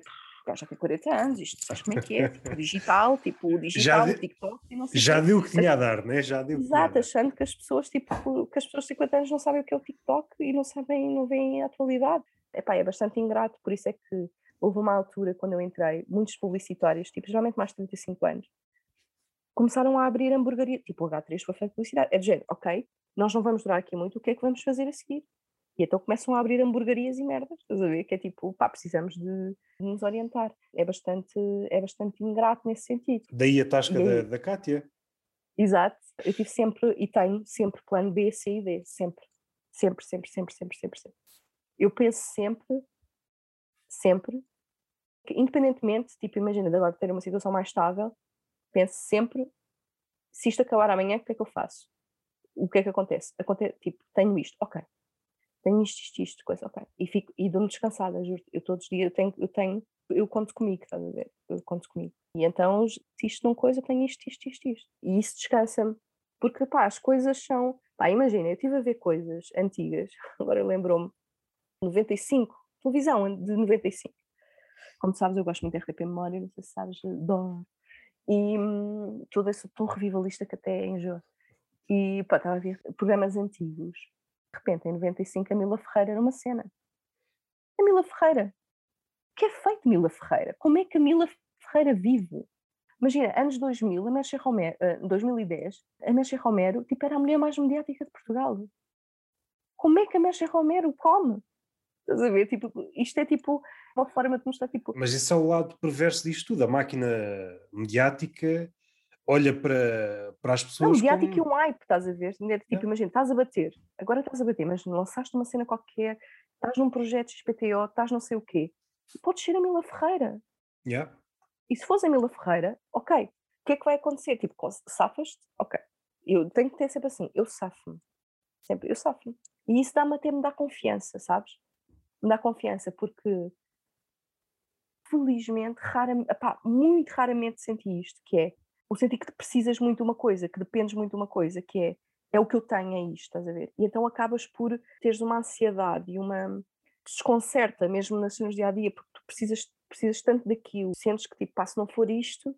o gajo já tem quarenta anos, isto sabes como é que é, tipo, o digital, tipo, o Já, digital, o de- TikTok e não sei o já quê. deu o que tinha a dar, né? Já deu o que tinha a Exato, dar. achando que as pessoas, tipo, que as pessoas de cinquenta anos não sabem o que é o TikTok e não sabem, não veem a atualidade. Epá, é bastante ingrato, por isso é que houve uma altura, quando eu entrei, muitos publicitários, tipo, geralmente mais de trinta e cinco anos, começaram a abrir hamburgueria, tipo, o H três foi feito publicidade, é de género, ok, nós não vamos durar aqui muito, o que é que vamos fazer a seguir? E então começam a abrir hamburguerias e merdas, estás a ver? Que é tipo, pá, precisamos de, de nos orientar. É bastante, é bastante ingrato nesse sentido. Daí a tasca E da, aí, da Cátia. exato, eu tive sempre, e tenho sempre plano B, C e D, sempre. Sempre, sempre, sempre, sempre, sempre, sempre. Eu penso sempre, sempre, que independentemente, tipo, imagina de agora ter uma situação mais estável, penso sempre, se isto acabar amanhã, o que é que eu faço? O que é que acontece? Acontece, tipo, tenho isto, ok. Tenho isto, isto, isto, coisa, ok. E, fico, e dou-me descansada, juro. Eu todos os dias, eu tenho, eu tenho, eu conto comigo, estás a ver? Eu conto comigo. E então, se isto não coisa, eu tenho isto, isto, isto, isto. E isso descansa-me. Porque, pá, as coisas são... Pá, imagina, eu estive a ver coisas antigas, agora eu lembro-me, noventa e cinco, televisão de noventa e cinco. Como sabes, eu gosto muito de R T P Memória, não sei se sabes, adoro. E hum, tudo isso tão revivalista que até enjoa. E, pá, estava a ver programas antigos. De repente, em noventa e cinco, a Mila Ferreira era uma cena. A Mila Ferreira. O que é feito de Mila Ferreira? Como é que a Mila Ferreira vive? Imagina, anos dois mil, a Mércia Romero, uh, dois mil e dez, a Mércia Romero tipo, era a mulher mais mediática de Portugal. Como é que a Mércia Romero come? Estás a ver? Tipo, isto é tipo uma forma de mostrar, tipo... Mas esse é o lado perverso disto tudo. A máquina mediática olha para, para as Não, pessoas mediática e como. um hype, estás a ver? Tipo, Yeah, imagina, estás a bater, agora estás a bater, mas lançaste uma cena qualquer, estás num projeto X P T O, estás não sei o quê. Podes ser a Mila Ferreira. yeah. E se fores a Mila Ferreira, ok, o que é que vai acontecer? Tipo, safas-te? Ok. Eu tenho que ter sempre assim, eu safo-me. Sempre, eu safo-me. E isso dá-me até me dá confiança, sabes? Me dá confiança, porque felizmente, rara, epá, muito raramente senti isto, que é o sentir que te precisas muito de uma coisa, que dependes muito de uma coisa, que é, é o que eu tenho, é isto, estás a ver? E então acabas por teres uma ansiedade e uma desconcerta mesmo nas cenas dia a dia, porque tu precisas, precisas tanto daquilo, sentes que tipo, pá, se não for isto,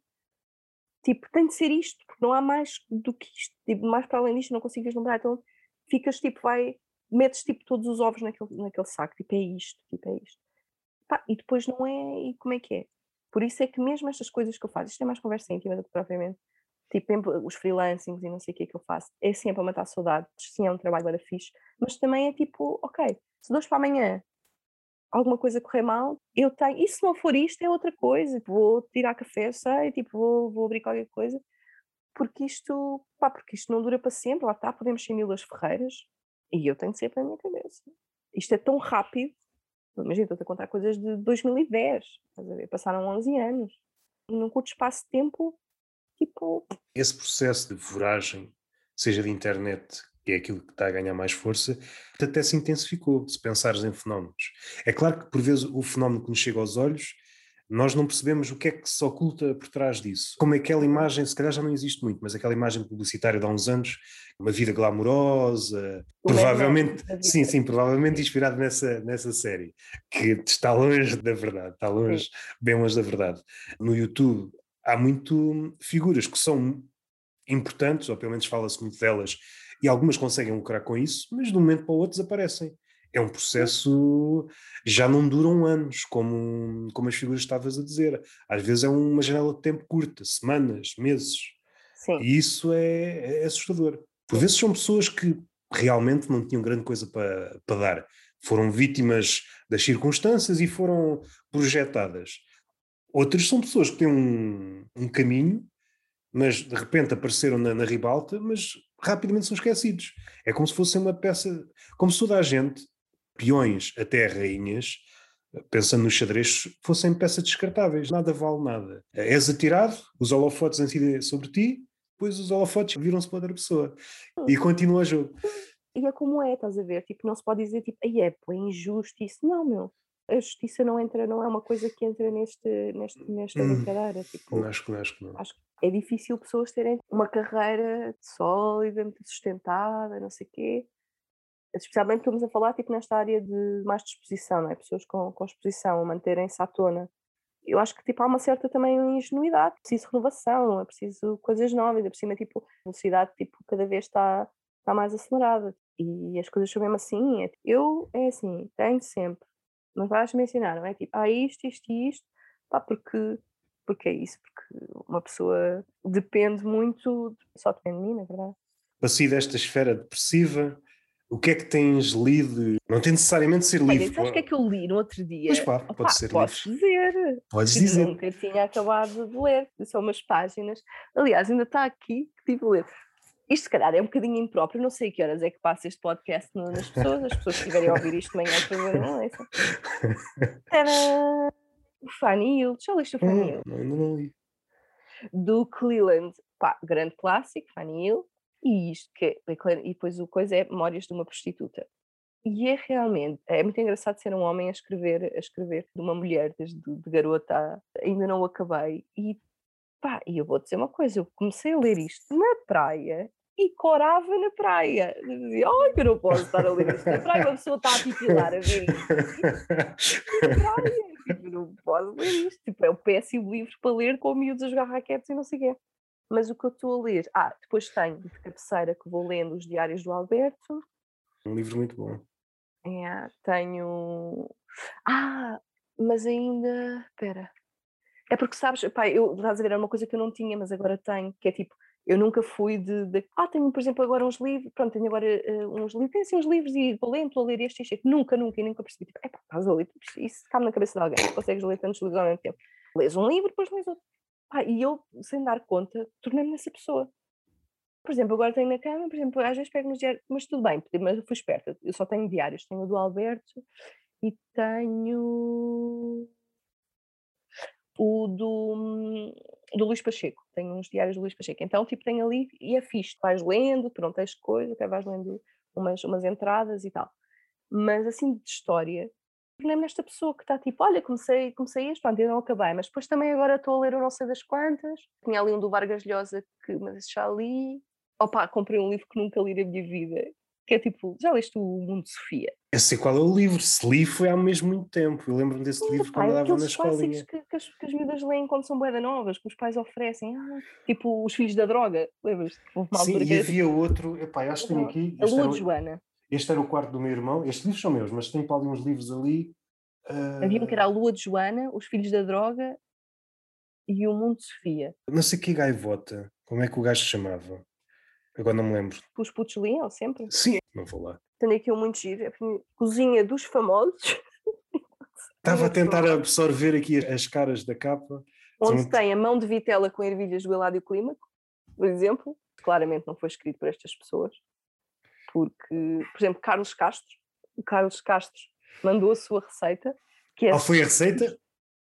tipo, tem de ser isto, porque não há mais do que isto, tipo, mais para além disto não consigo vislumbrar, então ficas tipo, vai, metes tipo todos os ovos naquele, naquele saco, tipo, é isto, tipo, é isto. Pá, e depois não é, e como é que é? Por isso é que mesmo estas coisas que eu faço, isto é mais conversa íntima do que propriamente, tipo, em- os freelancings e não sei o que é que eu faço, é sempre a matar saudades, sim, é um trabalho era fixe, mas também é tipo, ok, se de hoje para amanhã alguma coisa correr mal, eu tenho, e se não for isto, é outra coisa, tipo, vou tirar café, sei, tipo, vou, vou abrir qualquer coisa, porque isto, pá, porque isto não dura para sempre, lá está, podemos ser Milas Ferreiras, e eu tenho sempre na minha cabeça. Isto é tão rápido. Imagina, estou-te a contar coisas de dois mil e dez, estás a ver? Passaram onze anos. Num curto espaço de tempo, tipo, Esse processo de voragem, seja de internet, que é aquilo que está a ganhar mais força, até se intensificou, se pensares em fenómenos. É claro que, por vezes, o fenómeno que nos chega aos olhos, nós não percebemos o que é que se oculta por trás disso. Como aquela uhum, imagem, se calhar já não existe muito, mas aquela imagem publicitária de há uns anos, uma vida glamourosa, o Mad Men provavelmente, da sim, vida. sim, provavelmente Sim, inspirado nessa, nessa série, que está longe da verdade, está sim, longe, bem longe da verdade. No YouTube há muito figuras que são importantes, ou pelo menos fala-se muito delas, e algumas conseguem lucrar com isso, mas de um momento para o outro desaparecem. É um sim, processo, já não duram anos, como, como as figuras estavas a dizer. Às vezes é uma janela de tempo curta, semanas, meses. sim, E isso é, é assustador. Por sim, vezes são pessoas que realmente não tinham grande coisa para, para dar. Foram vítimas das circunstâncias e foram projetadas. Outras são pessoas que têm um, um caminho, mas de repente apareceram na, na ribalta, mas rapidamente são esquecidos. É como se fosse uma peça, como se toda a gente, peões até rainhas, pensando nos xadrez, fossem peças descartáveis, nada vale nada. És atirado, os holofotes incidem sobre ti, depois os holofotes viram-se para outra pessoa sim. e continua o jogo. E é como é, estás a ver? Tipo, não se pode dizer, tipo, aí é, pô, é injusto isso. Não, meu. A justiça não entra, não é uma coisa que entra neste, neste, nesta Hum, brincadeira. Tipo, acho que não, acho que não. acho que é difícil pessoas terem uma carreira sólida, muito sustentada, não sei o quê. Especialmente estamos a falar tipo, nesta área de mais de exposição, não é? Pessoas com, com exposição, a manterem-se à tona eu acho que tipo, há uma certa também ingenuidade, é preciso renovação, é preciso coisas novas, é preciso, tipo, a velocidade tipo, cada vez está, está mais acelerada e as coisas são mesmo assim. É, eu, é assim, tenho sempre, mas vais me ensinar, não é tipo, ah, isto, isto e isto, pá, porque, porque é isso, porque uma pessoa depende muito, só depende de mim, na verdade. Para sair desta esfera depressiva, o que é que tens lido? Não tem necessariamente de ser Olha, livro. sabes o que é que eu li no outro Pois dia? claro, pode Opa, ser posso livros. dizer, Podes que dizer. nunca tinha acabado de ler, são umas páginas. Aliás, ainda está aqui que tive a ler. Isto, se calhar, é um bocadinho impróprio, não sei que horas é que passa este podcast no- nas pessoas, as pessoas que estiverem a ouvir isto de manhã, por favor, não ouçam. Era o Fanny Hill, já leste o Fanny Hum, Hill? não, ainda não li. Do Cleland, pá, grande clássico, Fanny Hill, e isto, que é, e depois o coisa é Memórias de uma Prostituta. E é realmente, é muito engraçado ser um homem a escrever, a escrever de uma mulher, desde de garota, a- ainda não o acabei. E pá, e eu vou dizer uma coisa, eu comecei a ler isto na praia e corava na praia. Eu dizia, ai, que eu não posso estar a ler isto na praia, uma pessoa está a titilar a ver isto na praia. Tipo, eu não posso ler isto. Tipo, é um péssimo livro para ler com miúdos a jogar raquetes e não sei o quê. Mas o que eu estou a ler, ah, depois tenho de cabeceira que vou lendo os diários do Alberto. Um livro muito bom. É, tenho. Ah, mas ainda. Espera. É porque sabes, pá, eu, estás a ver, era uma coisa que eu não tinha, mas agora tenho, que é tipo, eu nunca fui de. de ah, tenho, por exemplo, agora uns livros, pronto, tenho agora uh, uns livros, tenho assim uns livros e vou lendo, estou a ler este e este. Nunca, nunca, e nunca percebi. Tipo, é pá, estás a ler, isso cabe na cabeça de alguém, consegues ler tantos livros ao mesmo tempo. Lês um livro, depois lês outro. Ah, e eu, sem dar conta, tornei-me nessa pessoa. Por exemplo, agora tenho na cama, por exemplo, às vezes pego nos diários, mas tudo bem, mas eu fui esperta, eu só tenho diários, tenho o do Alberto e tenho o do, do Luís Pacheco, tenho uns diários do Luís Pacheco, então tipo tenho ali e é fixe, vais lendo, pronto, tens coisa, até vais lendo umas, umas entradas e tal, mas assim de história, tornei-me nesta pessoa que está tipo, olha, comecei, comecei este, pronto, eu não acabei, mas depois também agora estou a ler o não sei das quantas, tinha ali um do Vargas Llosa que mas já li, opa, comprei um livro que nunca li na minha vida, que é tipo, já leste o Mundo de Sofia? Eu sei qual é o livro. Se li foi há mesmo muito tempo. Eu lembro-me desse Sim, livro pá, quando é andava na aqueles clássicos escolinha. que, que, as, que as miúdas leem quando são bué da novas, que os pais oferecem, ah, tipo Os Filhos da Droga, lembras-te? Houve uma Sim, altura que e era tipo, havia outro. Epá, eu acho da que tenho droga. aqui. A Este Lua era, de o- Joana. este era o quarto do meu irmão. Estes livros são meus, mas tenho para ali uns livros ali. Havia um que era a ah, Lua de Joana, Os Filhos da Droga e O Mundo de Sofia. não sei que gaivota. Como é que o gajo se chamava? Agora não me lembro. Os putos liam sempre. Sim, não vou lá. Tenho aqui um muito giro, é a Cozinha dos Famosos. Estava Cozinha a dos tentar Famosos. absorver aqui as caras da capa. São Onde muito- tem a mão de vitela com ervilhas do Eladio Clímaco, por exemplo. Claramente não foi escrito por estas pessoas. Porque, por exemplo, Carlos Castro, o Carlos Castro mandou a sua receita, que é Qual foi a receita?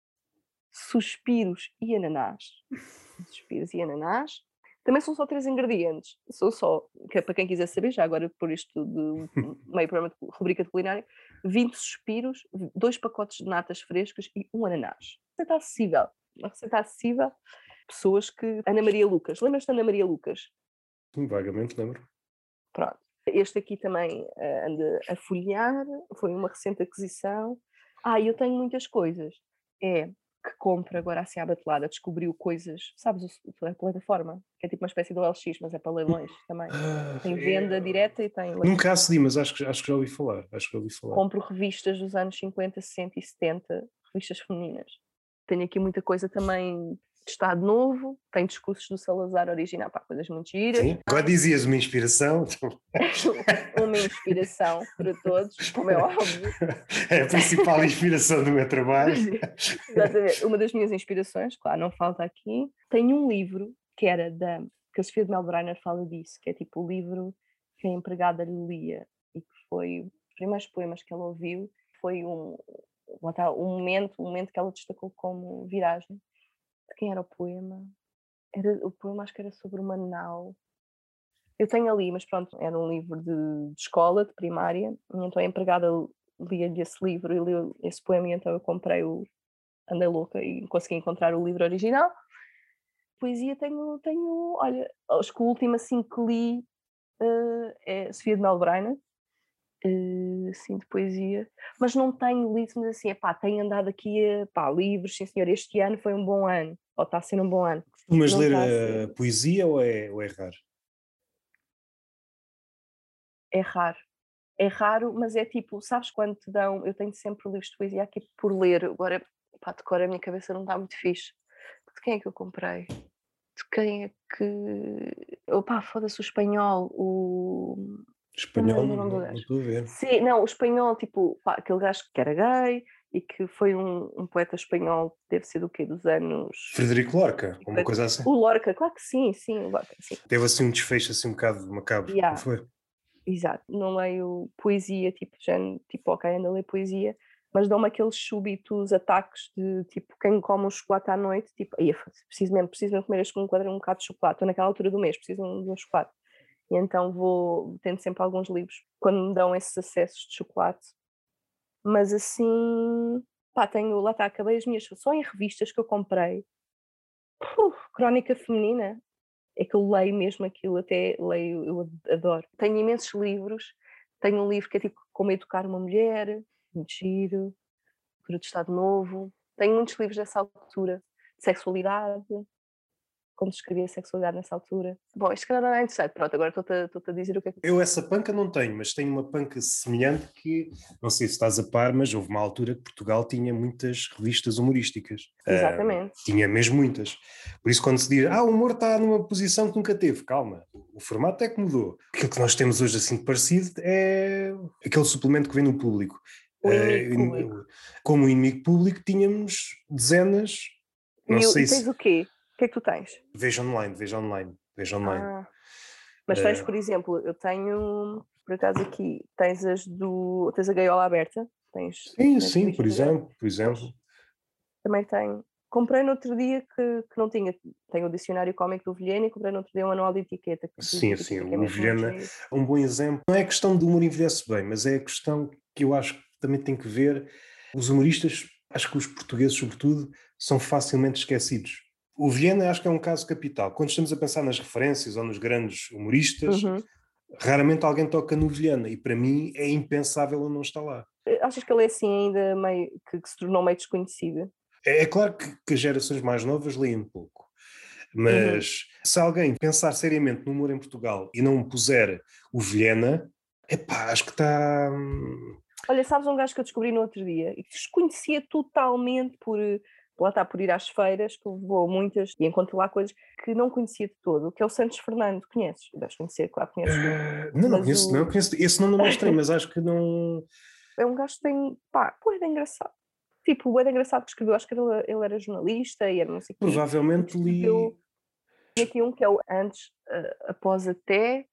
suspiros e ananás. Suspiros e ananás. Também são só três ingredientes. São só, que é para quem quiser saber, já agora por isto de meio programa de rubrica de culinária, vinte suspiros, dois pacotes de natas frescas e um ananás. Receita acessível. Uma receita acessível. Pessoas que... Ana Maria Lucas. Lembras-te da Ana Maria Lucas? Sim, vagamente lembro. Pronto. Este aqui também uh, anda a folhear, foi uma recente aquisição. Ah, eu tenho muitas coisas. É que compro agora assim à batelada, descobriu coisas, sabes, o, a plataforma, que é tipo uma espécie do L X, mas é para leilões também. Ah, Tem venda é- direta e tem leilões. Nunca acedi, mas acho que, acho que já ouvi falar. Acho que já ouvi falar. Compro revistas dos anos cinquenta, sessenta e setenta, revistas femininas. Tenho aqui muita coisa também de Estado Novo, tem discursos do Salazar original, pá, coisas muito giras. Sim, agora dizias uma inspiração. Uma inspiração para todos, como é óbvio. É a principal inspiração do meu trabalho. Exatamente. Uma das minhas inspirações, claro, não falta aqui. Tenho um livro que era da. Que a Sofia de Melbrenner fala disso, que é tipo o livro que a empregada lhe lia e que foi os primeiros poemas que ela ouviu. Foi um, um momento, um momento que ela destacou como viragem. De quem era o poema? Era, o poema acho que era sobre uma nau. Eu tenho ali, mas pronto, era um livro de, de escola, de primária, e então a empregada lia-lhe esse livro e leu esse poema, e então eu comprei o Andei Louca e consegui encontrar o livro original. Poesia tenho, tenho olha, acho que o último assim que li uh, é Sofia de Melbrenner, Uh, sim, de poesia, mas não tenho lido, mas assim, epá, tenho andado aqui a pá, livros, sim senhor, este ano foi um bom ano, ou está a ser um bom ano. Costumas Não ler está a uh, ser, poesia ou é, ou é raro? é raro. É raro, mas é tipo, sabes quando te dão, eu tenho sempre livros de poesia aqui por ler, agora, pá, de cor a minha cabeça não está muito fixe. De quem é que eu comprei? De quem é que... Opá, foda-se o espanhol, o... Não me Espanhol, lembro o nome do não não gajo. estou a ver. Sim, não, o espanhol, tipo, pá, aquele gajo que era gay e que foi um, um poeta espanhol, deve ser do quê? Dos anos... Frederico Lorca, uma cinquenta. coisa assim. O Lorca, claro que sim, sim, o Lorca, sim. Teve assim um desfecho assim um bocado macabro, não Yeah, foi? exato. Não leio poesia, tipo, já, tipo, ok, ando a ler poesia, mas dão-me aqueles súbitos ataques de, tipo, quem come um chocolate à noite, tipo, "Ia, preciso mesmo, preciso mesmo comer este um quadro, um bocado de chocolate, estou naquela altura do mês, preciso de um, de um chocolate. E então vou tendo sempre alguns livros quando me dão esses acessos de chocolate. Mas assim, pá, tenho, lá está, acabei as minhas, só em revistas que eu comprei. Uf, Crónica Feminina, é que eu leio mesmo aquilo, até leio, eu adoro. Tenho imensos livros, tenho um livro que é tipo Como Educar uma Mulher, muito giro, Cultura de Estado Novo. Tenho muitos livros dessa altura, de sexualidade, como descrever a sexualidade nessa altura. Bom, isto calhar não é interessante, pronto, agora estou-te a, estou-te a dizer o que é que... Eu essa panca não tenho, mas tenho uma panca semelhante que, não sei se estás a par, mas houve uma altura que Portugal tinha muitas revistas humorísticas. Ah, Exatamente. tinha mesmo muitas. Por isso quando se diz, ah, o humor está numa posição que nunca teve, calma, o formato é que mudou. Aquilo que nós temos hoje assim de parecido é aquele suplemento que vem no público. O inimigo público. Ah, como inimigo público tínhamos dezenas, não E, o- e sei tens se... o quê? O que é que tu tens? Veja online, veja online, veja online. Ah, mas tens, por exemplo, eu tenho, por acaso aqui, tens as do, tens a Gaiola Aberta, tens Sim, nas sim, por revistas da Gaiola, exemplo, por pois, exemplo. também tenho. Comprei no outro dia que, que não tinha, tenho o dicionário cómico do Vilhena e comprei no outro dia um manual de etiqueta, que de Sim, sim, etiqueta que é o mesmo muito Vilhena giro. é um bom exemplo. Não é questão do humor envelhece bem, mas é a questão que eu acho que também tem que ver. Os humoristas, acho que os portugueses, sobretudo, são facilmente esquecidos. O Vilhena acho que é um caso capital. Quando estamos a pensar nas referências ou nos grandes humoristas, Uhum. raramente alguém toca no Vilhena e para mim é impensável ele não estar lá. Achas que ele é assim ainda meio, que, que se tornou meio desconhecido? É, é claro que, que as gerações mais novas leem um pouco. Uhum. Mas se alguém pensar seriamente no humor em Portugal e não puser o Vilhena, epá, acho que está. hum, Olha, sabes um gajo que eu descobri no outro dia e que desconhecia totalmente por, lá está, por ir às feiras, que eu vou a muitas e encontro lá coisas que não conhecia de todo, que é o Santos Fernando. Conheces? Deves conhecer, claro, conheces tu. eh, não, não Mas conheço, não o... conheço. Esse nome não é estranho, mas acho que não. é um gajo que tem, pá, pô, é engraçado. Tipo, é engraçado que escreveu, acho que ele, ele era jornalista e era não sei o quê, e Provavelmente li. escreveu, tinha aqui um que é o Antes, uh, Após, Até,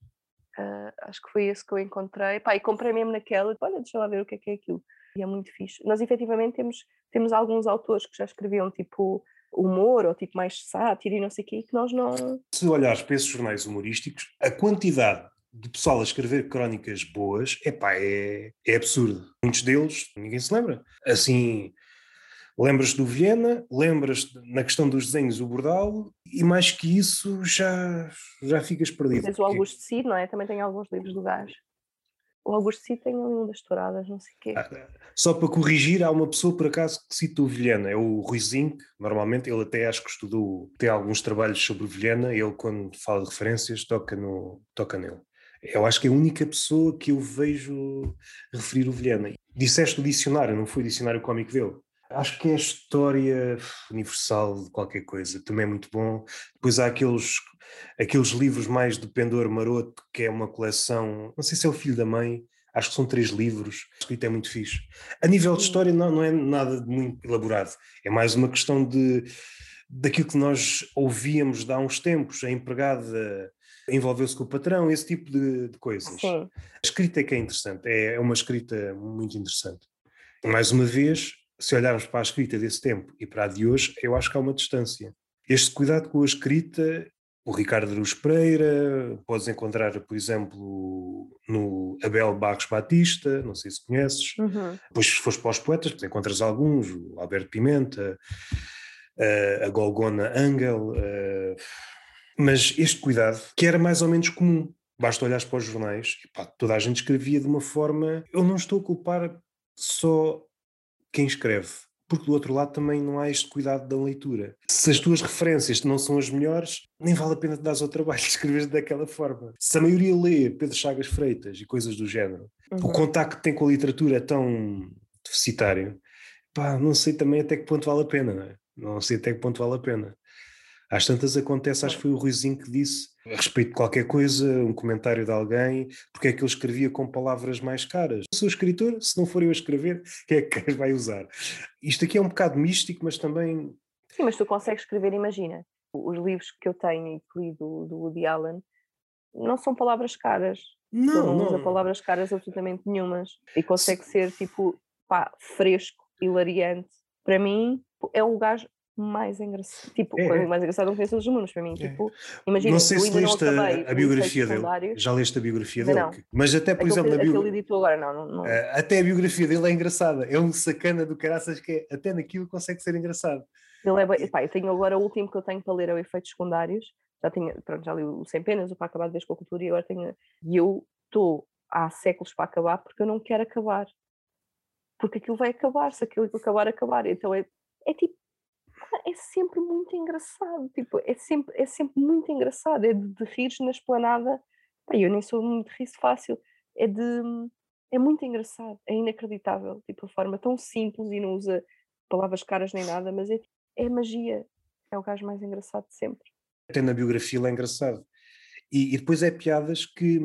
uh, acho que foi esse que eu encontrei, pá, e comprei mesmo naquela, olha, deixa lá ver o que é que é aquilo. E é muito fixe. Nós efetivamente temos, temos alguns autores que já escreviam tipo humor ou tipo mais sátira e não sei o quê, que nós não... Se olhares para esses jornais humorísticos, a quantidade de pessoal a escrever crónicas boas, epá, é, é absurdo. Muitos deles, ninguém se lembra. Assim, lembras-te do Viena, lembras-te na questão dos desenhos o Bordalo, e mais que isso já, já ficas perdido. Tens o Porque, Augusto Cid, não é? Também tem alguns livros do gajo. O Augusto Cid tem ali um das touradas, não sei o quê. ah, só para corrigir, há uma pessoa por acaso que cita o Vilhena, é o Rui Zinc, normalmente, ele até acho que estudou, tem alguns trabalhos sobre o Vilhena, ele quando fala de referências toca, no, toca nele. Eu acho que é a única pessoa que eu vejo referir o Vilhena. Disseste o dicionário, não foi o dicionário cómico dele? Acho que é a história universal de qualquer coisa, também é muito bom. Depois há aqueles, aqueles livros mais de Pendor Maroto, que é uma coleção, não sei se é o Filho da Mãe, acho que são três livros, a escrita é muito fixe. A nível de Hum. história não, não é nada de muito elaborado, é mais uma questão de, daquilo que nós ouvíamos de há uns tempos, a empregada envolveu-se com o patrão, esse tipo de, de coisas. Sim. A escrita é que é interessante, é, é uma escrita muito interessante. Mais uma vez, se olharmos para a escrita desse tempo e para a de hoje, eu acho que há uma distância. Este cuidado com a escrita, o Ricardo Araújo Pereira, podes encontrar, por exemplo, no Abel Barros Batista, não sei se conheces. Uhum. Depois, se fores para os poetas, encontras alguns, o Alberto Pimenta, a Golgona Angel, mas este cuidado, que era mais ou menos comum. Basta olhar para os jornais, e pá, toda a gente escrevia de uma forma... Eu não estou a culpar só quem escreve, porque do outro lado também não há este cuidado da leitura. Se as tuas referências não são as melhores, nem vale a pena te dar o trabalho de escrever daquela forma. Se a maioria lê Pedro Chagas Freitas e coisas do género, o Uhum. contacto que tem com a literatura é tão deficitário, pá, não sei também até que ponto vale a pena, não é? Não sei até que ponto vale a pena. Às tantas acontece, acho que foi o Ruizinho que disse, a respeito de qualquer coisa, um comentário de alguém, porque é que ele escrevia com palavras mais caras. Eu sou escritor, se não for eu a escrever, quem é que vai usar? Isto aqui é um bocado místico, mas também... Sim, mas tu consegues escrever, imagina. Os livros que eu tenho e que li do, do Woody Allen não são palavras caras. Ele Não, não usa não. palavras caras absolutamente nenhumas. E consegue ser, tipo, pá, fresco, hilariante. Para mim, é o gajo mais engraçado. Tipo, É, quando é, o mais engraçado não conheço os números. Para mim, é. tipo, Não imagina, sei eu se ainda não leste acabei a, a o Efeitos biografia dele. Secundários. Já leste a biografia Ainda dele? não. Mas até, por Aquele, exemplo, que- na aquele bio... editor agora, não, não, não. Uh, até a biografia dele é engraçada. É um sacana do caraças que é, até naquilo consegue ser engraçado. Ele é bem, pá, eu tenho agora o último que eu tenho para ler é o Efeitos Secundários. Já tinha, pronto, já li o Sem Penas, o Para Acabar de Vez com a Cultura e agora tenho. E eu estou há séculos para acabar porque eu não quero acabar. Porque aquilo vai acabar, se aquilo acabar, acabar. Então é, é tipo, é sempre muito engraçado. Tipo, é sempre, é sempre muito engraçado. É de, de rires na esplanada. Pá, eu nem sou muito de riso fácil. É de. É muito engraçado, é inacreditável. Tipo, a forma tão simples e não usa palavras caras nem nada, mas é, é magia. É o gajo mais engraçado de sempre. Até na biografia ele é engraçado. E, e depois é piadas que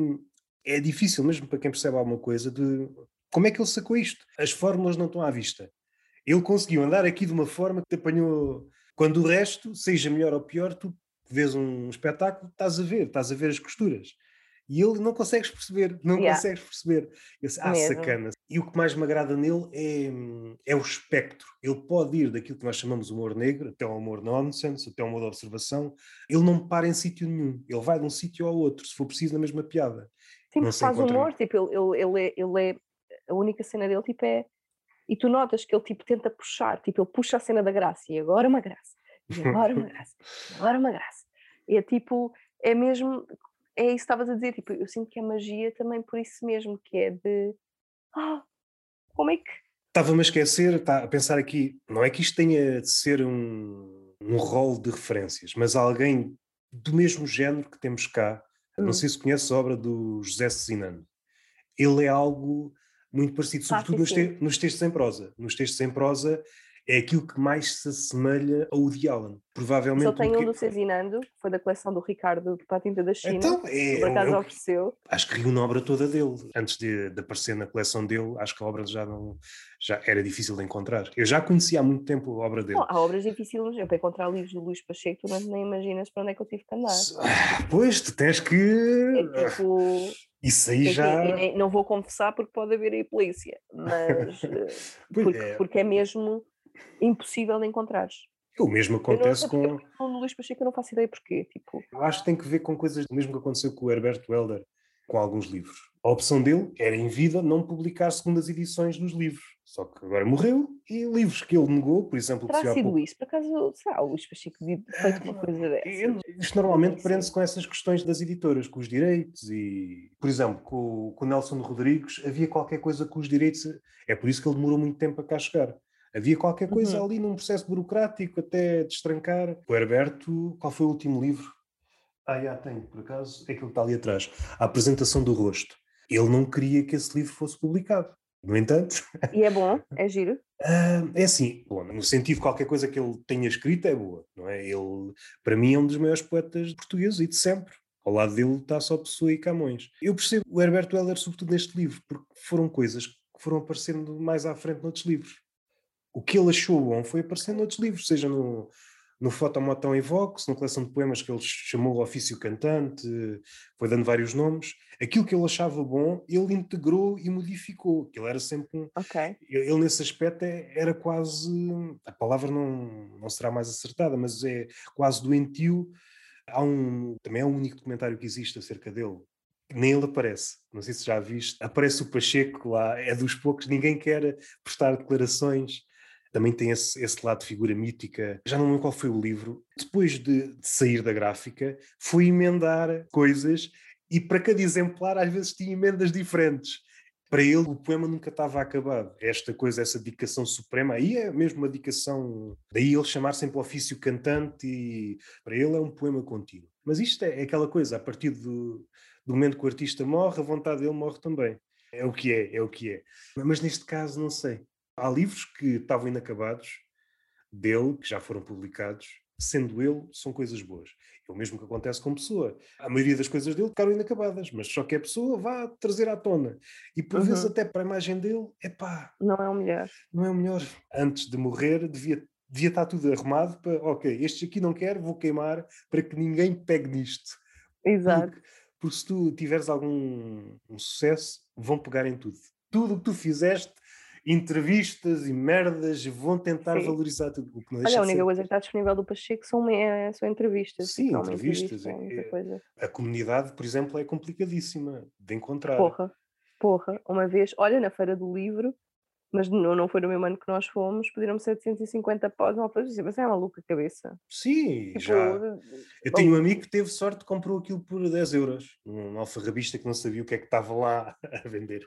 é difícil, mesmo para quem percebe alguma coisa, de como é que ele sacou isto? As fórmulas não estão à vista. Ele conseguiu andar aqui de uma forma que te apanhou. Quando o resto, seja melhor ou pior, tu vês um espetáculo, estás a ver, estás a ver as costuras. E ele não consegues perceber, não Yeah, consegues perceber. Eu disse, ah, mesmo. sacana. E o que mais me agrada nele é, é o espectro. Ele pode ir daquilo que nós chamamos de humor negro, até o humor nonsense, até o humor de observação. Ele não para em sítio nenhum. Ele vai de um sítio ao outro, se for preciso, na mesma piada. Sim, Não porque se faz encontra. humor, tipo, ele, ele, ele, é, ele é. A única cena dele, tipo, é. E tu notas que ele, tipo, tenta puxar, tipo, ele puxa a cena da graça, e agora uma graça, e agora uma graça, e agora uma graça. E é tipo, é mesmo. É isso que estavas a dizer, tipo, eu sinto que é magia também por isso mesmo, que é de. Ah, como é que. Estava-me a esquecer, está a pensar aqui, não é que isto tenha de ser um, um rol de referências, mas alguém do mesmo género que temos cá, não Hum. sei se conhece a obra do José Cezinando. Ele é algo muito parecido, Ah, sobretudo sim, nos, sim. te nos textos em prosa. Nos textos em prosa é aquilo que mais se assemelha ao Woody Allen. Eu só Provavelmente o tenho um que... do Cezinando, que foi da coleção do Ricardo para a Tinta da China, Então, que é, por eu, acaso eu ofereceu. acho que reúne a obra toda dele. Antes de, de aparecer na coleção dele, acho que a obra já não já era difícil de encontrar. Eu já conhecia há muito tempo a obra Não, dele. há obras difíceis, eu para encontrar livros do Luís Pacheco, tu não, nem imaginas para onde é que eu tive que andar. Ah, pois, tu tens que... É tipo, Isso aí enfim, e já... nem, não vou confessar porque pode haver aí polícia, mas eh, Pois porque, é, porque é mesmo impossível de encontrares. o mesmo Eu não acontece sei porque, com... porque no Luís Pacheco eu não faço ideia porquê. Tipo, Eu acho que tem que ver com coisas, o mesmo que aconteceu com o Herbert Welder, com alguns livros. A opção dele era em vida não publicar segundas edições dos livros. Só que agora morreu e livros que ele negou, por exemplo, que terá se há sido pouco... isso? Por acaso, será o Luís Pacheco de- Ah, feito uma coisa dessas? eu- isto Não normalmente tem prende-se sido. com essas questões das editoras, com os direitos e, por exemplo, com, com o Nelson Rodrigues havia qualquer coisa com os direitos, é por isso que ele demorou muito tempo a cá chegar. Havia qualquer coisa Uhum. ali num processo burocrático até destrancar. O Herberto, qual foi o último livro? Ah, já tenho, por acaso, é aquilo que está ali atrás. A apresentação do rosto. Ele não queria que esse livro fosse publicado. No entanto, E é bom, é giro. ah, é assim, bom, no sentido de qualquer coisa que ele tenha escrito é boa, não é? Ele, para mim, é um dos maiores poetas portugueses e de sempre. Ao lado dele está só Pessoa e Camões. Eu percebo o Herberto Helder, sobretudo neste livro, porque foram coisas que foram aparecendo mais à frente noutros livros. O que ele achou bom foi aparecendo noutros livros, seja no, no Fotomotão em Vox, na coleção de poemas que ele chamou o Ofício Cantante, foi dando vários nomes. Aquilo que ele achava bom, ele integrou e modificou. Ele era sempre um... Ok. Ele, nesse aspecto, é- era quase... A palavra não, não será mais acertada, mas é quase doentio. Há um... Também é o único documentário que existe acerca dele. Nem ele aparece. Não sei se já viste. Aparece o Pacheco lá. É dos poucos. Ninguém quer prestar declarações. Também tem esse, esse lado de figura mítica. Já não lembro qual foi o livro. Depois de, de sair da gráfica, foi emendar coisas e para cada exemplar às vezes tinha emendas diferentes. Para ele o poema nunca estava acabado. Esta coisa, essa dedicação suprema, aí é mesmo uma dedicação, daí ele chamar sempre o ofício cantante, e para ele é um poema contínuo. Mas isto é, é aquela coisa, a partir do, do momento que o artista morre, a vontade dele morre também. É o que é, é o que é. Mas neste caso não sei. Há livros que estavam inacabados dele, que já foram publicados, sendo ele, são coisas boas. É o mesmo que acontece com Pessoa. A maioria das coisas dele ficaram inacabadas, mas só que a Pessoa vá trazer à tona. E por vezes Uhum. até para a imagem dele, epá, Não é o melhor. não é o melhor. Antes de morrer, devia, devia estar tudo arrumado para, ok, estes aqui não quero, vou queimar para que ninguém pegue nisto. Exato. Porque, porque se tu tiveres algum um sucesso, vão pegar em tudo. Tudo o que tu fizeste, entrevistas e merdas, vão tentar Sim. valorizar tudo. O que não Olha, deixa a de única ser. coisa que está disponível do Pacheco são, é, são entrevistas. Sim, Tipo, é uma entrevistas. entrevista, É, é muita é- coisa. a comunidade, por exemplo, é complicadíssima de encontrar. Porra, porra. Uma vez, olha, na Feira do Livro, mas não, não foi no mesmo ano que nós fomos, pediram-me setecentos e cinquenta paus. Uma coisa assim, mas é maluca a cabeça. Sim, Tipo, já. Eu tenho um amigo maluco. que teve sorte, comprou aquilo por dez euros. Um alfarrabista que não sabia o que é que estava lá a vender.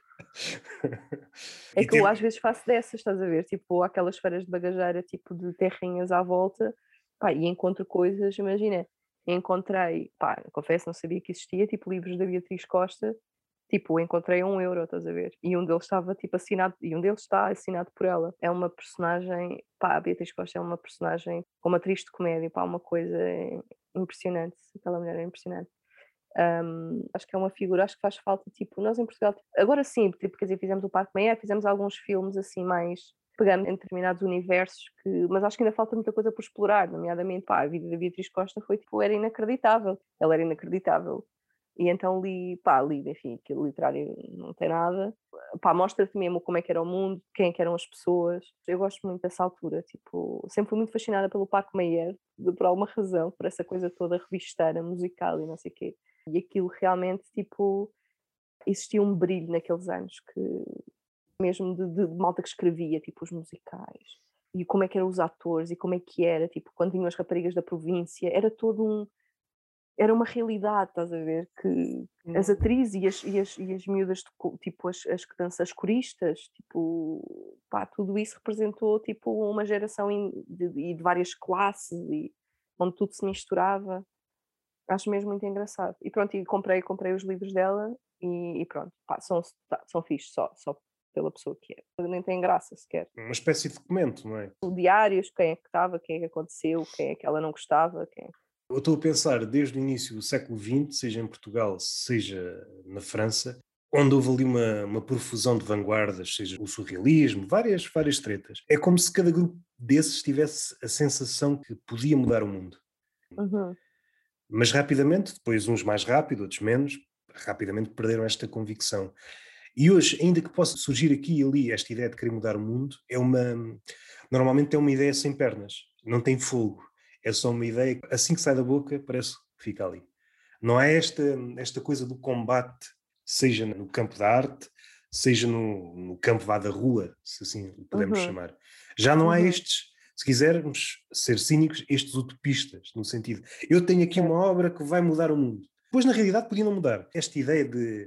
É E que eu às teve. vezes faço dessas, estás a ver? Tipo, aquelas feiras de bagageira, tipo de terrinhas à volta, pá, e encontro coisas, imagina, encontrei, pá, confesso, não sabia que existia, tipo livros da Beatriz Costa, tipo, encontrei a um euro, estás a ver? E um deles estava, tipo, assinado, e um deles está assinado por ela. É uma personagem, pá, a Beatriz Costa é uma personagem, uma atriz de comédia, pá, uma coisa impressionante, aquela mulher é impressionante. Um, acho que é uma figura, acho que faz falta, tipo, nós em Portugal, tipo, agora sim, tipo, quer dizer, fizemos o Parque Maia, fizemos alguns filmes assim mais pegando em determinados universos, que, mas acho que ainda falta muita coisa por explorar, nomeadamente, pá, a vida da Beatriz Costa foi, tipo, era inacreditável, ela era inacreditável, e então li, pá, li, enfim, aquilo literário não tem nada, pá, mostra-te mesmo como é que era o mundo, quem é que eram as pessoas, eu gosto muito dessa altura, tipo, sempre fui muito fascinada pelo Parque Mayer, por alguma razão, por essa coisa toda revisteira, musical e não sei o quê. E aquilo realmente, tipo, existia um brilho naqueles anos que, mesmo de, de malta que escrevia, tipo, os musicais, e como é que eram os atores, e como é que era, tipo, quando vinham as raparigas da província, era todo um, era uma realidade, estás a ver, que as atrizes e as, e as, e as miúdas, de co- tipo, as, as que dançam, as coristas, tipo, pá, tudo isso representou, tipo, uma geração in- de, de, de várias classes, e onde tudo se misturava. Acho mesmo muito engraçado. E pronto, e comprei, comprei os livros dela e, e pronto, pá, são, tá, são fixes só, só pela pessoa que é. Nem tem graça sequer. Uma espécie de documento, não é? O diários, quem é que estava, quem é que aconteceu, quem é que ela não gostava, quem é. Eu estou a pensar, desde o início do século vinte, seja em Portugal, seja na França, onde houve ali uma, uma profusão de vanguardas, seja o surrealismo, várias, várias tretas. É como se cada grupo desses tivesse a sensação que podia mudar o mundo. Uhum, Mas rapidamente, depois uns mais rápido, outros menos, rapidamente perderam esta convicção. E hoje, ainda que possa surgir aqui e ali esta ideia de querer mudar o mundo, é uma, normalmente é uma ideia sem pernas, não tem fogo. É só uma ideia que assim que sai da boca parece que fica ali. Não há esta, esta coisa do combate, seja no campo da arte, seja no, no campo vá da rua, se assim o podemos uhum, chamar. Já não há uhum, estes, se quisermos ser cínicos, estes utopistas, no sentido, eu tenho aqui uma certo. obra que vai mudar o mundo. Pois na realidade podia não mudar. Esta ideia de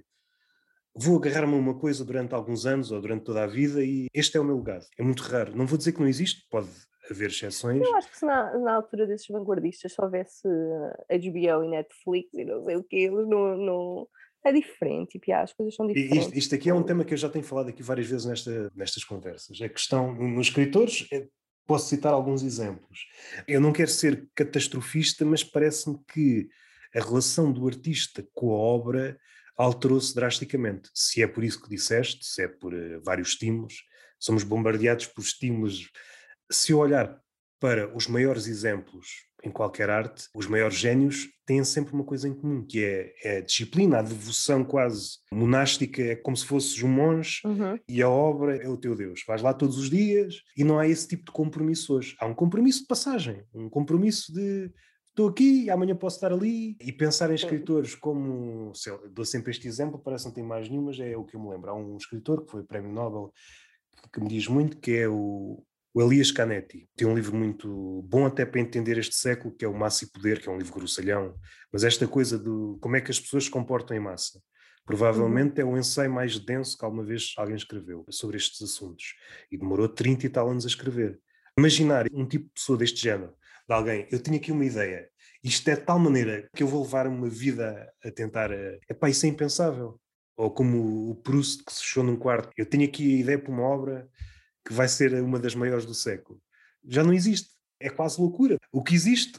vou agarrar-me a uma coisa durante alguns anos ou durante toda a vida e este é o meu legado. É muito raro. Não vou dizer que não existe, pode haver exceções. Eu acho que se na, na altura desses vanguardistas só houvesse H B O e Netflix e não sei o que, eles não, não. É diferente, tipo, yeah, as coisas são E isto, diferentes. isto aqui é um Tipo, tema que eu já tenho falado aqui várias vezes nesta, nestas conversas. A questão nos escritores, é- posso citar alguns exemplos. Eu não quero ser catastrofista, mas parece-me que a relação do artista com a obra alterou-se drasticamente. Se é por isso que disseste, se é por eh, vários estímulos, somos bombardeados por estímulos. Se eu olhar para os maiores exemplos em qualquer arte, os maiores génios têm sempre uma coisa em comum, que é, é a disciplina, a devoção quase monástica, é como se fosses um monge uhum, e a obra é o teu Deus. Vais lá todos os dias e não há esse tipo de compromisso hoje. Há um compromisso de passagem, um compromisso de estou aqui e amanhã posso estar ali, e pensar em sim. escritores como, sei lá, dou sempre este exemplo, parece que não tem mais nenhum, mas é o que eu me lembro. Há um escritor que foi prémio Nobel que me diz muito, que é o O Elias Canetti tem um livro muito bom até para entender este século, que é o Massa e Poder, que é um livro grossalhão, mas esta coisa de como é que as pessoas se comportam em massa. Uhum. Provavelmente é o ensaio mais denso que alguma vez alguém escreveu sobre estes assuntos. E demorou trinta e tal anos a escrever. Imaginar um tipo de pessoa deste género, de alguém, eu tenho aqui uma ideia, isto é de tal maneira que eu vou levar uma vida a tentar... É epá, isso é impensável. Ou como o Proust que se fechou num quarto. Eu tenho aqui a ideia para uma obra que vai ser uma das maiores do século. Já não existe. É quase loucura. O que existe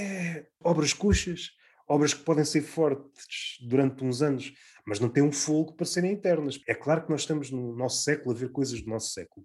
é obras coxas, obras que podem ser fortes durante uns anos, mas não têm um fogo para serem eternas. É claro que nós estamos no nosso século a ver coisas do nosso século,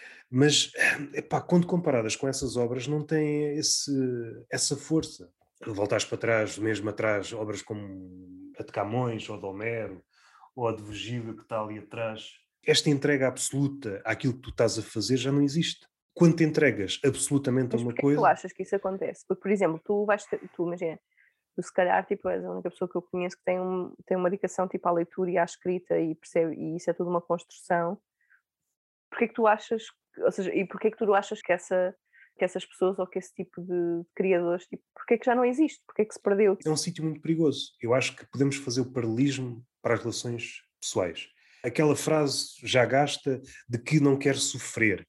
mas epá, quando comparadas com essas obras não têm esse, essa força. Voltares para trás, mesmo atrás, obras como a de Camões ou de Homero ou a de Virgílio que está ali atrás. Esta entrega absoluta àquilo que tu estás a fazer já não existe. Quando te entregas absolutamente a Mas uma porquê é que tu coisa, achas que isso acontece? Porque, por exemplo, tu vais ter, tu imagina, tu se calhar tipo, és a única pessoa que eu conheço que tem, um, tem uma dedicação tipo, à leitura e à escrita e percebe, e isso é tudo uma construção. Porquê é que tu achas, que- ou seja, e porquê é que tu achas que, essa, que essas pessoas ou que esse tipo de criadores, tipo, porquê é que já não existe? Porquê é que se perdeu? é um sítio muito perigoso. Eu acho que podemos fazer o paralelismo para as relações pessoais. Aquela frase já gasta de que não quer sofrer,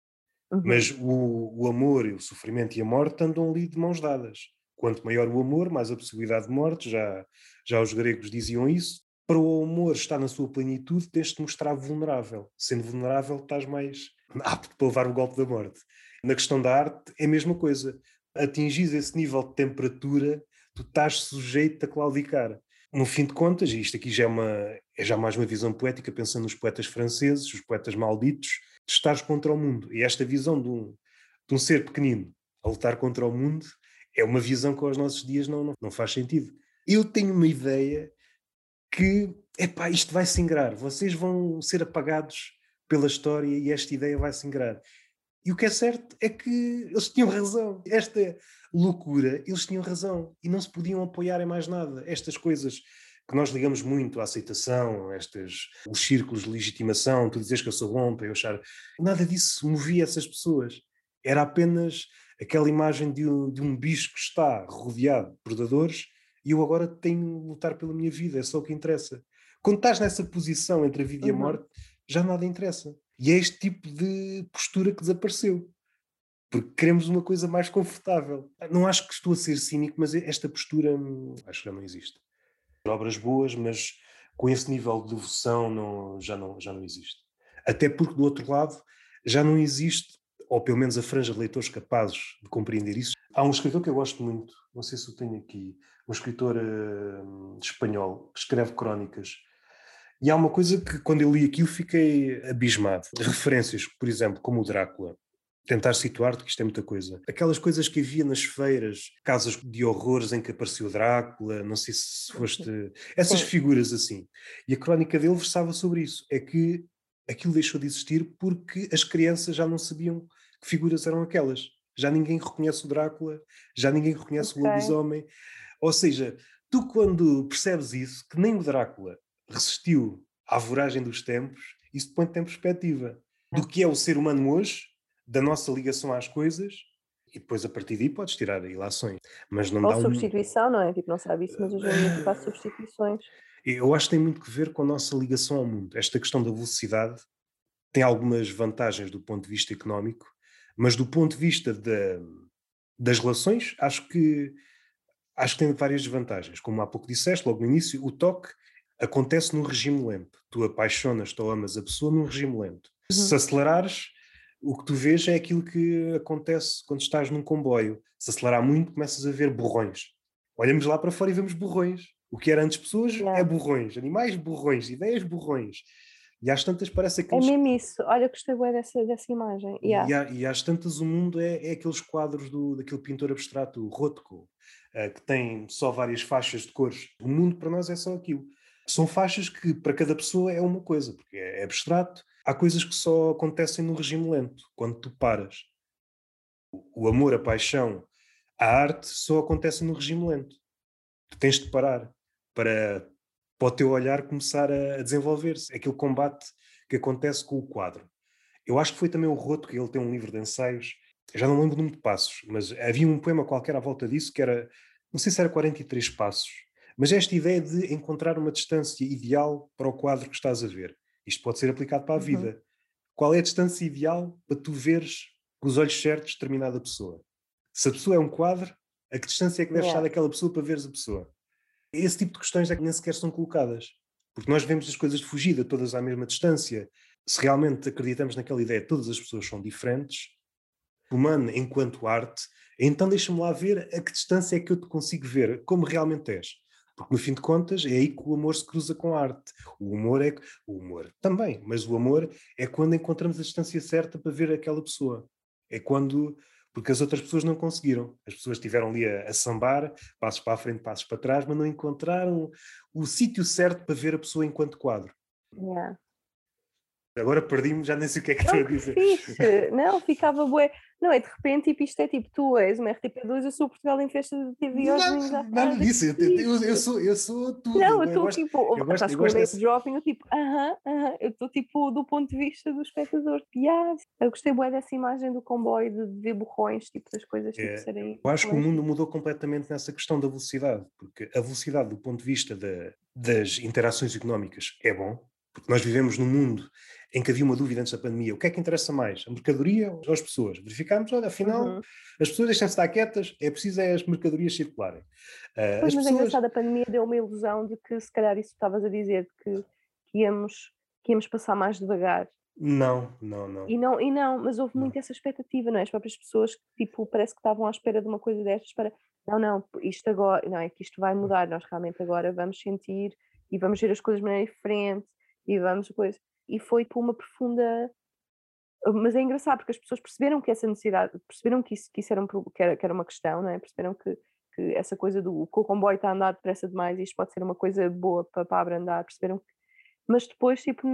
Uhum. mas o, o amor, o sofrimento e a morte andam ali de mãos dadas. Quanto maior o amor, mais a possibilidade de morte, já, já os gregos diziam isso. Para o amor estar na sua plenitude, tens de te mostrar vulnerável. Sendo vulnerável, estás mais apto para levar o golpe da morte. Na questão da arte, é a mesma coisa. Atingis esse nível de temperatura, tu estás sujeito a claudicar. No fim de contas, e isto aqui já é, uma, é já mais uma visão poética, pensando nos poetas franceses, os poetas malditos, de estares contra o mundo. E esta visão de um, de um ser pequenino a lutar contra o mundo é uma visão que aos nossos dias não, não, não faz sentido. Eu tenho uma ideia que, epá, isto vai se ingrar, vocês vão ser apagados pela história e esta ideia vai se ingrar. E o que é certo é que eles tinham razão. Esta loucura, eles tinham razão e não se podiam apoiar em mais nada. Estas coisas que nós ligamos muito à aceitação, estes, os círculos de legitimação, tu dizes que eu sou bom para eu achar... Nada disso movia essas pessoas. Era apenas aquela imagem de um, de um bicho que está rodeado de predadores e eu agora tenho de lutar pela minha vida, é só o que interessa. Quando estás nessa posição entre a vida e a Uhum. morte, já nada interessa. E é este tipo de postura que desapareceu. Porque queremos uma coisa mais confortável. Não acho que estou a ser cínico, mas esta postura hum, acho que já não existe. Obras boas, mas com esse nível de devoção não, já, não, já não existe. Até porque, do outro lado, já não existe, ou pelo menos a franja de leitores capazes de compreender isso. Há um escritor que eu gosto muito, não sei se o tenho aqui, um escritor uh, espanhol, que escreve crónicas. E há uma coisa que, quando eu li aquilo, fiquei abismado. Referências, por exemplo, como o Drácula. Tentar situar-te, que isto é muita coisa. Aquelas coisas que havia nas feiras, casas de horrores em que apareceu o Drácula, não sei se foste... Essas Sim, figuras assim. E a crónica dele versava sobre isso. É que aquilo deixou de existir porque as crianças já não sabiam que figuras eram aquelas. Já ninguém reconhece o Drácula, já ninguém reconhece o ok. lobisomem. Ou seja, tu quando percebes isso, que nem o Drácula resistiu à voragem dos tempos, isso te põe-te em perspectiva do que é o ser humano hoje, da nossa ligação às coisas, e depois a partir daí podes tirar ilações. Mas não Ou dá um. substituição, não é? Tipo, não sabe isso, mas hoje em dia tipo, há substituições. Eu acho que tem muito que ver com a nossa ligação ao mundo. Esta questão da velocidade tem algumas vantagens do ponto de vista económico, mas do ponto de vista da- das relações, acho que acho que tem várias desvantagens. Como há pouco disseste, logo no início, o toque acontece num regime lento. Tu apaixonas-te ou amas a pessoa num regime lento. Se Uhum. acelerares, o que tu vês é aquilo que acontece quando estás num comboio. Se acelerar muito, começas a ver borrões. Olhamos lá para fora e vemos borrões. O que era antes pessoas é Yeah. borrões. Animais, borrões. Ideias, borrões. E às tantas parece É aqueles... mesmo isso. Olha, gostei bué dessa, dessa imagem. E, Yeah. há- e às tantas o mundo é, é aqueles quadros do, daquele pintor abstrato, o Rothko, eh, que tem só várias faixas de cores. O mundo para nós é só aquilo. São faixas que para cada pessoa é uma coisa, porque é é abstrato. Há coisas que só acontecem no regime lento, quando tu paras. O amor, a paixão, a arte só acontece no regime lento. Tu tens de parar para, para o teu olhar começar a, a desenvolver-se. É aquele combate que acontece com o quadro. Eu acho que foi também o Roto, que ele tem um livro de ensaios, eu já não lembro o número de passos, mas havia um poema qualquer à volta disso que era, não sei se era quarenta e três passos, mas esta ideia de encontrar uma distância ideal para o quadro que estás a ver. Isto pode ser aplicado para a Uhum. vida. Qual é a distância ideal para tu veres com os olhos certos determinada pessoa? Se a pessoa é um quadro, a que distância é que deve estar Yeah. daquela pessoa para veres a pessoa? Esse tipo de questões é que nem sequer são colocadas. Porque nós vemos as coisas de fugida, todas à mesma distância. Se realmente acreditamos naquela ideia de todas as pessoas são diferentes, humano enquanto arte, então deixa-me lá ver a que distância é que eu te consigo ver, como realmente és. Porque no fim de contas é aí que o amor se cruza com a arte. O humor é o humor também, mas o amor é quando encontramos a distância certa para ver aquela pessoa. É quando, porque as outras pessoas não conseguiram. As pessoas estiveram ali a, a sambar, passos para a frente, passos para trás, mas não encontraram o sítio certo para ver a pessoa enquanto quadro. Yeah. Agora perdi-me, já nem sei o que é que estou Não, a que dizer. fixe! Não, ficava bué. Não, é de repente, tipo, isto é tipo, tu és uma R T P dois, eu sou o Portugal em Festa de T V aos domingos Nada, à nada tarde. disso. Eu, Que eu, eu fixe! sou, eu sou Não, eu tudo. Eu estou gosto, tipo, oh, eu gosto, estás eu com o gosto name desse. dropping, eu tipo, aham, aham, eu estou tipo do ponto de vista do espectador. Yes. Eu gostei bué dessa imagem do comboio, de, de ver borrões, tipo, das coisas tipo, É, serem eu acho que o longe. mundo mudou completamente nessa questão da velocidade, porque a velocidade, do ponto de vista da- das interações económicas, é bom, porque nós vivemos num mundo em que havia uma dúvida antes da pandemia: o que é que interessa mais, a mercadoria ou as pessoas? Verificámos, olha, afinal, Uhum. as pessoas deixam-se estar quietas, é preciso é as mercadorias circularem. Ah, Pois, as mas é pessoas. engraçado, a pandemia deu uma ilusão de que, se calhar, isso que estavas a dizer, que, que íamos, que íamos passar mais devagar. Não, não, E não, não, e não, mas houve não. muito essa expectativa, não é? As próprias pessoas que, tipo, parece que estavam à espera de uma coisa destas para, não, não, isto agora, não, é que isto vai mudar, nós realmente agora vamos sentir e vamos ver as coisas de maneira diferente e vamos coisa. E foi por uma profunda, mas é engraçado porque as pessoas perceberam que essa necessidade, perceberam que isso, que isso era, um, pro- que era, que era uma questão, não é? Perceberam que, que essa coisa do que o comboio está a andar depressa demais e isto pode ser uma coisa boa para, para abrandar, perceberam que, mas depois, tipo,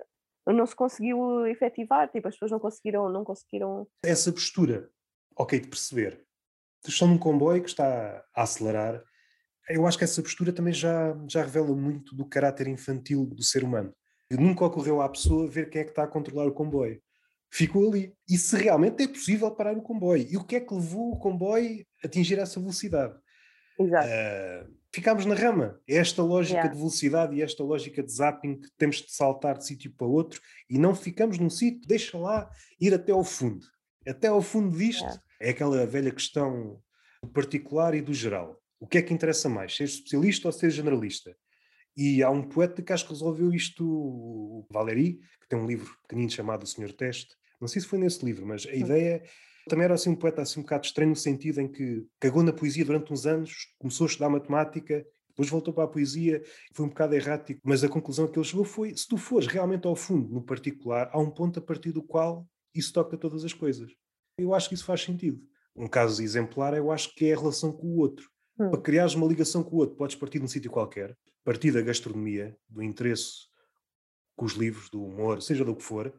não se conseguiu efetivar, tipo, as pessoas não conseguiram, não conseguiram. Essa postura, ok, de perceber. Estão num comboio que está a acelerar. Eu acho que essa postura também já, já revela muito do caráter infantil do ser humano. Nunca ocorreu à pessoa ver quem é que está a controlar o comboio. Ficou ali. E se realmente é possível parar o comboio? E o que é que levou o comboio a atingir essa velocidade? Exato. Uh, ficámos na rama. É esta lógica Yeah, de velocidade e esta lógica de zapping que temos de saltar de sítio para outro e não ficamos num sítio, deixa lá ir até ao fundo. Até ao fundo disto yeah. é aquela velha questão do particular e do geral. O que é que interessa mais, ser especialista ou ser generalista? E há um poeta que acho que resolveu isto, o Valéry, que tem um livro pequenino chamado O Senhor Teste. Não sei se foi nesse livro, mas a Hum. ideia também era assim um poeta assim um bocado estranho no sentido em que cagou na poesia durante uns anos, começou a estudar matemática, depois voltou para a poesia, foi um bocado errático, mas a conclusão que ele chegou foi: se tu fores realmente ao fundo, no particular, há um ponto a partir do qual isso toca todas as coisas. Eu acho que isso faz sentido. Um caso exemplar, eu acho que é a relação com o outro. Para Hum. criares uma ligação com o outro, podes partir de um sítio qualquer, partir da gastronomia, do interesse com os livros, do humor, seja do que for,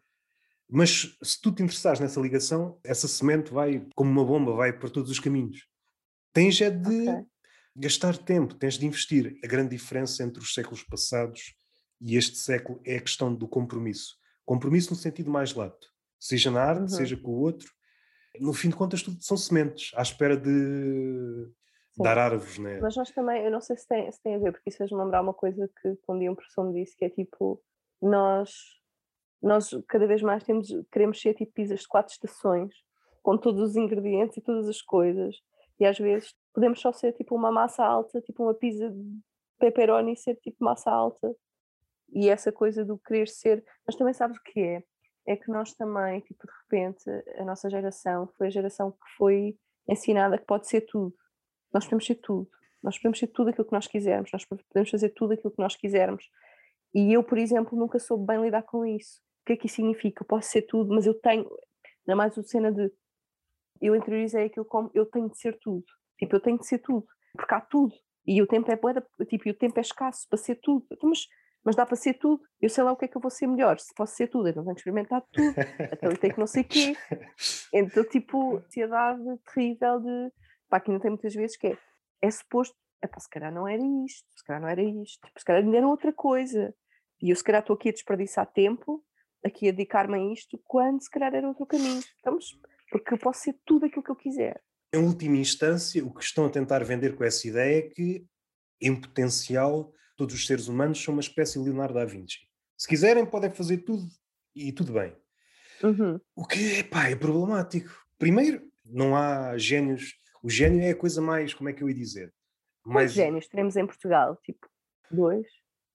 mas se tu te interessares nessa ligação, essa semente vai, como uma bomba, vai para todos os caminhos. Tens é de Ok. gastar tempo, tens de investir. A grande diferença entre os séculos passados e este século é a questão do compromisso. Compromisso no sentido mais lato. Seja na arte, Uhum. seja com o outro. No fim de contas, tudo são sementes, à espera de dar Sim. árvores, né? Mas nós também, eu não sei se tem, se tem a ver, porque isso fez-me lembrar uma coisa que um dia um professor me disse, que é tipo, nós, nós cada vez mais temos, queremos ser tipo pizzas de quatro estações, com todos os ingredientes e todas as coisas, e às vezes podemos só ser tipo uma massa alta, tipo uma pizza de pepperoni ser tipo massa alta, e essa coisa do querer ser, mas também sabes o que é? É que nós também, tipo, de repente, a nossa geração foi a geração que foi ensinada que pode ser tudo. Nós podemos ser tudo. Nós podemos ser tudo aquilo que nós quisermos, nós podemos fazer tudo aquilo que nós quisermos. E eu, por exemplo, nunca soube bem lidar com isso. O que é que isso significa? Eu posso ser tudo, mas eu tenho, ainda mais a cena de, eu interiorizei aquilo como eu tenho de ser tudo. Tipo, eu tenho de ser tudo, porque há tudo. E o tempo é bué da- tipo, e o tempo é escasso para ser tudo. Então, mas, mas dá para ser tudo. Eu sei lá o que é que eu vou ser melhor. Se posso ser tudo, eu não tenho que experimentar tudo. Então eu tenho que não sei o quê. Então, tipo, ansiedade terrível de. Pá, que ainda tem muitas vezes que é. É suposto. Epá, se calhar não era isto, se calhar não era isto, tipo, se calhar ainda era outra coisa. E eu, se calhar, estou aqui a desperdiçar tempo aqui a dedicar-me a isto quando se calhar era outro caminho. Estamos, porque eu posso ser tudo aquilo que eu quiser. Em última instância, o que estão a tentar vender com essa ideia é que, em potencial, todos os seres humanos são uma espécie de Leonardo da Vinci. Se quiserem, podem fazer tudo e tudo bem. Uhum. O que epá, é problemático. Primeiro, não há génios. O gênio é a coisa mais, como é que eu ia dizer? Quantos Mais, génios teremos em Portugal? Tipo, dois?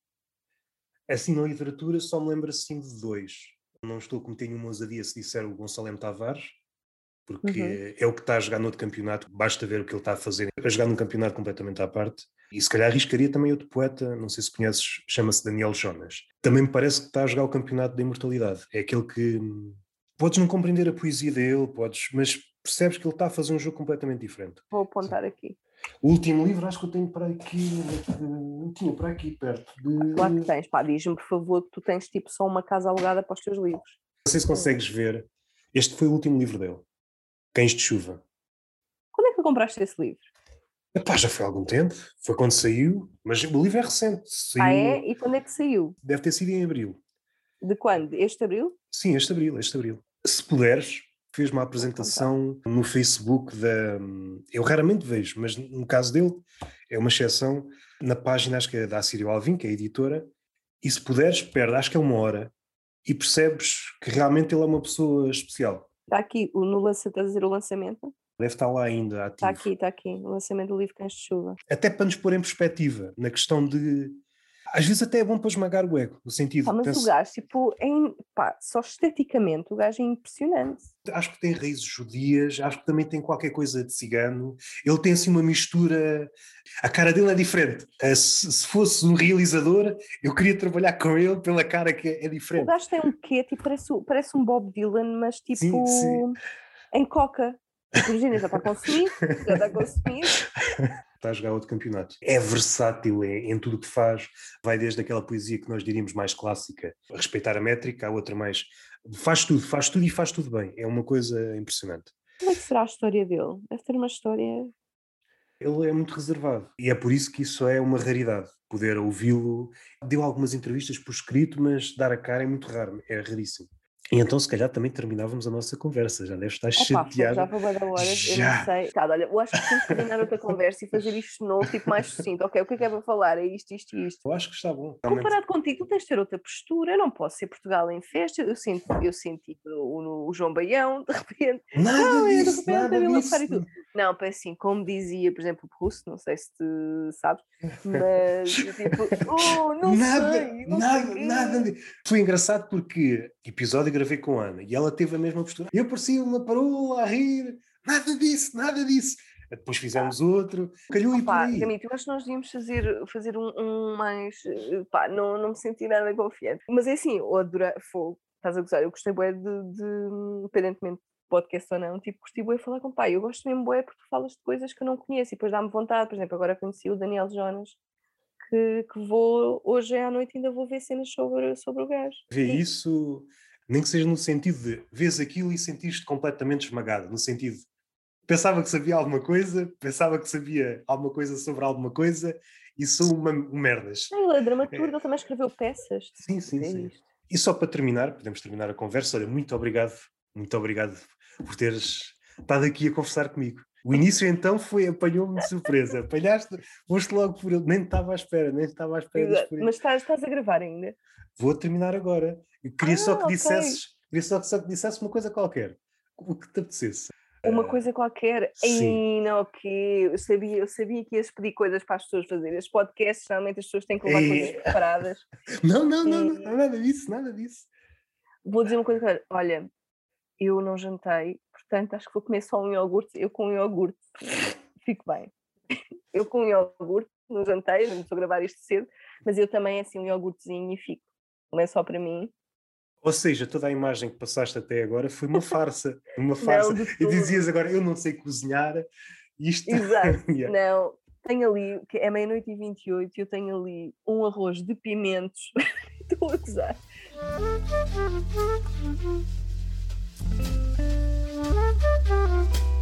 assim, na literatura, só me lembro assim de dois. Não estou a cometer nenhuma ousadia se disser o Gonçalo M. Tavares, porque Uhum. é o que está a jogar no outro campeonato, basta ver o que ele está a fazer, a jogar num campeonato completamente à parte. E se calhar arriscaria também outro poeta, não sei se conheces, chama-se Daniel Jonas. Também me parece que está a jogar o campeonato da imortalidade. É aquele que hum, podes não compreender a poesia dele, podes, mas percebes que ele está a fazer um jogo completamente diferente. Vou apontar aqui. O último livro acho que eu tenho para aqui, não tinha para aqui perto de... Claro que tens, pá, diz-me por favor que tu tens tipo só uma casa alugada para os teus livros. Não sei se consegues ver, este foi o último livro dele, Cães de Chuva. Quando é que tu compraste esse livro? Epá, já foi há algum tempo, foi quando saiu, mas o livro é recente, saiu, Ah é? E quando é que saiu? deve ter sido em abril. De quando? Este abril? Sim, este abril, este abril. Se puderes, fez uma apresentação no Facebook da... Eu raramente vejo, mas no caso dele é uma exceção, na página acho que é da Assírio Alvim, que é a editora, e se puderes, perde, acho que é uma hora, e percebes que realmente ele é uma pessoa especial. Está aqui, o, no lançamento, estás a dizer o lançamento? Deve estar lá ainda ativo. Está aqui, está aqui, o lançamento do livro Cães de Chuva. Até para nos pôr em perspectiva, na questão de... Às vezes até é bom para esmagar o ego, no sentido... Pá, mas penso, o gajo, tipo, é, in- pá, só esteticamente, o gajo é impressionante. acho que tem raízes judias, acho que também tem qualquer coisa de cigano. Ele tem assim uma mistura... A cara dele é diferente. Eh, Se, se fosse um realizador, eu queria trabalhar com ele pela cara que é, é O diferente. gajo tem um quê? Tipo, parece, o- parece um Bob Dylan, mas tipo Sim, sim. em coca. Tipo, imagina, já está consumido, já está consumido. Está a jogar outro campeonato. É versátil em, em tudo o que faz. Vai desde aquela poesia que nós diríamos mais clássica, a respeitar a métrica, a outra mais... Faz tudo, faz tudo e faz tudo bem. É uma coisa impressionante. Como é que será a história dele? Deve ter uma história... Ele é muito reservado e é por isso que isso é uma raridade, poder ouvi-lo. Deu algumas entrevistas por escrito, mas dar a cara é muito raro, é raríssimo. E então se calhar também terminávamos a nossa conversa, já deve estar Opa, fogo, já chateada. vou dar horas, eu não Já! sei. Tá, olha, eu acho que temos que terminar outra conversa e fazer isto de novo, tipo mais sucinto. Ok, o que é que é para falar? É isto, isto e isto. Eu acho que está bom. Realmente. Comparado contigo, tu tens de ter outra postura. Eu não posso ser Portugal em festa. Eu senti, eu senti o, o João Baião, de repente. Nada Não, eu de disso, repente nada a Vila disso. Sara e tudo. Não, para assim, como dizia, por exemplo, o Proust, não sei se tu sabes, mas tipo, oh, não nada, sei, não nada, sei quê. nada. de- Foi engraçado porque episódio gravei com a Ana e ela teve a mesma postura. Eu parecia uma parola a rir, nada disso, nada disso. Depois fizemos outro, calhou e por Pá, aí. Gamito, eu acho que nós devíamos fazer, fazer um, um mais. eh, Pá, não, não me senti nada confiante. Mas é assim, eu adorei. Fogo, estás a gozar? Eu gostei bué de, de. Independentemente de podcast ou não, tipo, gostei bué de falar com o pai. Eu gosto mesmo bué porque tu falas de coisas que eu não conheço e depois dá-me vontade. Por exemplo, agora conheci o Daniel Jonas, que, que vou. Hoje à noite ainda vou ver cenas sobre, sobre o gajo. Vê E- isso, nem que seja no sentido de vês aquilo e sentiste completamente esmagado, no sentido pensava que sabia alguma coisa, pensava que sabia alguma coisa sobre alguma coisa e sou uma um merdas. Ah, ele é dramaturgo, ele também escreveu peças. Sim, sim, É sim. isto. E só para terminar, podemos terminar a conversa, olha, muito obrigado, muito obrigado por teres estado aqui a conversar comigo. O início então foi, apanhou-me de surpresa, apanhaste, foste logo por ele, nem estava à espera, nem estava à espera disso Exato. por ele. Mas estás, estás a gravar ainda? Vou terminar agora. Eu queria só Ah, que ok. dissesses, queria só, só que dissesse uma coisa qualquer, o que te apetecesse. Uma Ah, coisa qualquer. sim. Ai, não, ok. Eu sabia, eu sabia que ias pedir coisas para as pessoas fazerem. Estes podcasts, geralmente as pessoas têm que levar Ei. coisas preparadas. Não, não, não, E- não, nada disso, nada disso. Vou dizer uma coisa, claro. Olha, eu não jantei, portanto acho que vou comer só um iogurte. Eu com um iogurte fico bem. Eu com um iogurte, não jantei, não estou a gravar isto cedo, mas eu também assim um iogurtezinho e fico. Não é só para mim. Ou seja, toda a imagem que passaste até agora foi uma farsa, uma farsa. Não, de E dizias todo. agora, eu não sei cozinhar, isto... Exato. Yeah. Não, tenho ali, que é meia-noite e vinte e oito, e eu tenho ali um arroz de pimentos. Estou a gozar. Thank you.